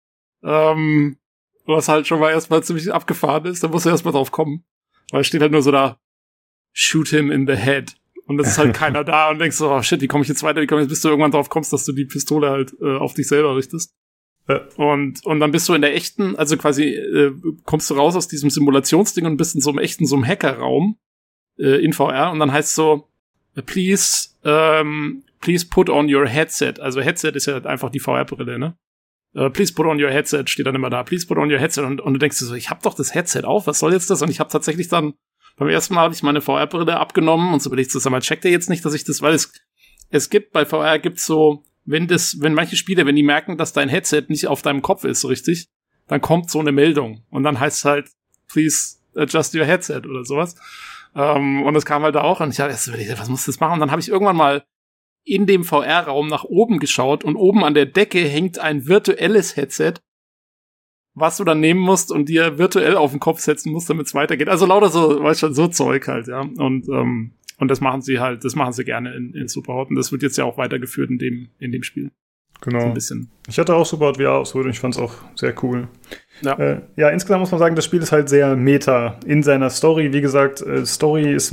Was halt schon mal erstmal ziemlich abgefahren ist, da musst du erstmal drauf kommen. Weil es steht halt nur so da, shoot him in the head. Und es ist halt keiner da und denkst so, oh shit, wie komme ich jetzt weiter, bis du irgendwann drauf kommst, dass du die Pistole halt auf dich selber richtest. Und dann bist du in der echten, also quasi kommst du raus aus diesem Simulationsding und bist in so einem Hackerraum in VR und dann heißt es so, please put on your headset. Also Headset ist ja einfach die VR-Brille, ne? Please put on your headset, steht dann immer da. Please put on your headset. Und du denkst dir so, ich hab doch das Headset auf, was soll jetzt das? Und ich habe tatsächlich dann, beim ersten Mal habe ich meine VR-Brille abgenommen und so überlegt, sag mal, checkt ihr jetzt nicht, dass ich das, weil es gibt, bei VR gibt's so, wenn manche Spiele, wenn die merken, dass dein Headset nicht auf deinem Kopf ist, so richtig, dann kommt so eine Meldung. Und dann heißt es halt, please adjust your headset oder sowas. Und das kam halt da auch. Und ich habe erst überlegt, was muss ich jetzt machen? Und dann habe ich irgendwann mal in dem VR-Raum nach oben geschaut und oben an der Decke hängt ein virtuelles Headset, was du dann nehmen musst und dir virtuell auf den Kopf setzen musst, damit es weitergeht. Also lauter so, weißt schon, so Zeug halt, ja. Und das machen sie gerne in Superhot. Und das wird jetzt ja auch weitergeführt in dem Spiel. Genau. So ein bisschen. Ich hatte auch Superhot VR ausprobiert und ich fand es auch sehr cool. Ja. Insgesamt muss man sagen, das Spiel ist halt sehr meta in seiner Story. Wie gesagt, Story ist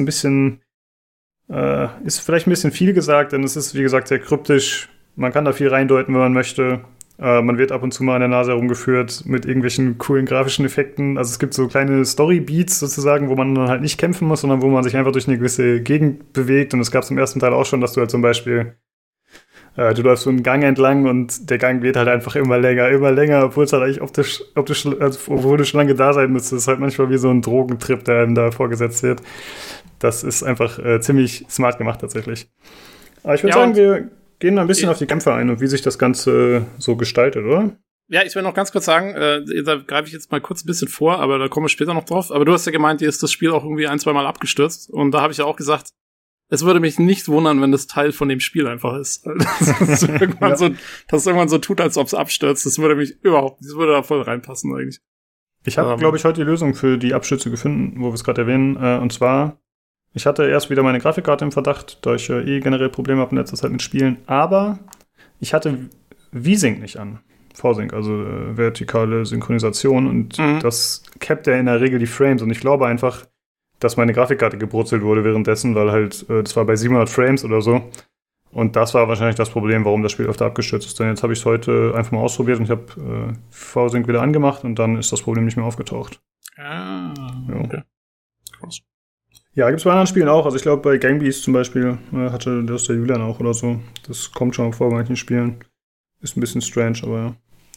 ist vielleicht ein bisschen viel gesagt, denn es ist, wie gesagt, sehr kryptisch. Man kann da viel reindeuten, wenn man möchte. Man wird ab und zu mal an der Nase herumgeführt mit irgendwelchen coolen grafischen Effekten. Also es gibt so kleine Story-Beats sozusagen, wo man dann halt nicht kämpfen muss, sondern wo man sich einfach durch eine gewisse Gegend bewegt. Und es gab es im ersten Teil auch schon, dass du halt zum Beispiel du läufst so einen Gang entlang und der Gang wird halt einfach immer länger, obwohl es halt eigentlich obwohl du schon lange da sein müsstest. Das ist halt manchmal wie so ein Drogentrip, der einem da vorgesetzt wird. Das ist einfach ziemlich smart gemacht tatsächlich. Aber ich würde sagen, wir gehen mal ein bisschen auf die Kämpfe ein und wie sich das Ganze so gestaltet, oder? Ja, ich will noch ganz kurz sagen, da greife ich jetzt mal kurz ein bisschen vor, aber da kommen wir später noch drauf. Aber du hast ja gemeint, dir ist das Spiel auch irgendwie 1-2 Mal abgestürzt. Und da habe ich ja auch gesagt, es würde mich nicht wundern, wenn das Teil von dem Spiel einfach ist. Dass es irgendwann so tut, als ob es abstürzt. Das würde da voll reinpassen eigentlich. Ich habe, glaube ich, heute die Lösung für die Abstürze gefunden, wo wir es gerade erwähnen. Und zwar, ich hatte erst wieder meine Grafikkarte im Verdacht, da ich generell Probleme habe in letzter Zeit mit Spielen. Aber ich hatte V-Sync nicht an. V-Sync, also vertikale Synchronisation. Und das cappt ja in der Regel die Frames. Und ich glaube einfach, dass meine Grafikkarte gebrutzelt wurde währenddessen, weil halt, das war bei 700 Frames oder so. Und das war wahrscheinlich das Problem, warum das Spiel öfter abgestürzt ist. Denn jetzt habe ich es heute einfach mal ausprobiert und ich habe V-Sync wieder angemacht und dann ist das Problem nicht mehr aufgetaucht. Ah, okay. Krass. Ja, gibt es bei anderen Spielen auch. Also ich glaube, bei Gangbeasts zum Beispiel hatte das der Julian auch oder so. Das kommt schon vor bei manchen Spielen. Ist ein bisschen strange, aber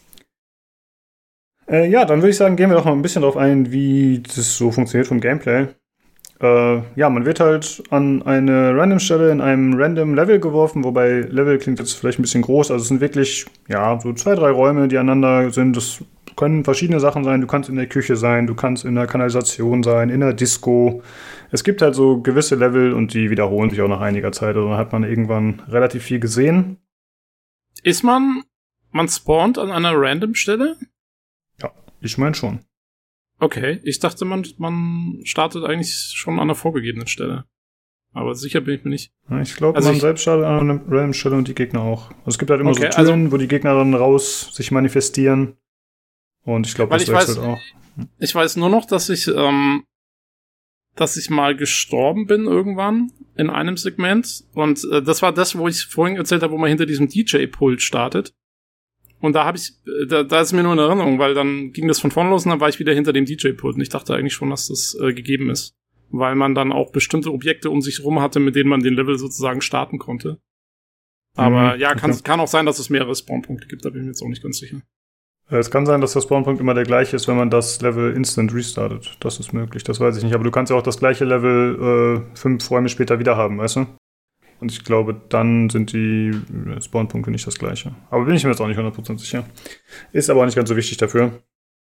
ja. Dann würde ich sagen, gehen wir doch mal ein bisschen drauf ein, wie das so funktioniert vom Gameplay. Man wird halt an eine Random-Stelle in einem Random-Level geworfen, wobei Level klingt jetzt vielleicht ein bisschen groß. Also es sind wirklich, so 2, 3 Räume, die aneinander sind. Das können verschiedene Sachen sein. Du kannst in der Küche sein, du kannst in der Kanalisation sein, in der Disco. Es gibt halt so gewisse Level und die wiederholen sich auch nach einiger Zeit. Also dann hat man irgendwann relativ viel gesehen. Ist man spawnt an einer Random-Stelle? Ja, ich meine schon. Okay, ich dachte, man startet eigentlich schon an einer vorgegebenen Stelle. Aber sicher bin ich mir nicht. Ja, ich glaube, man selbst startet an einer random Stelle und die Gegner auch. Also es gibt halt immer so Türen, wo die Gegner dann raus sich manifestieren. Und ich glaube, das wechselt auch. Ich weiß nur noch, dass ich mal gestorben bin irgendwann in einem Segment. Und das war das, wo ich vorhin erzählt habe, wo man hinter diesem DJ-Pult startet. Und da da ist mir nur in Erinnerung, weil dann ging das von vorne los und dann war ich wieder hinter dem DJ-Pult. Und ich dachte eigentlich schon, dass das gegeben ist. Weil man dann auch bestimmte Objekte um sich rum hatte, mit denen man den Level sozusagen starten konnte. Aber kann auch sein, dass es mehrere Spawnpunkte gibt, da bin ich mir jetzt auch nicht ganz sicher. Es kann sein, dass der Spawnpunkt immer der gleiche ist, wenn man das Level instant restartet. Das ist möglich, das weiß ich nicht. Aber du kannst ja auch das gleiche Level 5 Räume später wieder haben, weißt du? Und ich glaube, dann sind die Spawnpunkte nicht das gleiche. Aber bin ich mir jetzt auch nicht 100% sicher. Ist aber auch nicht ganz so wichtig dafür.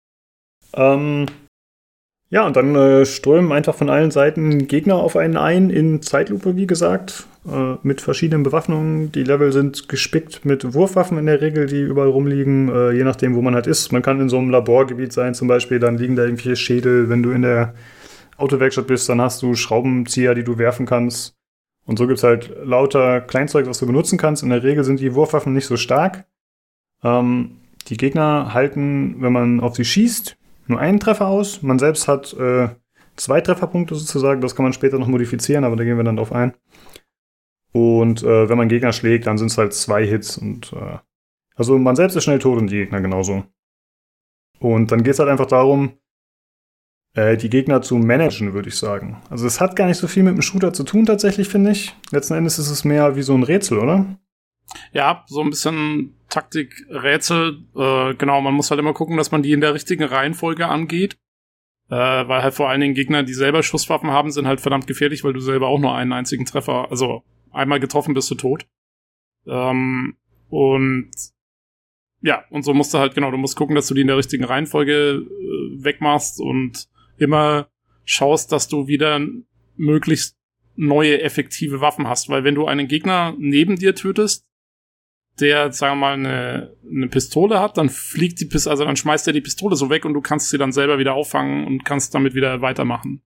Ja, und dann strömen einfach von allen Seiten Gegner auf einen ein, in Zeitlupe, wie gesagt, mit verschiedenen Bewaffnungen. Die Level sind gespickt mit Wurfwaffen in der Regel, die überall rumliegen, je nachdem, wo man halt ist. Man kann in so einem Laborgebiet sein zum Beispiel, dann liegen da irgendwelche Schädel. Wenn du in der Autowerkstatt bist, dann hast du Schraubenzieher, die du werfen kannst. Und so gibt's halt lauter Kleinzeug, was du benutzen kannst. In der Regel sind die Wurfwaffen nicht so stark. Die Gegner halten, wenn man auf sie schießt, nur einen Treffer aus. Man selbst hat 2 Trefferpunkte sozusagen. Das kann man später noch modifizieren, aber da gehen wir dann drauf ein. Und wenn man Gegner schlägt, dann sind es halt 2 Hits. Und also man selbst ist schnell tot und die Gegner genauso. Und dann geht es halt einfach darum, die Gegner zu managen, würde ich sagen. Also es hat gar nicht so viel mit dem Shooter zu tun tatsächlich, finde ich. Letzten Endes ist es mehr wie so ein Rätsel, oder? Ja, so ein bisschen Taktik, Rätsel. Genau, man muss halt immer gucken, dass man die in der richtigen Reihenfolge angeht. Weil halt vor allen Dingen Gegner, die selber Schusswaffen haben, sind halt verdammt gefährlich, weil du selber auch nur einen einzigen Treffer, also einmal getroffen bist du tot. Und ja, und so musst du halt, genau, du musst gucken, dass du die in der richtigen Reihenfolge wegmachst und immer schaust, dass du wieder möglichst neue, effektive Waffen hast. Weil wenn du einen Gegner neben dir tötest, der, sagen wir mal, eine Pistole hat, dann fliegt die Pistole, also dann schmeißt er die Pistole so weg und du kannst sie dann selber wieder auffangen und kannst damit wieder weitermachen.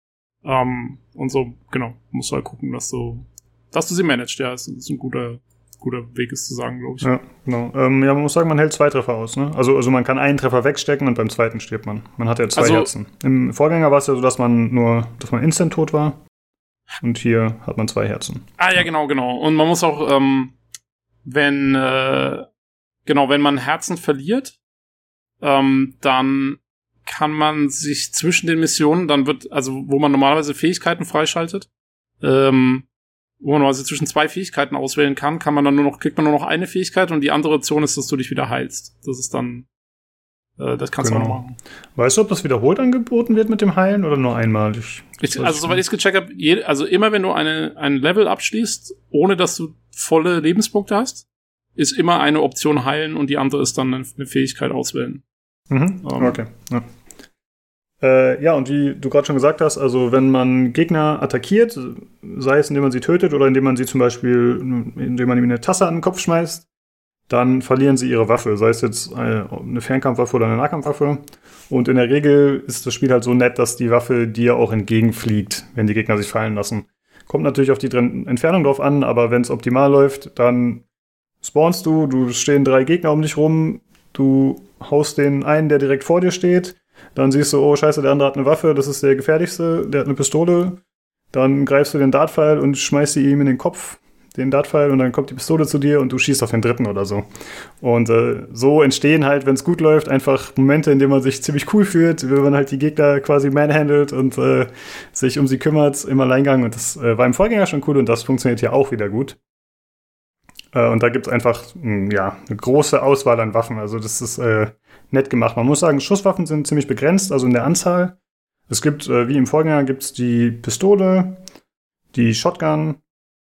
Und so, genau, musst du halt gucken, dass du sie managst. Ja, das ist ein guter Weg ist zu sagen, glaube ich. Ja, genau. Ja, man muss sagen, man hält 2 Treffer aus, ne? Also man kann einen Treffer wegstecken und beim zweiten stirbt man. Man hat ja 2 Herzen. Im Vorgänger war es ja so, dass man instant tot war. Und hier hat man 2 Herzen. Ah, ja, genau. Und man muss auch, wenn man Herzen verliert, dann kann man sich zwischen den Missionen, wo man normalerweise Fähigkeiten freischaltet, wo man also zwischen 2 Fähigkeiten auswählen kann, kriegt man nur noch eine Fähigkeit und die andere Option ist, dass du dich wieder heilst. Das ist dann, das kannst du auch noch machen. Weißt du, ob das wiederholt angeboten wird mit dem Heilen oder nur einmalig? Soweit ich es gecheckt habe, immer wenn du ein Level abschließt, ohne dass du volle Lebenspunkte hast, ist immer eine Option heilen und die andere ist dann eine Fähigkeit auswählen. Okay. Ja. Ja, und wie du gerade schon gesagt hast, also wenn man Gegner attackiert, sei es indem man sie tötet oder indem man sie zum Beispiel, indem man ihm eine Tasse an den Kopf schmeißt, dann verlieren sie ihre Waffe, sei es jetzt eine Fernkampfwaffe oder eine Nahkampfwaffe. Und in der Regel ist das Spiel halt so nett, dass die Waffe dir auch entgegenfliegt, wenn die Gegner sich fallen lassen. Kommt natürlich auf die Entfernung drauf an, aber wenn es optimal läuft, dann spawnst du stehen 3 Gegner um dich rum, du haust den einen, der direkt vor dir steht, dann siehst du, oh scheiße, der andere hat eine Waffe, das ist der gefährlichste, der hat eine Pistole. Dann greifst du den Dartpfeil und schmeißt sie ihm in den Kopf, den Dartpfeil, und dann kommt die Pistole zu dir und du schießt auf den dritten oder so. Und so entstehen halt, wenn es gut läuft, einfach Momente, in denen man sich ziemlich cool fühlt, wenn man halt die Gegner quasi manhandelt und sich um sie kümmert im Alleingang. Und das war im Vorgänger schon cool und das funktioniert hier auch wieder gut. Und da gibt es einfach eine große Auswahl an Waffen. Also das ist nett gemacht. Man muss sagen, Schusswaffen sind ziemlich begrenzt, also in der Anzahl. Es gibt, wie im Vorgänger, gibt's die Pistole, die Shotgun,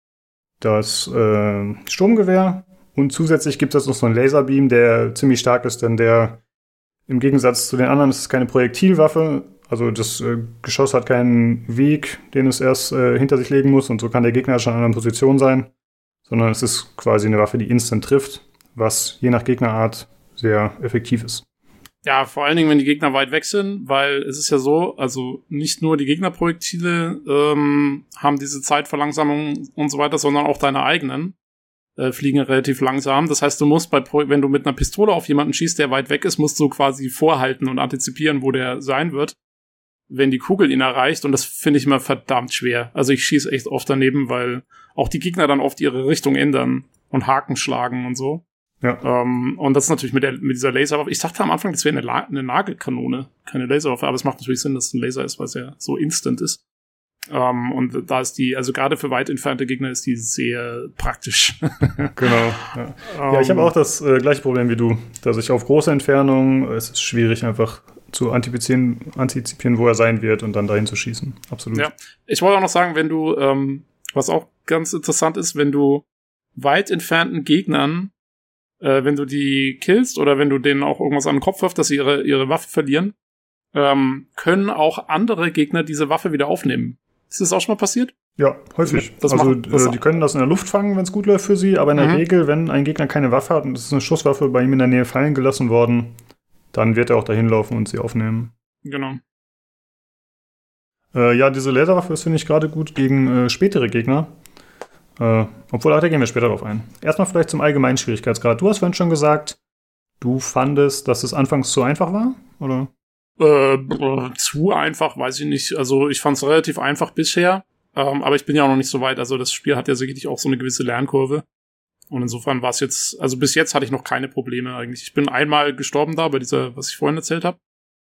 das Sturmgewehr und zusätzlich gibt es noch so einen Laserbeam, der ziemlich stark ist, denn der im Gegensatz zu den anderen ist es keine Projektilwaffe. Also das Geschoss hat keinen Weg, den es erst hinter sich legen muss und so kann der Gegner schon in einer Position sein, sondern es ist quasi eine Waffe, die instant trifft, was je nach Gegnerart sehr effektiv ist. Ja, vor allen Dingen, wenn die Gegner weit weg sind, weil es ist ja so, also nicht nur die Gegnerprojektile haben diese Zeitverlangsamung und so weiter, sondern auch deine eigenen fliegen relativ langsam. Das heißt, du musst wenn du mit einer Pistole auf jemanden schießt, der weit weg ist, musst du quasi vorhalten und antizipieren, wo der sein wird, wenn die Kugel ihn erreicht. Und das finde ich immer verdammt schwer. Also ich schieße echt oft daneben, weil auch die Gegner dann oft ihre Richtung ändern und Haken schlagen und so. Ja. Und das ist natürlich mit dieser Laserwaffe. Ich dachte am Anfang, das wäre eine Nagelkanone, keine Laserwaffe, aber es macht natürlich Sinn, dass es ein Laser ist, weil es ja so instant ist. Und da ist die, also gerade für weit entfernte Gegner ist die sehr praktisch. Genau. Ja, ich habe auch das gleiche Problem wie du, dass ich auf große Entfernung, es ist schwierig einfach zu antizipieren, wo er sein wird und dann dahin zu schießen. Absolut. Ja, ich wollte auch noch sagen, wenn du, was auch ganz interessant ist, wenn du weit entfernten Gegnern, wenn du die killst oder wenn du denen auch irgendwas an den Kopf wirfst, dass sie ihre Waffe verlieren, können auch andere Gegner diese Waffe wieder aufnehmen. Ist das auch schon mal passiert? Ja, häufig. Die können das in der Luft fangen, wenn es gut läuft für sie, aber in der Regel, wenn ein Gegner keine Waffe hat und es ist eine Schusswaffe bei ihm in der Nähe fallen gelassen worden, dann wird er auch dahin laufen und sie aufnehmen. Genau. Ja, diese Laserwaffe ist, finde ich, gerade gut gegen spätere Gegner. Obwohl, da gehen wir später drauf ein. Erstmal vielleicht zum allgemeinen Schwierigkeitsgrad. Du hast vorhin schon gesagt, du fandest, dass es anfangs zu einfach war, oder? Zu einfach, weiß ich nicht. Also ich fand es relativ einfach bisher, aber ich bin ja auch noch nicht so weit. Also das Spiel hat ja sicherlich auch so eine gewisse Lernkurve. Und insofern war es jetzt, also bis jetzt hatte ich noch keine Probleme eigentlich. Ich bin einmal gestorben da bei dieser, was ich vorhin erzählt habe.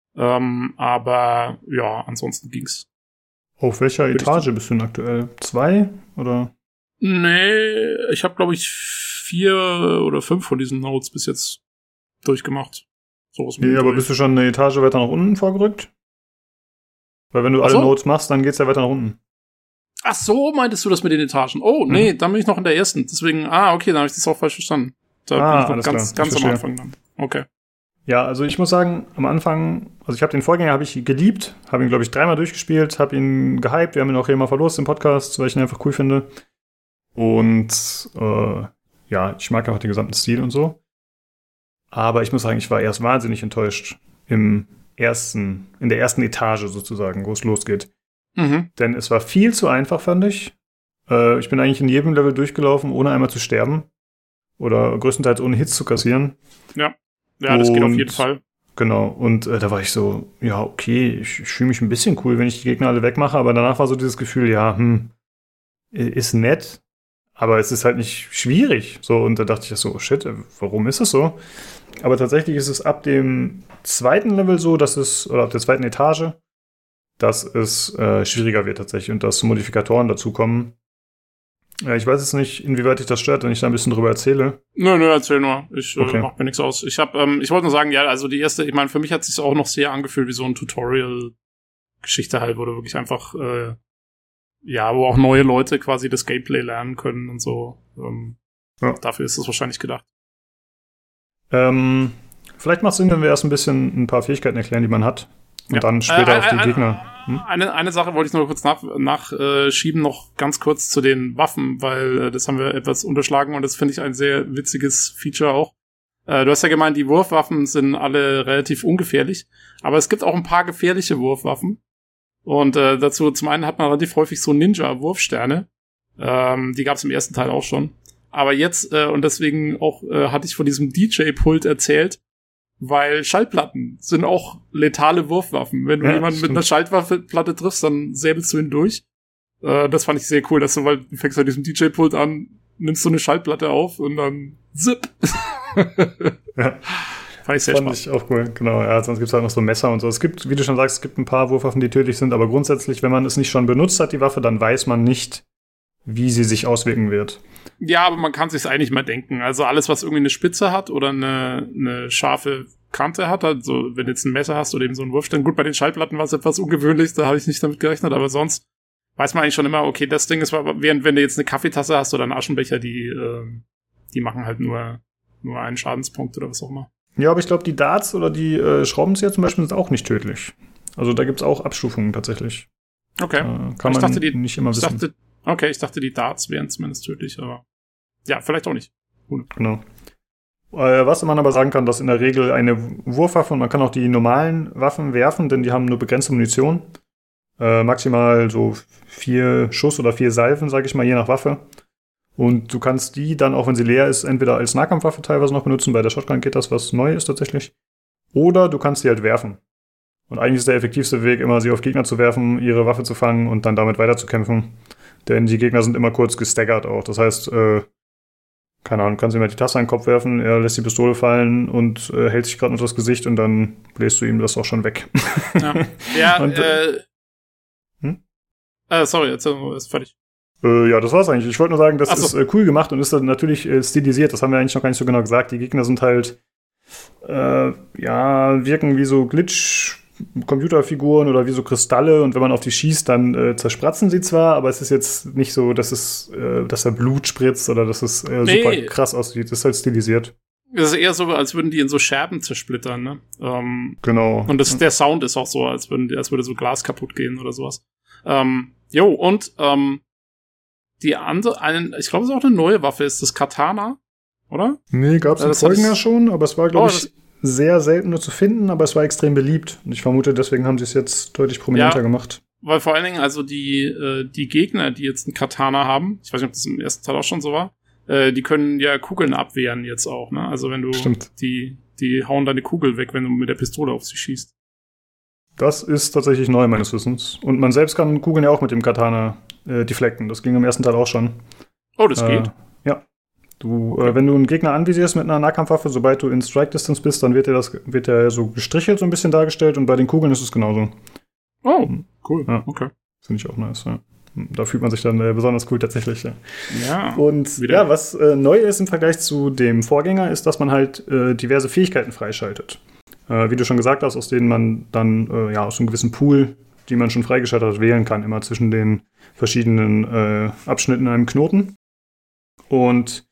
Aber ja, ansonsten ging's. Auf welcher Etage bist du denn aktuell? 2 oder? Nee, ich habe glaube ich 4 oder 5 von diesen Nodes bis jetzt durchgemacht. Nee, aber bist du schon eine Etage weiter nach unten vorgerückt? Weil wenn du alle Nodes machst, dann geht's ja weiter nach unten. Ach so, meintest du das mit den Etagen? Oh, nee, dann bin ich noch in der ersten. Deswegen, okay, dann habe ich das auch falsch verstanden. Da bin ich noch ganz am Anfang dann. Okay. Ja, also ich muss sagen, am Anfang, also ich habe den Vorgänger geliebt, habe ihn, glaube ich, 3-mal durchgespielt, habe ihn gehypt, wir haben ihn auch hier mal verlost im Podcast, weil ich ihn einfach cool finde. Und ja, ich mag auch den gesamten Stil und so. Aber ich muss sagen, ich war erst wahnsinnig enttäuscht in der ersten Etage sozusagen, wo es losgeht. Denn es war viel zu einfach, fand ich. Ich bin eigentlich in jedem Level durchgelaufen, ohne einmal zu sterben. Oder größtenteils ohne Hits zu kassieren. Ja, das geht auf jeden Fall. Genau, und da war ich so, ja, okay, ich fühle mich ein bisschen cool, wenn ich die Gegner alle wegmache. Aber danach war so dieses Gefühl, ja, ist nett, aber es ist halt nicht schwierig. So, und da dachte ich so, oh shit, warum ist das so? Aber tatsächlich ist es ab dem zweiten Level so, oder ab der zweiten Etage, dass es schwieriger wird tatsächlich und dass Modifikatoren dazukommen. Ich weiß jetzt nicht, inwieweit dich das stört, wenn ich da ein bisschen drüber erzähle. Nö, erzähl nur. Macht mir nichts aus. Ich wollte nur sagen, ja, also die erste, ich meine, für mich hat es sich auch noch sehr angefühlt wie so ein Tutorial-Geschichte halt, wo du wirklich einfach, wo auch neue Leute quasi das Gameplay lernen können und so. Dafür ist es wahrscheinlich gedacht. Vielleicht macht es Sinn, wenn wir erst ein paar Fähigkeiten erklären, die man hat. Und dann später auf die Gegner. Eine Sache wollte ich noch kurz nachschieben, noch ganz kurz zu den Waffen, weil das haben wir etwas unterschlagen und das finde ich ein sehr witziges Feature auch. Du hast ja gemeint, die Wurfwaffen sind alle relativ ungefährlich, aber es gibt auch ein paar gefährliche Wurfwaffen. Und dazu zum einen hat man relativ häufig so Ninja-Wurfsterne. Die gab es im ersten Teil auch schon. Aber jetzt, und deswegen auch hatte ich von diesem DJ-Pult erzählt, weil Schallplatten sind auch letale Wurfwaffen. Wenn du jemanden mit einer Schallplatte triffst, dann säbelst du ihn durch. Das fand ich sehr cool, dass du fängst bei diesem DJ-Pult an, nimmst so eine Schallplatte auf und dann zip. Ja. Fand ich sehr spannend. Fand ich auch cool, genau. Ja, sonst gibt es halt noch so Messer und so. Es gibt, wie du schon sagst, es gibt ein paar Wurfwaffen, die tödlich sind, aber grundsätzlich, wenn man es nicht schon benutzt hat, die Waffe, dann weiß man nicht, wie sie sich auswirken wird. Ja, aber man kann sich's eigentlich mal denken. Also alles, was irgendwie eine Spitze hat oder eine scharfe Kante hat, also wenn du jetzt ein Messer hast oder eben so einen Wurfstern. Gut, bei den Schallplatten war es etwas ungewöhnlich, da habe ich nicht damit gerechnet, aber sonst weiß man eigentlich schon immer, okay, das Ding ist, während wenn du jetzt eine Kaffeetasse hast oder einen Aschenbecher, die machen halt nur einen Schadenspunkt oder was auch immer. Ja, aber ich glaube, die Darts oder die Schraubenzieher zum Beispiel sind auch nicht tödlich. Also da gibt's auch Abstufungen tatsächlich. Okay. Kann man nicht immer wissen. Ich dachte, die Darts wären zumindest tödlich, aber ja, vielleicht auch nicht. Gut. Genau. Was man aber sagen kann, dass in der Regel eine Wurfwaffe, und man kann auch die normalen Waffen werfen, denn die haben nur begrenzte Munition. Maximal so 4 Schuss oder 4 Salven, sage ich mal, je nach Waffe. Und du kannst die dann, auch wenn sie leer ist, entweder als Nahkampfwaffe teilweise noch benutzen. Bei der Shotgun geht das, was neu ist tatsächlich. Oder du kannst sie halt werfen. Und eigentlich ist der effektivste Weg immer, sie auf Gegner zu werfen, ihre Waffe zu fangen und dann damit weiterzukämpfen. Denn die Gegner sind immer kurz gestaggert auch. Das heißt, keine Ahnung, kannst ihm halt die Tasse an den Kopf werfen, er lässt die Pistole fallen und hält sich gerade unter das Gesicht und dann bläst du ihm das auch schon weg. Ja, und, Sorry, jetzt ist fertig. Ja, das war's eigentlich. Ich wollte nur sagen, das Ach so. ist cool gemacht und ist dann natürlich stilisiert. Das haben wir eigentlich noch gar nicht so genau gesagt. Die Gegner sind halt, wirken wie so Glitch-Computerfiguren oder wie so Kristalle. Und wenn man auf die schießt, dann zerspratzen sie zwar, aber es ist jetzt nicht so, dass da Blut spritzt oder dass es super krass aussieht. Das ist halt stilisiert. Es ist eher so, als würden die in so Scherben zersplittern, ne? Genau. Und der Sound ist auch so, als würde so Glas kaputt gehen oder sowas. Die andere, ich glaube, es ist auch eine neue Waffe, ist das Katana, oder? Nee, gab's im Vorgänger schon, aber es war, glaube ich, sehr selten nur zu finden, aber es war extrem beliebt. Und ich vermute, deswegen haben sie es jetzt deutlich prominenter gemacht. Weil vor allen Dingen, also die Gegner, die jetzt einen Katana haben, ich weiß nicht, ob das im ersten Teil auch schon so war, die können ja Kugeln abwehren jetzt auch, ne? Also wenn du die hauen deine Kugel weg, wenn du mit der Pistole auf sie schießt. Das ist tatsächlich neu, meines Wissens. Und man selbst kann Kugeln ja auch mit dem Katana deflecten. Das ging im ersten Teil auch schon. Oh, das geht? Ja. Wenn du einen Gegner anvisierst mit einer Nahkampfwaffe, sobald du in Strike Distance bist, dann wird der so gestrichelt, so ein bisschen dargestellt. Und bei den Kugeln ist es genauso. Oh, cool. Ja. Okay. Finde ich auch nice, ja. Da fühlt man sich dann besonders cool tatsächlich. Ja. Und was neu ist im Vergleich zu dem Vorgänger, ist, dass man halt diverse Fähigkeiten freischaltet. Wie du schon gesagt hast, aus denen man dann aus einem gewissen Pool, die man schon freigeschaltet hat, wählen kann, immer zwischen den verschiedenen Abschnitten in einem Knoten. Und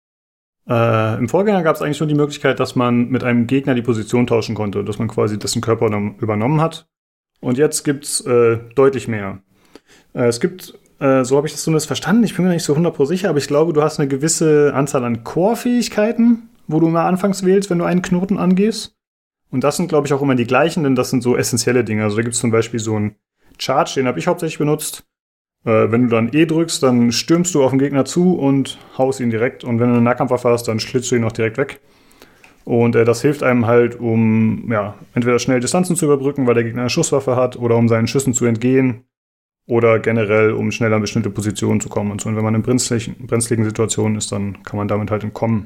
im Vorgänger gab es eigentlich nur die Möglichkeit, dass man mit einem Gegner die Position tauschen konnte, dass man quasi dessen Körper übernommen hat. Und jetzt gibt's deutlich mehr. Es gibt, so habe ich das zumindest verstanden, ich bin mir nicht so 100% sicher, aber ich glaube, du hast eine gewisse Anzahl an Core-Fähigkeiten, wo du immer anfangs wählst, wenn du einen Knoten angehst. Und das sind, glaube ich, auch immer die gleichen, denn das sind so essentielle Dinge. Also da gibt es zum Beispiel so einen Charge, den habe ich hauptsächlich benutzt. Wenn du dann E drückst, dann stürmst du auf den Gegner zu und haust ihn direkt. Und wenn du eine Nahkampfwaffe hast, dann schlitzt du ihn auch direkt weg. Und das hilft einem halt, um entweder schnell Distanzen zu überbrücken, weil der Gegner eine Schusswaffe hat, oder um seinen Schüssen zu entgehen, oder generell, um schneller an bestimmte Positionen zu kommen. Und so. Und wenn man in brenzligen Situationen ist, dann kann man damit halt entkommen.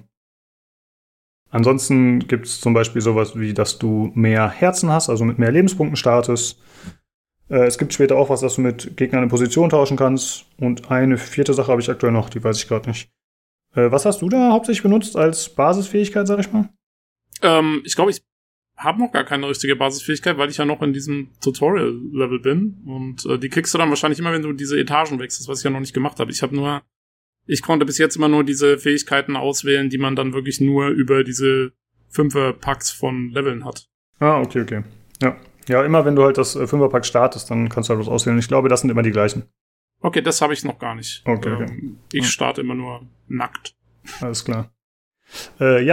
Ansonsten gibt es zum Beispiel sowas wie, dass du mehr Herzen hast, also mit mehr Lebenspunkten startest. Es gibt später auch was, dass du mit Gegnern in Position tauschen kannst. Und eine 4. Sache habe ich aktuell noch, die weiß ich gerade nicht. Was hast du da hauptsächlich benutzt als Basisfähigkeit, sag ich mal? Ich glaube, ich habe noch gar keine richtige Basisfähigkeit, weil ich ja noch in diesem Tutorial-Level bin. Und die kriegst du dann wahrscheinlich immer, wenn du diese Etagen wechselst, was ich ja noch nicht gemacht habe. Ich konnte bis jetzt immer nur diese Fähigkeiten auswählen, die man dann wirklich nur über diese 5er-Packs von Leveln hat. Ah, okay. Ja, immer wenn du halt das 5er-Pack startest, dann kannst du halt was auswählen. Ich glaube, das sind immer die gleichen. Okay, das habe ich noch gar nicht. Okay. Ich starte immer nur nackt. Alles klar. Wenn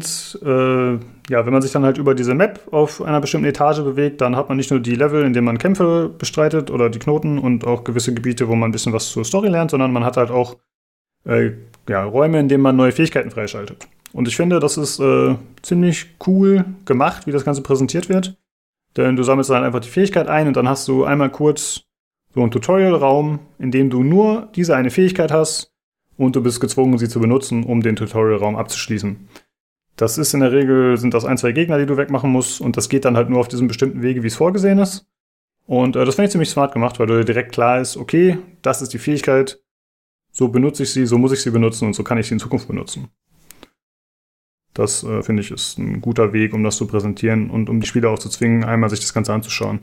man sich dann halt über diese Map auf einer bestimmten Etage bewegt, dann hat man nicht nur die Level, in denen man Kämpfe bestreitet oder die Knoten und auch gewisse Gebiete, wo man ein bisschen was zur Story lernt, sondern man hat halt auch Räume, in denen man neue Fähigkeiten freischaltet. Und ich finde, das ist ziemlich cool gemacht, wie das Ganze präsentiert wird. Denn du sammelst dann einfach die Fähigkeit ein und dann hast du einmal kurz so einen Tutorial-Raum, in dem du nur diese eine Fähigkeit hast und du bist gezwungen, sie zu benutzen, um den Tutorial-Raum abzuschließen. Das ist in der Regel, sind das 1, 2 Gegner, die du wegmachen musst und das geht dann halt nur auf diesem bestimmten Wege, wie es vorgesehen ist. Und das finde ich ziemlich smart gemacht, weil du direkt klar ist, okay, das ist die Fähigkeit, so benutze ich sie, so muss ich sie benutzen und so kann ich sie in Zukunft benutzen. Das, finde ich, ist ein guter Weg, um das zu präsentieren und um die Spieler auch zu zwingen, einmal sich das Ganze anzuschauen.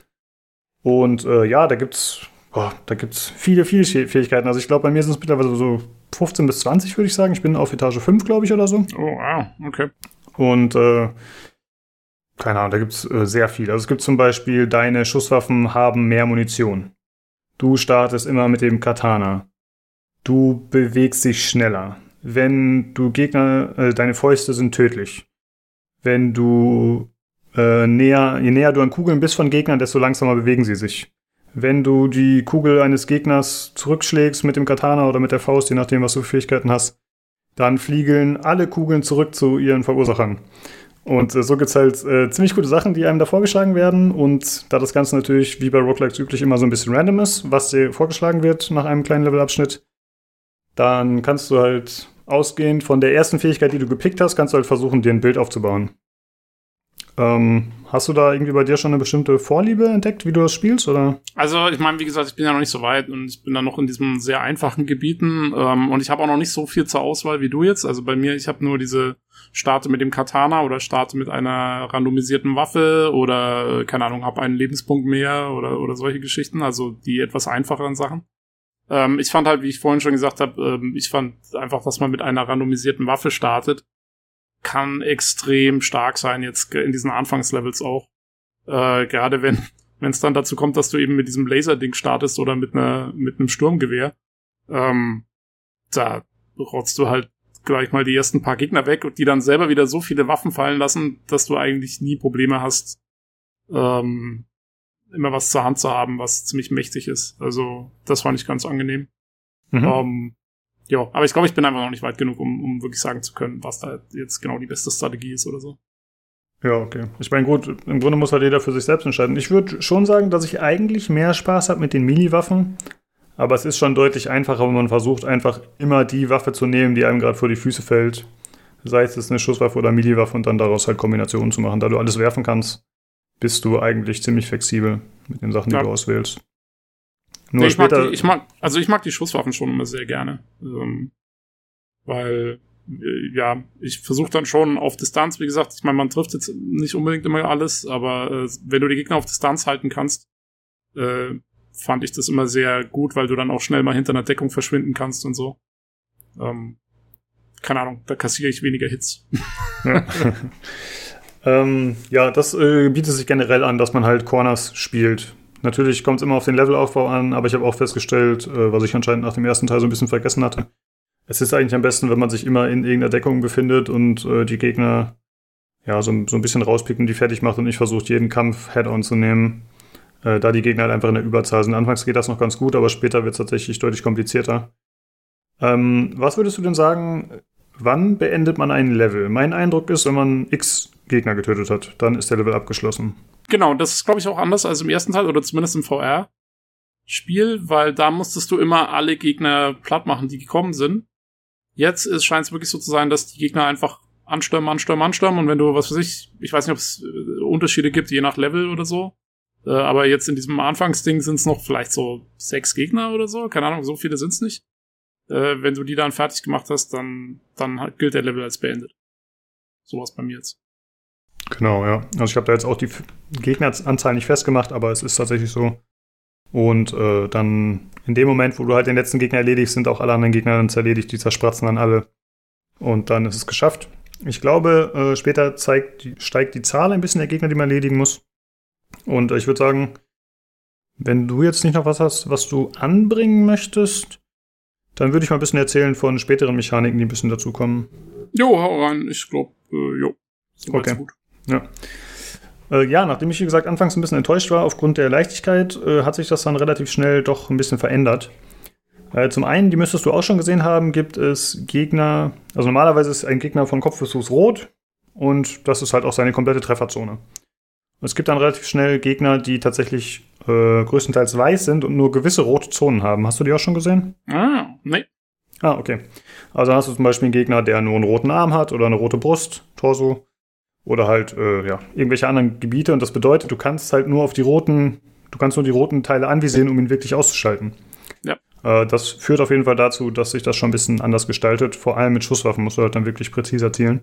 Und da gibt's viele Fähigkeiten. Also ich glaube, bei mir sind es mittlerweile so 15 bis 20, würde ich sagen. Ich bin auf Etage 5, glaube ich, oder so. Oh, wow, okay. Und keine Ahnung, da gibt's sehr viel. Also es gibt zum Beispiel, deine Schusswaffen haben mehr Munition. Du startest immer mit dem Katana. Du bewegst dich schneller. Wenn du Gegner, deine Fäuste sind tödlich. Wenn du je näher du an Kugeln bist von Gegnern, desto langsamer bewegen sie sich. Wenn du die Kugel eines Gegners zurückschlägst mit dem Katana oder mit der Faust, je nachdem, was du für Fähigkeiten hast, dann fliegen alle Kugeln zurück zu ihren Verursachern. Und so gibt's halt ziemlich gute Sachen, die einem da vorgeschlagen werden. Und da das Ganze natürlich, wie bei Roguelikes üblich, immer so ein bisschen random ist, was dir vorgeschlagen wird nach einem kleinen Levelabschnitt, dann kannst du halt ausgehend von der ersten Fähigkeit, die du gepickt hast, kannst du halt versuchen, dir ein Bild aufzubauen. Hast du da irgendwie bei dir schon eine bestimmte Vorliebe entdeckt, wie du das spielst, oder? Also, ich meine, wie gesagt, ich bin ja noch nicht so weit und ich bin da noch in diesen sehr einfachen Gebieten und ich habe auch noch nicht so viel zur Auswahl wie du jetzt. Also bei mir, ich habe nur diese Starte mit dem Katana oder starte mit einer randomisierten Waffe oder, keine Ahnung, habe einen Lebenspunkt mehr oder solche Geschichten, also die etwas einfacheren Sachen. Ich fand halt, wie ich vorhin schon gesagt habe, ich fand einfach, dass man mit einer randomisierten Waffe startet, kann extrem stark sein, jetzt in diesen Anfangslevels auch. Gerade wenn es dann dazu kommt, dass du eben mit diesem Laserding startest oder mit einem Sturmgewehr. Da rotzt du halt gleich mal die ersten paar Gegner weg und die dann selber wieder so viele Waffen fallen lassen, dass du eigentlich nie Probleme hast, immer was zur Hand zu haben, was ziemlich mächtig ist. Also das fand ich ganz angenehm. Ja, aber ich glaube, ich bin einfach noch nicht weit genug, um wirklich sagen zu können, was da jetzt genau die beste Strategie ist oder so. Ja, okay. Ich meine, gut, im Grunde muss halt jeder für sich selbst entscheiden. Ich würde schon sagen, dass ich eigentlich mehr Spaß habe mit den Melee-Waffen, aber es ist schon deutlich einfacher, wenn man versucht, einfach immer die Waffe zu nehmen, die einem gerade vor die Füße fällt. Sei es eine Schusswaffe oder Melee-Waffe und dann daraus halt Kombinationen zu machen. Da du alles werfen kannst, bist du eigentlich ziemlich flexibel mit den Sachen, die du auswählst. Nur nee, später. Ich mag die Schusswaffen schon immer sehr gerne. Weil, ja, ich versuche dann schon auf Distanz, wie gesagt, ich meine, man trifft jetzt nicht unbedingt immer alles, aber wenn du die Gegner auf Distanz halten kannst, fand ich das immer sehr gut, weil du dann auch schnell mal hinter einer Deckung verschwinden kannst und so. Keine Ahnung, da kassiere ich weniger Hits. Ja. Ja, das bietet sich generell an, dass man halt Corners spielt. Natürlich kommt es immer auf den Levelaufbau an, aber ich habe auch festgestellt, was ich anscheinend nach dem ersten Teil so ein bisschen vergessen hatte. Es ist eigentlich am besten, wenn man sich immer in irgendeiner Deckung befindet und die Gegner ja so ein bisschen rauspickt und die fertig macht und nicht versucht, jeden Kampf Head-on zu nehmen, da die Gegner halt einfach in der Überzahl sind. Anfangs geht das noch ganz gut, aber später wird es tatsächlich deutlich komplizierter. Was würdest du denn sagen, wann beendet man ein Level? Mein Eindruck ist, wenn man X Gegner getötet hat, dann ist der Level abgeschlossen. Genau, das ist, glaube ich, auch anders als im ersten Teil oder zumindest im VR-Spiel, weil da musstest du immer alle Gegner platt machen, die gekommen sind. Jetzt scheint es wirklich so zu sein, dass die Gegner einfach anstürmen und wenn du, was weiß ich weiß nicht, ob es Unterschiede gibt, je nach Level oder so, aber jetzt in diesem Anfangsding sind es noch vielleicht so 6 Gegner oder so, keine Ahnung, so viele sind es nicht. Wenn du die dann fertig gemacht hast, dann gilt der Level als beendet. Sowas bei mir jetzt. Genau, ja. Also ich habe da jetzt auch die Gegneranzahl nicht festgemacht, aber es ist tatsächlich so. Und dann in dem Moment, wo du halt den letzten Gegner erledigst, sind auch alle anderen Gegner dann zerledigt, die zerspratzen dann alle. Und dann ist es geschafft. Ich glaube, später steigt die Zahl ein bisschen der Gegner, die man erledigen muss. Und ich würde sagen, wenn du jetzt nicht noch was hast, was du anbringen möchtest, dann würde ich mal ein bisschen erzählen von späteren Mechaniken, die ein bisschen dazukommen. Jo, hau rein. Ich glaube, jo. Okay. Gut. Ja. Ja, nachdem ich, wie gesagt, anfangs ein bisschen enttäuscht war aufgrund der Leichtigkeit, hat sich das dann relativ schnell doch ein bisschen verändert. Zum einen, die müsstest du auch schon gesehen haben, gibt es Gegner, also normalerweise ist ein Gegner von Kopf bis Fuß rot und das ist halt auch seine komplette Trefferzone. Es gibt dann relativ schnell Gegner, die tatsächlich größtenteils weiß sind und nur gewisse rote Zonen haben. Hast du die auch schon gesehen? Nee. Okay. Also hast du zum Beispiel einen Gegner, der nur einen roten Arm hat oder eine rote Brust, Torso oder halt irgendwelche anderen Gebiete und das bedeutet, du kannst nur die roten Teile anvisieren, um ihn wirklich auszuschalten. Ja. Das führt auf jeden Fall dazu, dass sich das schon ein bisschen anders gestaltet. Vor allem mit Schusswaffen musst du halt dann wirklich präziser zielen.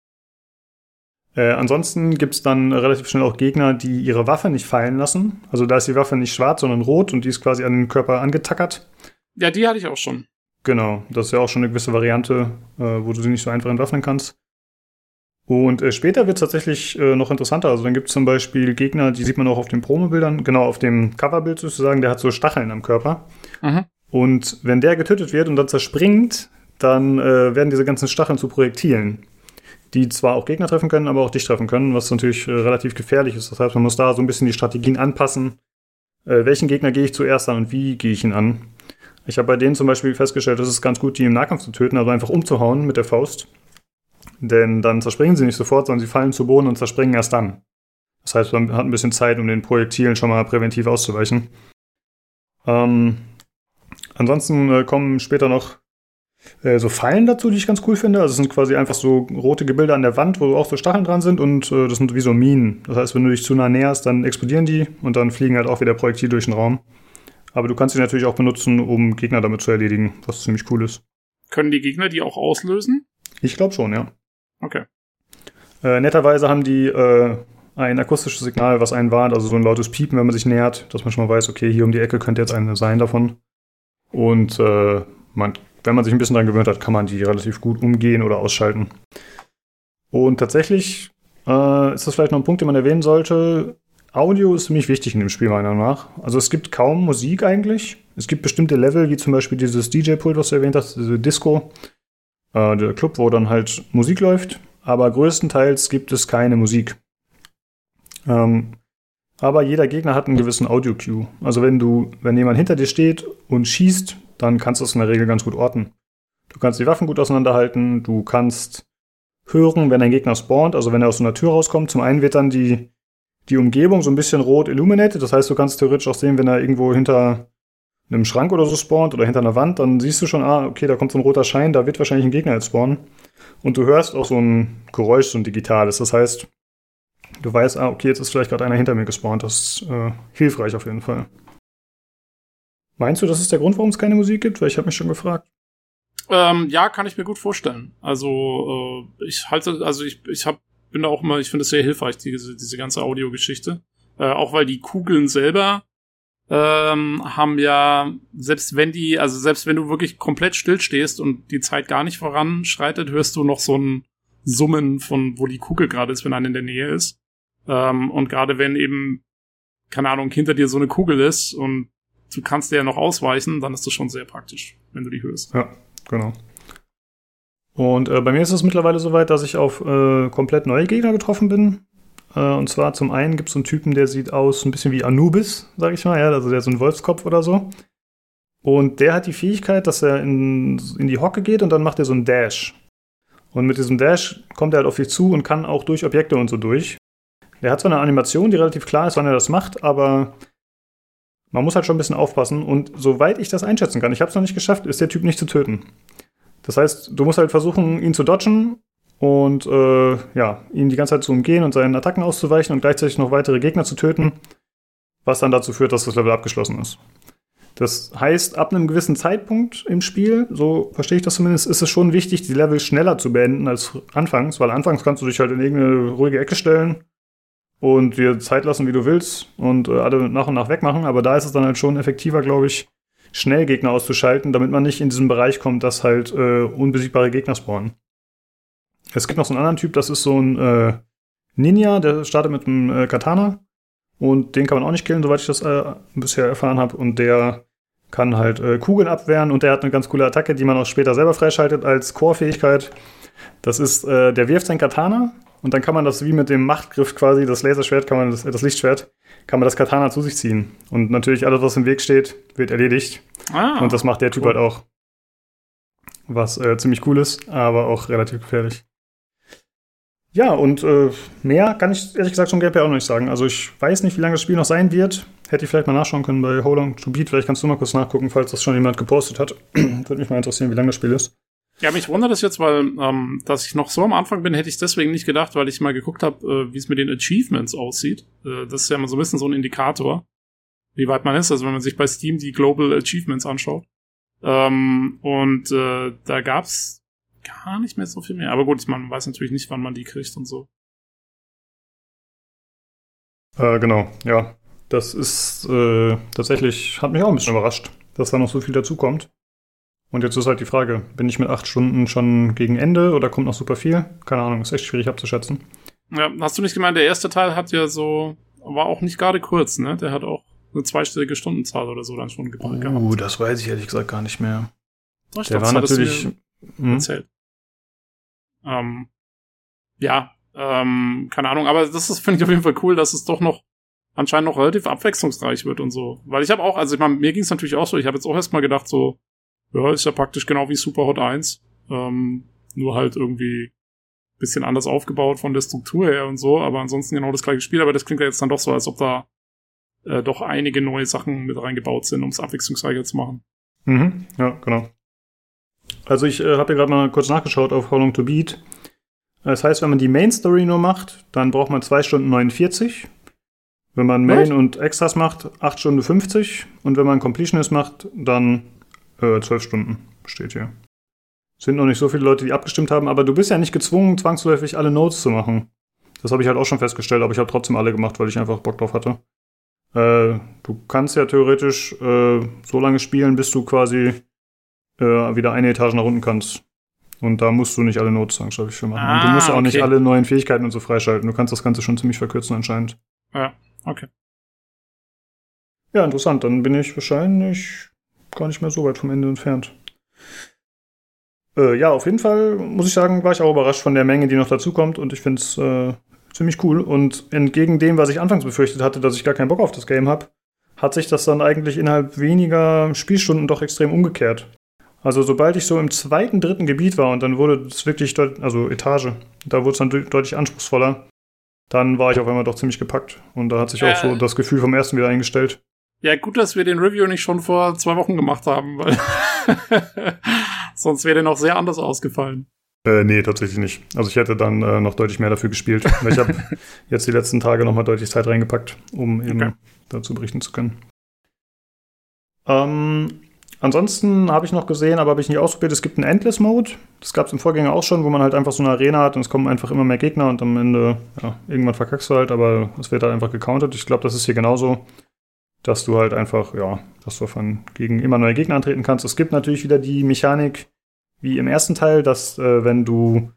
Ansonsten gibt es dann relativ schnell auch Gegner, die ihre Waffe nicht fallen lassen. Also da ist die Waffe nicht schwarz, sondern rot und die ist quasi an den Körper angetackert. Ja, die hatte ich auch schon. Genau, das ist ja auch schon eine gewisse Variante, wo du sie nicht so einfach entwaffnen kannst. Und später wird es tatsächlich noch interessanter. Also dann gibt es zum Beispiel Gegner, die sieht man auch auf den Promobildern, genau auf dem Coverbild sozusagen, der hat so Stacheln am Körper. Mhm. Und wenn der getötet wird und dann zerspringt, dann werden diese ganzen Stacheln zu Projektilen, die zwar auch Gegner treffen können, aber auch dich treffen können, was natürlich relativ gefährlich ist. Das heißt, man muss da so ein bisschen die Strategien anpassen. Welchen Gegner gehe ich zuerst an und wie gehe ich ihn an? Ich habe bei denen zum Beispiel festgestellt, es ist ganz gut, die im Nahkampf zu töten, also einfach umzuhauen mit der Faust. Denn dann zerspringen sie nicht sofort, sondern sie fallen zu Boden und zerspringen erst dann. Das heißt, man hat ein bisschen Zeit, um den Projektilen schon mal präventiv auszuweichen. Ansonsten kommen später noch so Fallen dazu, die ich ganz cool finde. Also es sind quasi einfach so rote Gebilde an der Wand, wo auch so Stacheln dran sind und das sind wie so Minen. Das heißt, wenn du dich zu nah näherst, dann explodieren die und dann fliegen halt auch wieder Projektile durch den Raum. Aber du kannst sie natürlich auch benutzen, um Gegner damit zu erledigen, was ziemlich cool ist. Können die Gegner die auch auslösen? Ich glaube schon, ja. Okay. Netterweise haben die ein akustisches Signal, was einen warnt, also so ein lautes Piepen, wenn man sich nähert, dass man schon mal weiß, okay, hier um die Ecke könnte jetzt eine sein davon. Und wenn man sich ein bisschen daran gewöhnt hat, kann man die relativ gut umgehen oder ausschalten. Und tatsächlich ist das vielleicht noch ein Punkt, den man erwähnen sollte. Audio ist ziemlich wichtig in dem Spiel, meiner Meinung nach. Also es gibt kaum Musik eigentlich. Es gibt bestimmte Level, wie zum Beispiel dieses DJ-Pult, was du erwähnt hast, diese Disco, der Club, wo dann halt Musik läuft. Aber größtenteils gibt es keine Musik. Aber jeder Gegner hat einen gewissen Audio-Cue. Also wenn jemand hinter dir steht und schießt, dann kannst du es in der Regel ganz gut orten. Du kannst die Waffen gut auseinanderhalten, du kannst hören, wenn ein Gegner spawnt, also wenn er aus so einer Tür rauskommt. Zum einen wird dann die Umgebung so ein bisschen rot illuminated, das heißt, du kannst theoretisch auch sehen, wenn er irgendwo hinter einem Schrank oder so spawnt oder hinter einer Wand, dann siehst du schon, okay, da kommt so ein roter Schein, da wird wahrscheinlich ein Gegner jetzt spawnen. Und du hörst auch so ein Geräusch, so ein digitales, das heißt, du weißt, okay, jetzt ist vielleicht gerade einer hinter mir gespawnt, das ist hilfreich auf jeden Fall. Meinst du, das ist der Grund, warum es keine Musik gibt? Weil ich habe mich schon gefragt. Ja, kann ich mir gut vorstellen. Also, ich bin da auch immer, ich finde es sehr hilfreich, diese ganze Audiogeschichte. Auch weil die Kugeln selber haben ja, selbst wenn du wirklich komplett still stehst und die Zeit gar nicht voranschreitet, hörst du noch so ein Summen von, wo die Kugel gerade ist, wenn einer in der Nähe ist. Und gerade wenn eben, keine Ahnung, hinter dir so eine Kugel ist und du kannst dir ja noch ausweichen, dann ist das schon sehr praktisch, wenn du die hörst. Ja, genau. Und bei mir ist es mittlerweile soweit, dass ich auf komplett neue Gegner getroffen bin. Und zwar zum einen gibt es so einen Typen, der sieht aus ein bisschen wie Anubis, sag ich mal, ja, also der hat so einen Wolfskopf oder so. Und der hat die Fähigkeit, dass er in die Hocke geht und dann macht er so einen Dash. Und mit diesem Dash kommt er halt auf dich zu und kann auch durch Objekte und so durch. Der hat so eine Animation, die relativ klar ist, wann er das macht, aber man muss halt schon ein bisschen aufpassen. Und soweit ich das einschätzen kann, ich habe es noch nicht geschafft, ist der Typ nicht zu töten. Das heißt, du musst halt versuchen, ihn zu dodgen und ihn die ganze Zeit zu umgehen und seinen Attacken auszuweichen und gleichzeitig noch weitere Gegner zu töten, was dann dazu führt, dass das Level abgeschlossen ist. Das heißt, ab einem gewissen Zeitpunkt im Spiel, so verstehe ich das zumindest, ist es schon wichtig, die Level schneller zu beenden als anfangs, weil anfangs kannst du dich halt in irgendeine ruhige Ecke stellen und dir Zeit lassen, wie du willst und alle nach und nach wegmachen, aber da ist es dann halt schon effektiver, glaube ich, schnell Gegner auszuschalten, damit man nicht in diesen Bereich kommt, dass halt unbesiegbare Gegner spawnen. Es gibt noch so einen anderen Typ, das ist so ein Ninja, der startet mit einem Katana und den kann man auch nicht killen, soweit ich das bisher erfahren habe, und der kann halt Kugeln abwehren und der hat eine ganz coole Attacke, die man auch später selber freischaltet als Core-Fähigkeit. Das ist, der wirft sein Katana und dann kann man das wie mit dem Machtgriff quasi, das Laserschwert, das Lichtschwert, kann man das Katana zu sich ziehen. Und natürlich alles, was im Weg steht, wird erledigt. Und das macht der Typ halt auch. Was ziemlich cool ist, aber auch relativ gefährlich. Ja, und mehr kann ich ehrlich gesagt zum Gameplay auch noch nicht sagen. Also ich weiß nicht, wie lange das Spiel noch sein wird. Hätte ich vielleicht mal nachschauen können bei How Long to Beat. Vielleicht kannst du mal kurz nachgucken, falls das schon jemand gepostet hat. Würde mich mal interessieren, wie lange das Spiel ist. Ja, mich wundert es jetzt, weil dass ich noch so am Anfang bin, hätte ich deswegen nicht gedacht, weil ich mal geguckt habe, wie es mit den Achievements aussieht. Das ist ja immer so ein bisschen so ein Indikator, wie weit man ist. Also wenn man sich bei Steam die Global Achievements anschaut. Da gab's gar nicht mehr so viel mehr. Aber gut, man weiß natürlich nicht, wann man die kriegt und so. Genau, ja. Das ist tatsächlich, hat mich auch ein bisschen überrascht, dass da noch so viel dazukommt. Und jetzt ist halt die Frage, bin ich mit 8 Stunden schon gegen Ende oder kommt noch super viel? Keine Ahnung, ist echt schwierig abzuschätzen. Ja, hast du nicht gemeint, der erste Teil war auch nicht gerade kurz, ne? Der hat auch eine 2-stellige Stundenzahl oder so dann schon gehabt. Das weiß ich ehrlich gesagt gar nicht mehr. Doch, der war natürlich erzählt. Keine Ahnung, aber das finde ich auf jeden Fall cool, dass es doch noch anscheinend noch relativ abwechslungsreich wird und so. Weil ich habe auch, also ich meine, mir ging es natürlich auch so, ich habe jetzt auch erstmal gedacht so, ja, ist ja praktisch genau wie Superhot 1, nur halt irgendwie ein bisschen anders aufgebaut von der Struktur her und so, aber ansonsten genau das gleiche Spiel, aber das klingt ja jetzt dann doch so, als ob da doch einige neue Sachen mit reingebaut sind, um es abwechslungsreicher zu machen. Mhm, ja, genau. Also ich habe hier gerade mal kurz nachgeschaut auf How Long to Beat. Das heißt, wenn man die Main Story nur macht, dann braucht man 2 Stunden 49. Wenn man Main und Extras macht, 8 Stunden 50. Und wenn man Completionist macht, dann 12 Stunden, steht hier. Es sind noch nicht so viele Leute, die abgestimmt haben, aber du bist ja nicht gezwungen, zwangsläufig alle Notes zu machen. Das habe ich halt auch schon festgestellt, aber ich habe trotzdem alle gemacht, weil ich einfach Bock drauf hatte. Du kannst ja theoretisch so lange spielen, bis du quasi wieder eine Etage nach unten kannst. Und da musst du nicht alle Notes zwangsläufig für machen. Und du musst auch nicht alle neuen Fähigkeiten und so freischalten. Du kannst das Ganze schon ziemlich verkürzen anscheinend. Ja, okay. Ja, interessant. Dann bin ich wahrscheinlich gar nicht mehr so weit vom Ende entfernt. Ja, auf jeden Fall, muss ich sagen, war ich auch überrascht von der Menge, die noch dazukommt. Und ich finde es ziemlich cool. Und entgegen dem, was ich anfangs befürchtet hatte, dass ich gar keinen Bock auf das Game habe, hat sich das dann eigentlich innerhalb weniger Spielstunden doch extrem umgekehrt. Also sobald ich so im 2., 3. Gebiet war und dann wurde es wirklich, also Etage, da wurde es dann deutlich anspruchsvoller, dann war ich auf einmal doch ziemlich gepackt. Und da hat sich auch so das Gefühl vom ersten wieder eingestellt. Ja, gut, dass wir den Review nicht schon vor 2 Wochen gemacht haben, weil sonst wäre der noch sehr anders ausgefallen. Nee, tatsächlich nicht. Also ich hätte dann noch deutlich mehr dafür gespielt. Weil ich habe jetzt die letzten Tage nochmal deutlich Zeit reingepackt, um eben dazu berichten zu können. Ansonsten habe ich noch gesehen, aber habe ich nicht ausprobiert, es gibt einen Endless-Mode. Das gab es im Vorgänger auch schon, wo man halt einfach so eine Arena hat und es kommen einfach immer mehr Gegner und am Ende, irgendwann verkackst du halt, aber es wird halt einfach gecountet. Ich glaube, das ist hier genauso, dass du halt einfach, dass du gegen immer neue Gegner antreten kannst. Es gibt natürlich wieder die Mechanik, wie im ersten Teil, dass wenn du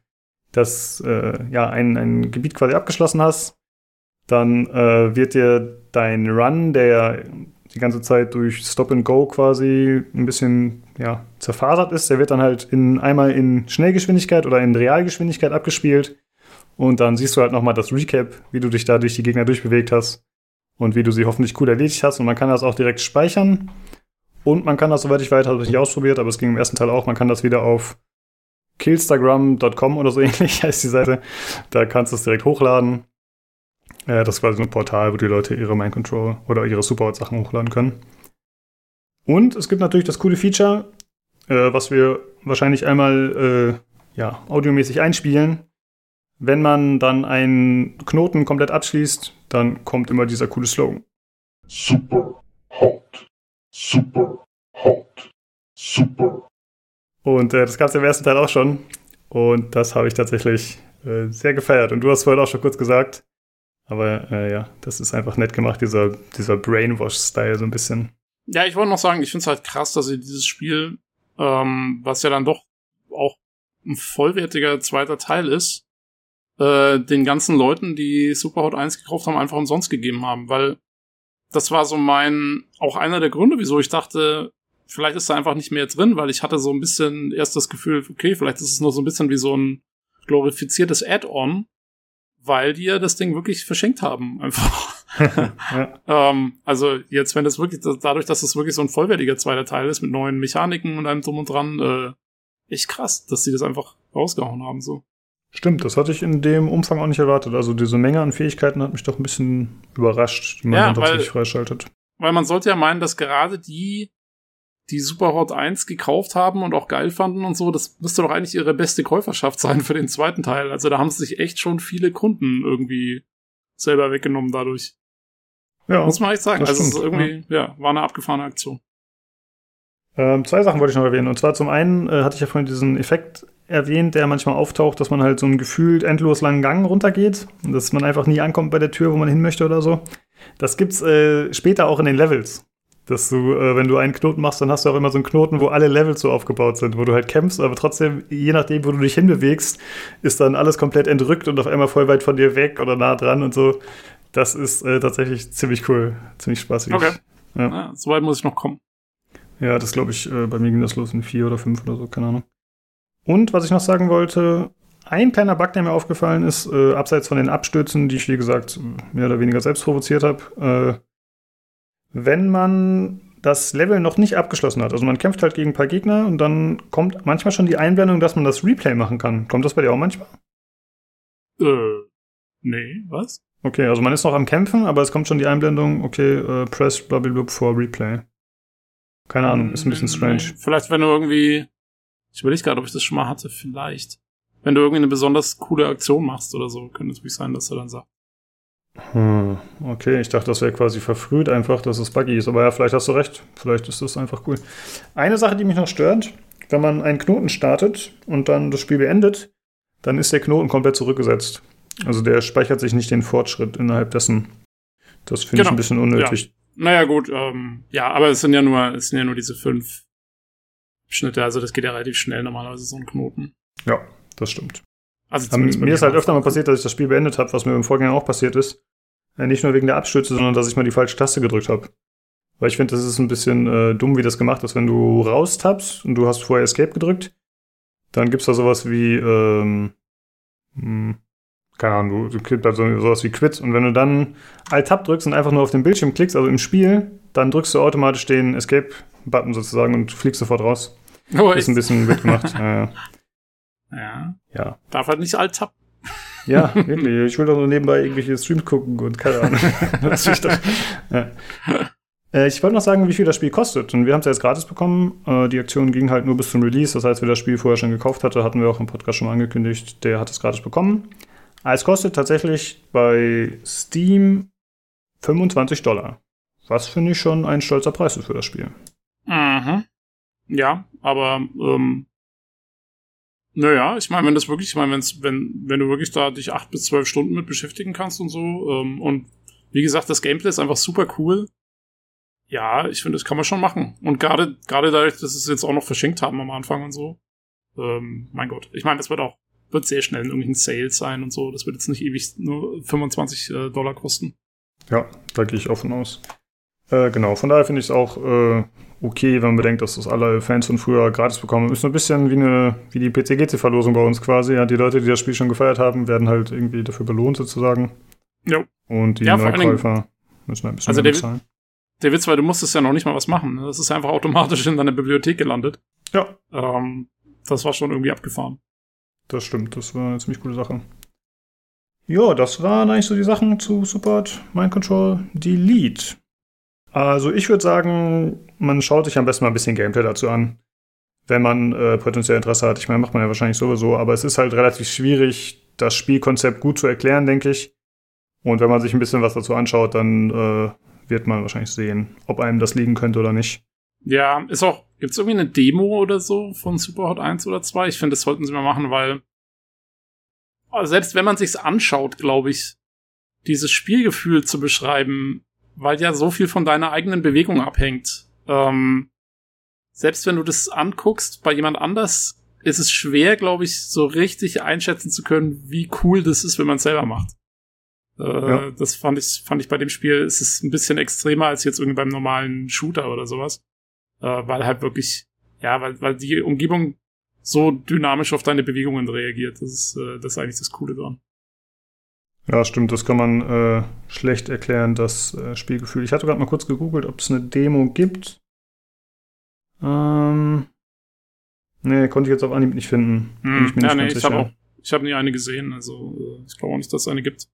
ein Gebiet quasi abgeschlossen hast, dann wird dir dein Run, der die ganze Zeit durch Stop and Go quasi ein bisschen zerfasert ist, der wird dann halt einmal in Schnellgeschwindigkeit oder in Realgeschwindigkeit abgespielt und dann siehst du halt nochmal das Recap, wie du dich da durch die Gegner durchbewegt hast und wie du sie hoffentlich cool erledigt hast und man kann das auch direkt speichern und man kann das, soweit ich weiß, habe ich nicht ausprobiert, aber es ging im ersten Teil auch, man kann das wieder auf killstagram.com oder so ähnlich heißt die Seite, da kannst du es direkt hochladen. Das ist quasi ein Portal, wo die Leute ihre Mind Control oder ihre Superhot-Sachen hochladen können. Und es gibt natürlich das coole Feature, was wir wahrscheinlich einmal audiomäßig einspielen. Wenn man dann einen Knoten komplett abschließt, dann kommt immer dieser coole Slogan. Super hot. Super hot. Super. Und das gab es im ersten Teil auch schon. Und das habe ich tatsächlich sehr gefeiert. Und du hast vorhin auch schon kurz gesagt. Aber das ist einfach nett gemacht, dieser Brainwash-Style so ein bisschen. Ja, ich wollte noch sagen, ich finde es halt krass, dass sie dieses Spiel, was ja dann doch auch ein vollwertiger zweiter Teil ist, den ganzen Leuten, die Superhot 1 gekauft haben, einfach umsonst gegeben haben. Weil das war so auch einer der Gründe, wieso ich dachte, vielleicht ist da einfach nicht mehr drin, weil ich hatte so ein bisschen erst das Gefühl, okay, vielleicht ist es nur so ein bisschen wie so ein glorifiziertes Add-on, weil die ja das Ding wirklich verschenkt haben, einfach. Also jetzt, wenn das wirklich, dadurch, dass es wirklich so ein vollwertiger zweiter Teil ist, mit neuen Mechaniken und allem drum und dran, echt krass, dass die das einfach rausgehauen haben, so. Stimmt, das hatte ich in dem Umfang auch nicht erwartet. Also diese Menge an Fähigkeiten hat mich doch ein bisschen überrascht, die man dann tatsächlich freischaltet. Weil man sollte ja meinen, dass gerade die Superhot 1 gekauft haben und auch geil fanden und so, das müsste doch eigentlich ihre beste Käuferschaft sein für den zweiten Teil. Also da haben sich echt schon viele Kunden irgendwie selber weggenommen dadurch. Ja, muss man echt sagen. Also es ist irgendwie, war eine abgefahrene Aktion. 2 Sachen wollte ich noch erwähnen. Und zwar zum einen hatte ich ja vorhin diesen Effekt erwähnt, der manchmal auftaucht, dass man halt so einen gefühlt endlos langen Gang runtergeht und dass man einfach nie ankommt bei der Tür, wo man hin möchte oder so. Das gibt's später auch in den Levels. Dass du, wenn du einen Knoten machst, dann hast du auch immer so einen Knoten, wo alle Levels so aufgebaut sind, wo du halt kämpfst, aber trotzdem, je nachdem, wo du dich hinbewegst, ist dann alles komplett entrückt und auf einmal voll weit von dir weg oder nah dran und so. Das ist tatsächlich ziemlich cool, ziemlich spaßig. Okay. Ja, so weit muss ich noch kommen. Ja, das glaube ich, bei mir ging das los in 4 oder 5 oder so, keine Ahnung. Und was ich noch sagen wollte, ein kleiner Bug, der mir aufgefallen ist, abseits von den Abstürzen, die ich, wie gesagt, mehr oder weniger selbst provoziert habe, wenn man das Level noch nicht abgeschlossen hat. Also man kämpft halt gegen ein paar Gegner und dann kommt manchmal schon die Einblendung, dass man das Replay machen kann. Kommt das bei dir auch manchmal? Nee, was? Okay, also man ist noch am Kämpfen, aber es kommt schon die Einblendung, okay, press blablabla for Replay. Keine Ahnung, ist ein bisschen strange. Vielleicht, wenn du irgendwie Ich überlege gerade, ob ich das schon mal hatte, vielleicht. Wenn du irgendwie eine besonders coole Aktion machst oder so, könnte es natürlich sein, dass er dann sagt. Okay, ich dachte, das wäre quasi verfrüht einfach, dass es buggy ist. Aber ja, vielleicht hast du recht. Vielleicht ist das einfach cool. Eine Sache, die mich noch stört, wenn man einen Knoten startet und dann das Spiel beendet, dann ist der Knoten komplett zurückgesetzt. Also der speichert sich nicht den Fortschritt innerhalb dessen. Das finde ich ein bisschen unnötig. Ja. Naja, gut, ja, aber es sind ja nur diese 5 Schnitte, also das geht ja relativ schnell normalerweise, so ein Knoten. Ja, das stimmt. Also mir ist halt öfter mal passiert, dass ich das Spiel beendet habe, was mir im Vorgänger auch passiert ist. Nicht nur wegen der Abstürze, sondern dass ich mal die falsche Taste gedrückt habe. Weil ich finde, das ist ein bisschen dumm, wie das gemacht ist. Wenn du raustappst und du hast vorher Escape gedrückt, dann gibt's da sowas wie, keine Ahnung, du kriegst da sowas wie Quit. Und wenn du dann Alt-Tab drückst und einfach nur auf den Bildschirm klickst, also im Spiel, dann drückst du automatisch den Escape-Button sozusagen und fliegst sofort raus. Oh, ist ein bisschen wild gemacht. Ja. Darf halt nicht Alt-Tab. Ja, wirklich. Ich will doch nur nebenbei irgendwelche Streams gucken und keine Ahnung. Ich wollte noch sagen, wie viel das Spiel kostet. Und wir haben es ja jetzt gratis bekommen. Die Aktion ging halt nur bis zum Release. Das heißt, wer das Spiel vorher schon gekauft hatte, hatten wir auch im Podcast schon mal angekündigt, der hat es gratis bekommen. Es kostet tatsächlich bei Steam $25. Was finde ich schon ein stolzer Preis ist für das Spiel. Mhm. Ja, aber naja, ich meine, wenn du wirklich da dich 8 bis 12 Stunden mit beschäftigen kannst und so, und wie gesagt, das Gameplay ist einfach super cool. Ja, ich finde, das kann man schon machen. Und gerade dadurch, dass es jetzt auch noch verschenkt haben am Anfang und so. Mein Gott. Ich meine, das wird sehr schnell in irgendwelchen Sales sein und so. Das wird jetzt nicht ewig nur $25 kosten. Ja, da gehe ich auch von aus. Genau, von daher finde ich es auch okay, wenn man bedenkt, dass das alle Fans von früher gratis bekommen. Ist so ein bisschen wie die PC-GC-Verlosung bei uns quasi. Ja, die Leute, die das Spiel schon gefeiert haben, werden halt irgendwie dafür belohnt sozusagen. Ja. Und die Neukäufer müssen ein bisschen mehr bezahlen. Der Witz war, du musstest ja noch nicht mal was machen. Das ist einfach automatisch in deiner Bibliothek gelandet. Ja. Das war schon irgendwie abgefahren. Das stimmt, das war eine ziemlich coole Sache. Ja, das waren eigentlich so die Sachen zu Support, Mind Control, Delete. Also ich würde sagen, man schaut sich am besten mal ein bisschen Gameplay dazu an, wenn man potenziell Interesse hat. Ich meine, macht man ja wahrscheinlich sowieso, aber es ist halt relativ schwierig, das Spielkonzept gut zu erklären, denke ich. Und wenn man sich ein bisschen was dazu anschaut, dann wird man wahrscheinlich sehen, ob einem das liegen könnte oder nicht. Ja, gibt's irgendwie eine Demo oder so von Superhot 1 oder 2? Ich finde, das sollten sie mal machen, weil selbst wenn man sich's anschaut, glaube ich, dieses Spielgefühl zu beschreiben, weil ja so viel von deiner eigenen Bewegung abhängt. Selbst wenn du das anguckst bei jemand anders, ist es schwer, glaube ich, so richtig einschätzen zu können, wie cool das ist, wenn man es selber macht. Ja. Das fand ich bei dem Spiel, es ist ein bisschen extremer als jetzt irgendwie beim normalen Shooter oder sowas. Weil halt wirklich, ja, weil die Umgebung so dynamisch auf deine Bewegungen reagiert. Das ist eigentlich das Coole dran. Ja, stimmt, das kann man schlecht erklären, das Spielgefühl. Ich hatte gerade mal kurz gegoogelt, ob es eine Demo gibt. Nee, konnte ich jetzt auf Anhieb nicht finden. Bin ich mir nicht ganz sicher. Ich habe nie eine gesehen, also ich glaube auch nicht, dass es eine gibt.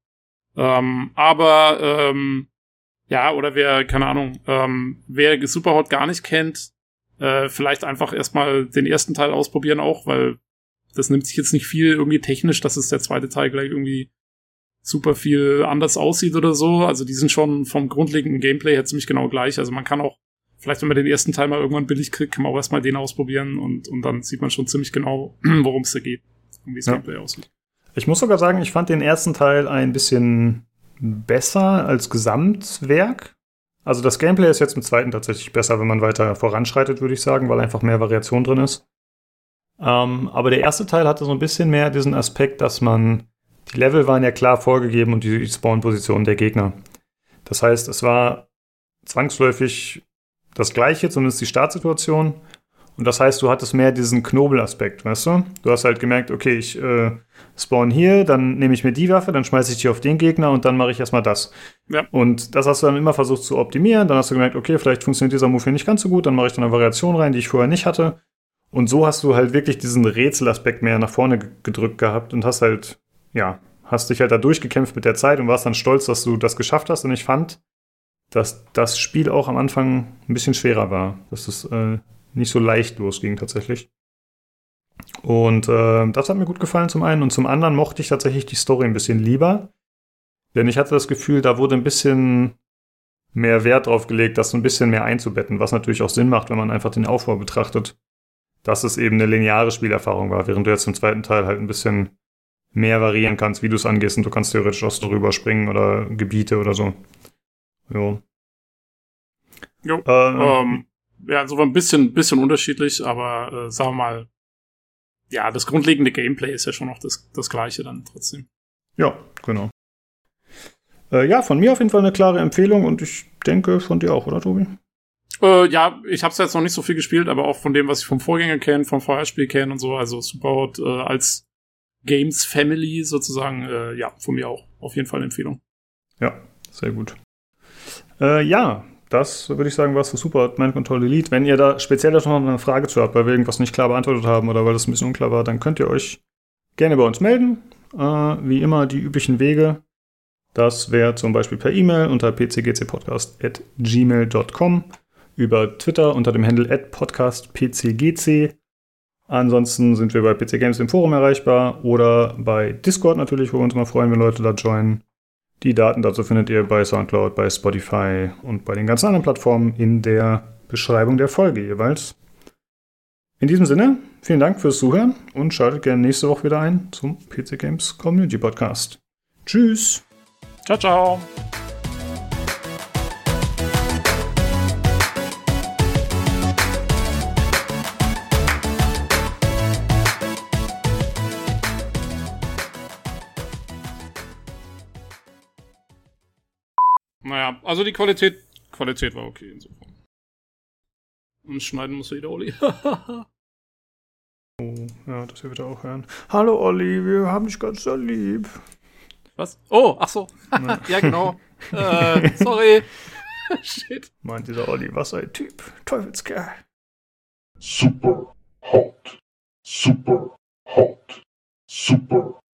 Ja, oder wer Superhot gar nicht kennt, vielleicht einfach erstmal den ersten Teil ausprobieren auch, weil das nimmt sich jetzt nicht viel irgendwie technisch, dass es der zweite Teil gleich irgendwie super viel anders aussieht oder so. Also die sind schon vom grundlegenden Gameplay her ziemlich genau gleich. Also man kann auch, vielleicht wenn man den ersten Teil mal irgendwann billig kriegt, kann man auch erstmal den ausprobieren und dann sieht man schon ziemlich genau, worum es da geht und wie das Gameplay aussieht. Ich muss sogar sagen, ich fand den ersten Teil ein bisschen besser als Gesamtwerk. Also das Gameplay ist jetzt im zweiten tatsächlich besser, wenn man weiter voranschreitet, würde ich sagen, weil einfach mehr Variation drin ist. Aber der erste Teil hatte so ein bisschen mehr diesen Aspekt, dass die Level waren ja klar vorgegeben und die Spawn-Positionen der Gegner. Das heißt, es war zwangsläufig das Gleiche, zumindest die Startsituation. Und das heißt, du hattest mehr diesen Knobelaspekt, weißt du? Du hast halt gemerkt, okay, ich spawn hier, dann nehme ich mir die Waffe, dann schmeiße ich die auf den Gegner und dann mache ich erstmal das. Ja. Und das hast du dann immer versucht zu optimieren. Dann hast du gemerkt, okay, vielleicht funktioniert dieser Move hier nicht ganz so gut, dann mache ich dann eine Variation rein, die ich vorher nicht hatte. Und so hast du halt wirklich diesen Rätselaspekt mehr nach vorne gedrückt gehabt und hast dich halt da durchgekämpft mit der Zeit und warst dann stolz, dass du das geschafft hast. Und ich fand, dass das Spiel auch am Anfang ein bisschen schwerer war. Dass es nicht so leicht losging tatsächlich. Und das hat mir gut gefallen zum einen. Und zum anderen mochte ich tatsächlich die Story ein bisschen lieber. Denn ich hatte das Gefühl, da wurde ein bisschen mehr Wert drauf gelegt, das so ein bisschen mehr einzubetten. Was natürlich auch Sinn macht, wenn man einfach den Aufbau betrachtet. Dass es eben eine lineare Spielerfahrung war, während du jetzt im zweiten Teil halt ein bisschen mehr variieren kannst, wie du es angehst. Und du kannst theoretisch auch so drüber springen oder Gebiete oder so. Jo. Ja, also war ein bisschen unterschiedlich, aber sagen wir mal, ja, das grundlegende Gameplay ist ja schon noch das Gleiche dann trotzdem. Ja, genau. Ja, von mir auf jeden Fall eine klare Empfehlung und ich denke von dir auch, oder Tobi? Ja, ich habe es jetzt noch nicht so viel gespielt, aber auch von dem, was ich vom Vorgänger kenne, vom Vorherspiel kenne und so, also Superhot als Games Family sozusagen, ja, von mir auch auf jeden Fall eine Empfehlung. Ja, sehr gut. Ja, das würde ich sagen, war es für Superhot Mind Control Elite. Wenn ihr da speziell noch eine Frage zu habt, weil wir irgendwas nicht klar beantwortet haben oder weil das ein bisschen unklar war, dann könnt ihr euch gerne bei uns melden. Wie immer die üblichen Wege. Das wäre zum Beispiel per E-Mail unter pcgcpodcast@gmail.com, über Twitter unter dem Handle @podcastpcgc. Ansonsten sind wir bei PC Games im Forum erreichbar oder bei Discord natürlich, wo wir uns mal freuen, wenn Leute da joinen. Die Daten dazu findet ihr bei Soundcloud, bei Spotify und bei den ganzen anderen Plattformen in der Beschreibung der Folge jeweils. In diesem Sinne, vielen Dank fürs Zuhören und schaltet gerne nächste Woche wieder ein zum PC Games Community Podcast. Tschüss! Ciao, ciao! Naja, also die Qualität war okay insofern. Und schneiden muss wieder Olli. Oh, ja, das wir wieder auch hören. Hallo Olli, wir haben dich ganz so lieb. Was? Oh, ach so. Ja, genau. Sorry. Shit. Meint dieser Olli, was ein Typ. Teufelskerl. Super hot. Super hot. Super